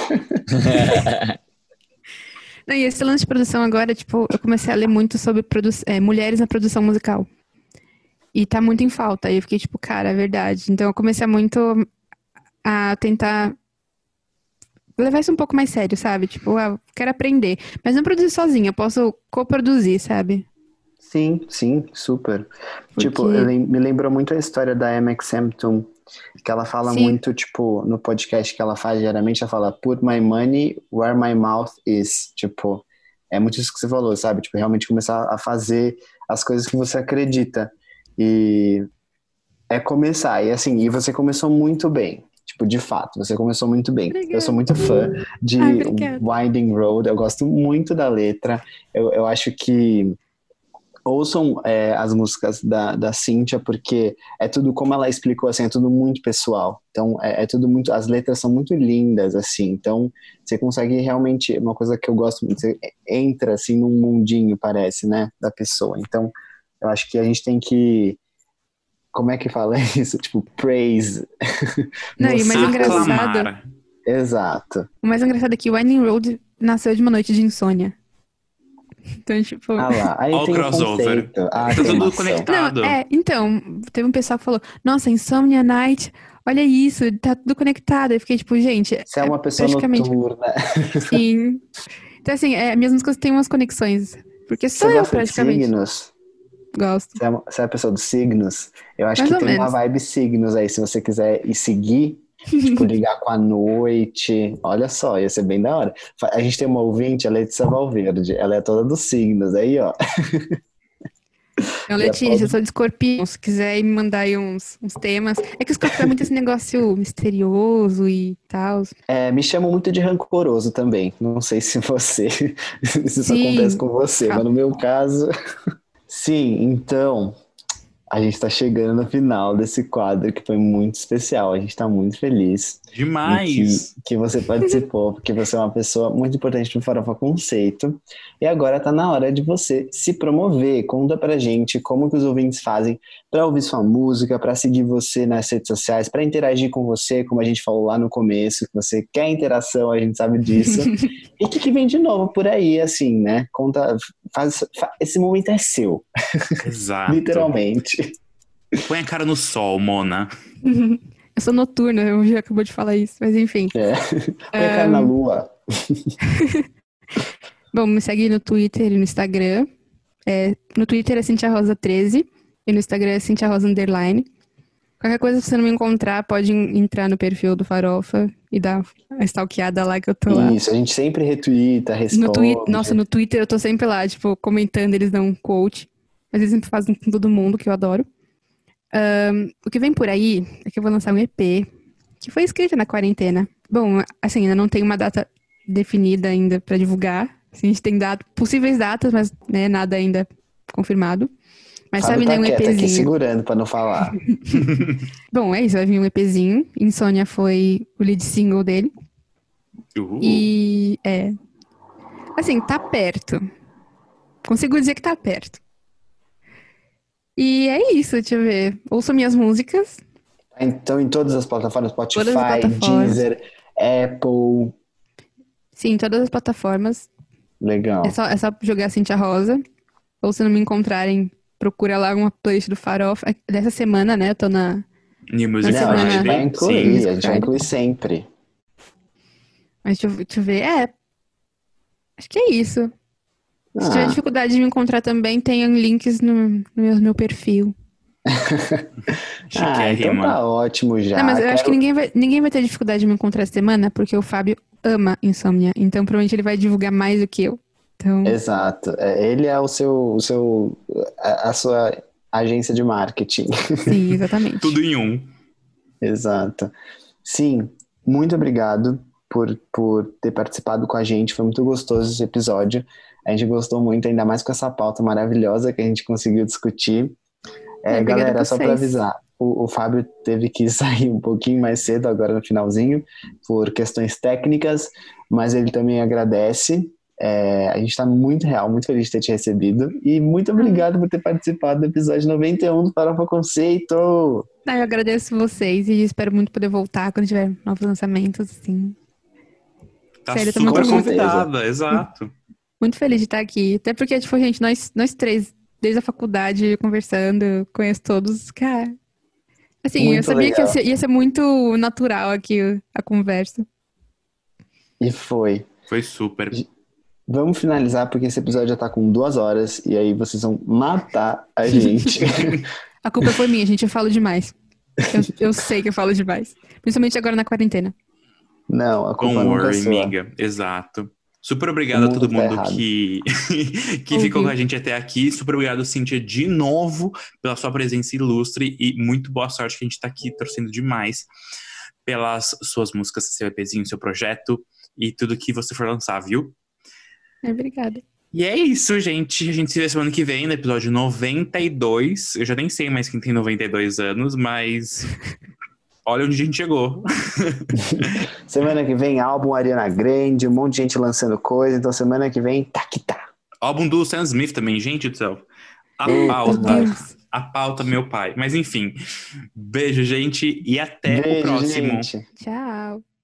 Não, e esse lance de produção agora, tipo, eu comecei a ler muito sobre mulheres na produção musical. E tá muito em falta. Aí eu fiquei, tipo, cara, é verdade. Então eu comecei a tentar levar isso um pouco mais sério, sabe? Tipo, eu quero aprender. Mas não produzir sozinha, eu posso coproduzir, sabe? Sim, super. Porque... Tipo, me lembrou muito a história da MX Hampton, que ela fala Sim. muito, tipo, no podcast que ela faz diariamente, ela fala, put my money where my mouth is. Tipo, é muito isso que você falou, sabe? Tipo, realmente começar a fazer as coisas que você acredita. E é começar. E assim, e você começou muito bem. Tipo, de fato, você começou muito bem. Obrigada. Eu sou muito fã de Ai, obrigada. Winding Road, eu gosto muito da letra. Eu acho que ouçam as músicas da Cíntia, porque é tudo, como ela explicou, assim, é tudo muito pessoal. Então, é tudo muito... As letras são muito lindas, assim. Então, você consegue realmente... Uma coisa que eu gosto muito, você entra, assim, num mundinho, parece, né? Da pessoa. Então, eu acho que a gente tem que... Como é que fala isso? Tipo, praise. Não, e o mais engraçado... Aclamar. Exato. O mais engraçado é que o Winding Road nasceu de uma noite de insônia. Então, tipo... Ah lá, aí Ó o tem o crossover. conceito. Tá tudo aclamação. conectado. Não, então, teve um pessoal que falou, nossa, Insomnia Night, olha isso, tá tudo conectado. Eu fiquei tipo, gente, Você é uma pessoa praticamente. noturna. Sim. Então, assim, minhas músicas têm umas conexões. Porque sou Você eu, gosta de praticamente. signos? Gosto. Você é a pessoa dos signos? Eu acho Mais que ou tem uma menos. vibe signos aí, se você quiser ir seguir, tipo, ligar com a noite. Olha só, ia ser bem da hora. A gente tem uma ouvinte, a Letícia Valverde, ela é toda dos signos, aí, ó. Não, Já Letícia, eu pode- sou de escorpião. Se quiser me mandar aí uns temas. É que o escorpião é muito esse negócio misterioso e tal. Me chamam muito de rancoroso também. Não sei se você, se isso acontece Sim. com você, mas Fala. no meu caso. Sim, então. A gente está chegando no final desse quadro que foi muito especial. A gente está muito feliz em Demais! que você participou, porque você é uma pessoa muito importante para o Farofa Conceito. E agora está na hora de você se promover. Conta pra gente como que os ouvintes fazem para ouvir sua música, para seguir você nas redes sociais, para interagir com você, como a gente falou lá no começo, que você quer interação, a gente sabe disso. E o que vem de novo por aí, assim, né? Conta, esse momento é seu, Exato. literalmente. Põe a cara no sol, Mona. Eu sou noturna, eu já acabou de falar isso, mas enfim. Põe a cara na lua. Bom, me segue no Twitter e no Instagram. No Twitter é Cintia Rosa 13 e no Instagram é Cintia Rosa _. Qualquer coisa, se você não me encontrar, pode entrar no perfil do Farofa e dar a stalkeada lá que eu tô lá. Isso, a gente sempre retuita, No responde. Twitter eu tô sempre lá, tipo, comentando, eles dão um quote. Mas eles sempre fazem com todo mundo, que eu adoro. O que vem por aí é que eu vou lançar um EP, que foi escrito na quarentena. Bom, assim, ainda não tem uma data definida ainda pra divulgar. Assim, a gente tem possíveis datas, mas né, nada ainda confirmado. Mas Fábio sabe, né, tá um quieto aqui, EPzinho. segurando pra não falar. Bom, é isso, vai vir um EPzinho. Insônia foi o lead single dele. E, assim, tá perto. Consigo dizer que tá perto. E é isso, deixa eu ver. Ouço minhas músicas, Então, em todas as plataformas, todas as Spotify, plataformas. Deezer, Apple. Sim, todas as plataformas. Legal. É só jogar Cintia Rosa. Ou se não me encontrarem, procura lá uma playlist do Farofa. Dessa semana, né? Eu tô na New Music Não, a gente vai Friday, incluir, sim. a gente vai incluir sempre. Mas deixa eu ver. Acho que é isso. Se tiver dificuldade de me encontrar também, tem links no meu perfil. Então Chiquérrima. tá ótimo já. Não, mas eu acho que Quero- ninguém vai ter dificuldade de me encontrar essa semana, porque o Fábio ama insônia. Então, provavelmente ele vai divulgar mais do que eu. Então, Exato. Ele é a sua agência de marketing. sim, exatamente. Tudo em um. Exato. Sim, muito obrigado por ter participado com a gente. Foi muito gostoso esse episódio. A gente gostou muito, ainda mais com essa pauta maravilhosa que a gente conseguiu discutir. Obrigada Galera, a só para vocês. avisar, o Fábio teve que sair um pouquinho mais cedo, agora no finalzinho, por questões técnicas, mas ele também agradece. A gente está muito real, muito feliz de ter te recebido. E muito obrigado por ter participado do episódio 91 do Farofa Conceito. Eu agradeço vocês e espero muito poder voltar quando tiver novos lançamentos, assim. Tá Sério, eu tô super Com convidada, exato. muito feliz de estar aqui. Até porque, tipo, gente, nós três, desde a faculdade, conversando, conheço todos, cara. Assim, eu Muito sabia que legal. ia ser muito natural aqui a conversa. E foi. Foi super. Vamos finalizar porque esse episódio já tá com 2 horas e aí vocês vão matar a gente. A culpa foi minha, gente, eu falo demais. Eu sei que eu falo demais. Principalmente agora na quarentena. Não, a culpa Don't nunca é worry, sua. amiga. Exato. Super O obrigado a mundo todo tá mundo errado. que ficou com a gente até aqui. Super obrigado, Cíntia, de novo, pela sua presença ilustre e muito boa sorte que a gente tá aqui torcendo demais pelas suas músicas, seu EPzinho, seu projeto e tudo que você for lançar, viu? Obrigada. E é isso, gente. A gente se vê semana que vem, no episódio 92. Eu já nem sei mais quem tem 92 anos, mas olha onde a gente chegou. Semana que vem, álbum Ariana Grande, um monte de gente lançando coisa. Então, semana que vem, tá que tá. Álbum do Sam Smith também, gente do céu. A Eita, pauta. Deus. A pauta, meu pai. Mas enfim. Beijo, gente, e até o Beijo, próximo. gente. Tchau.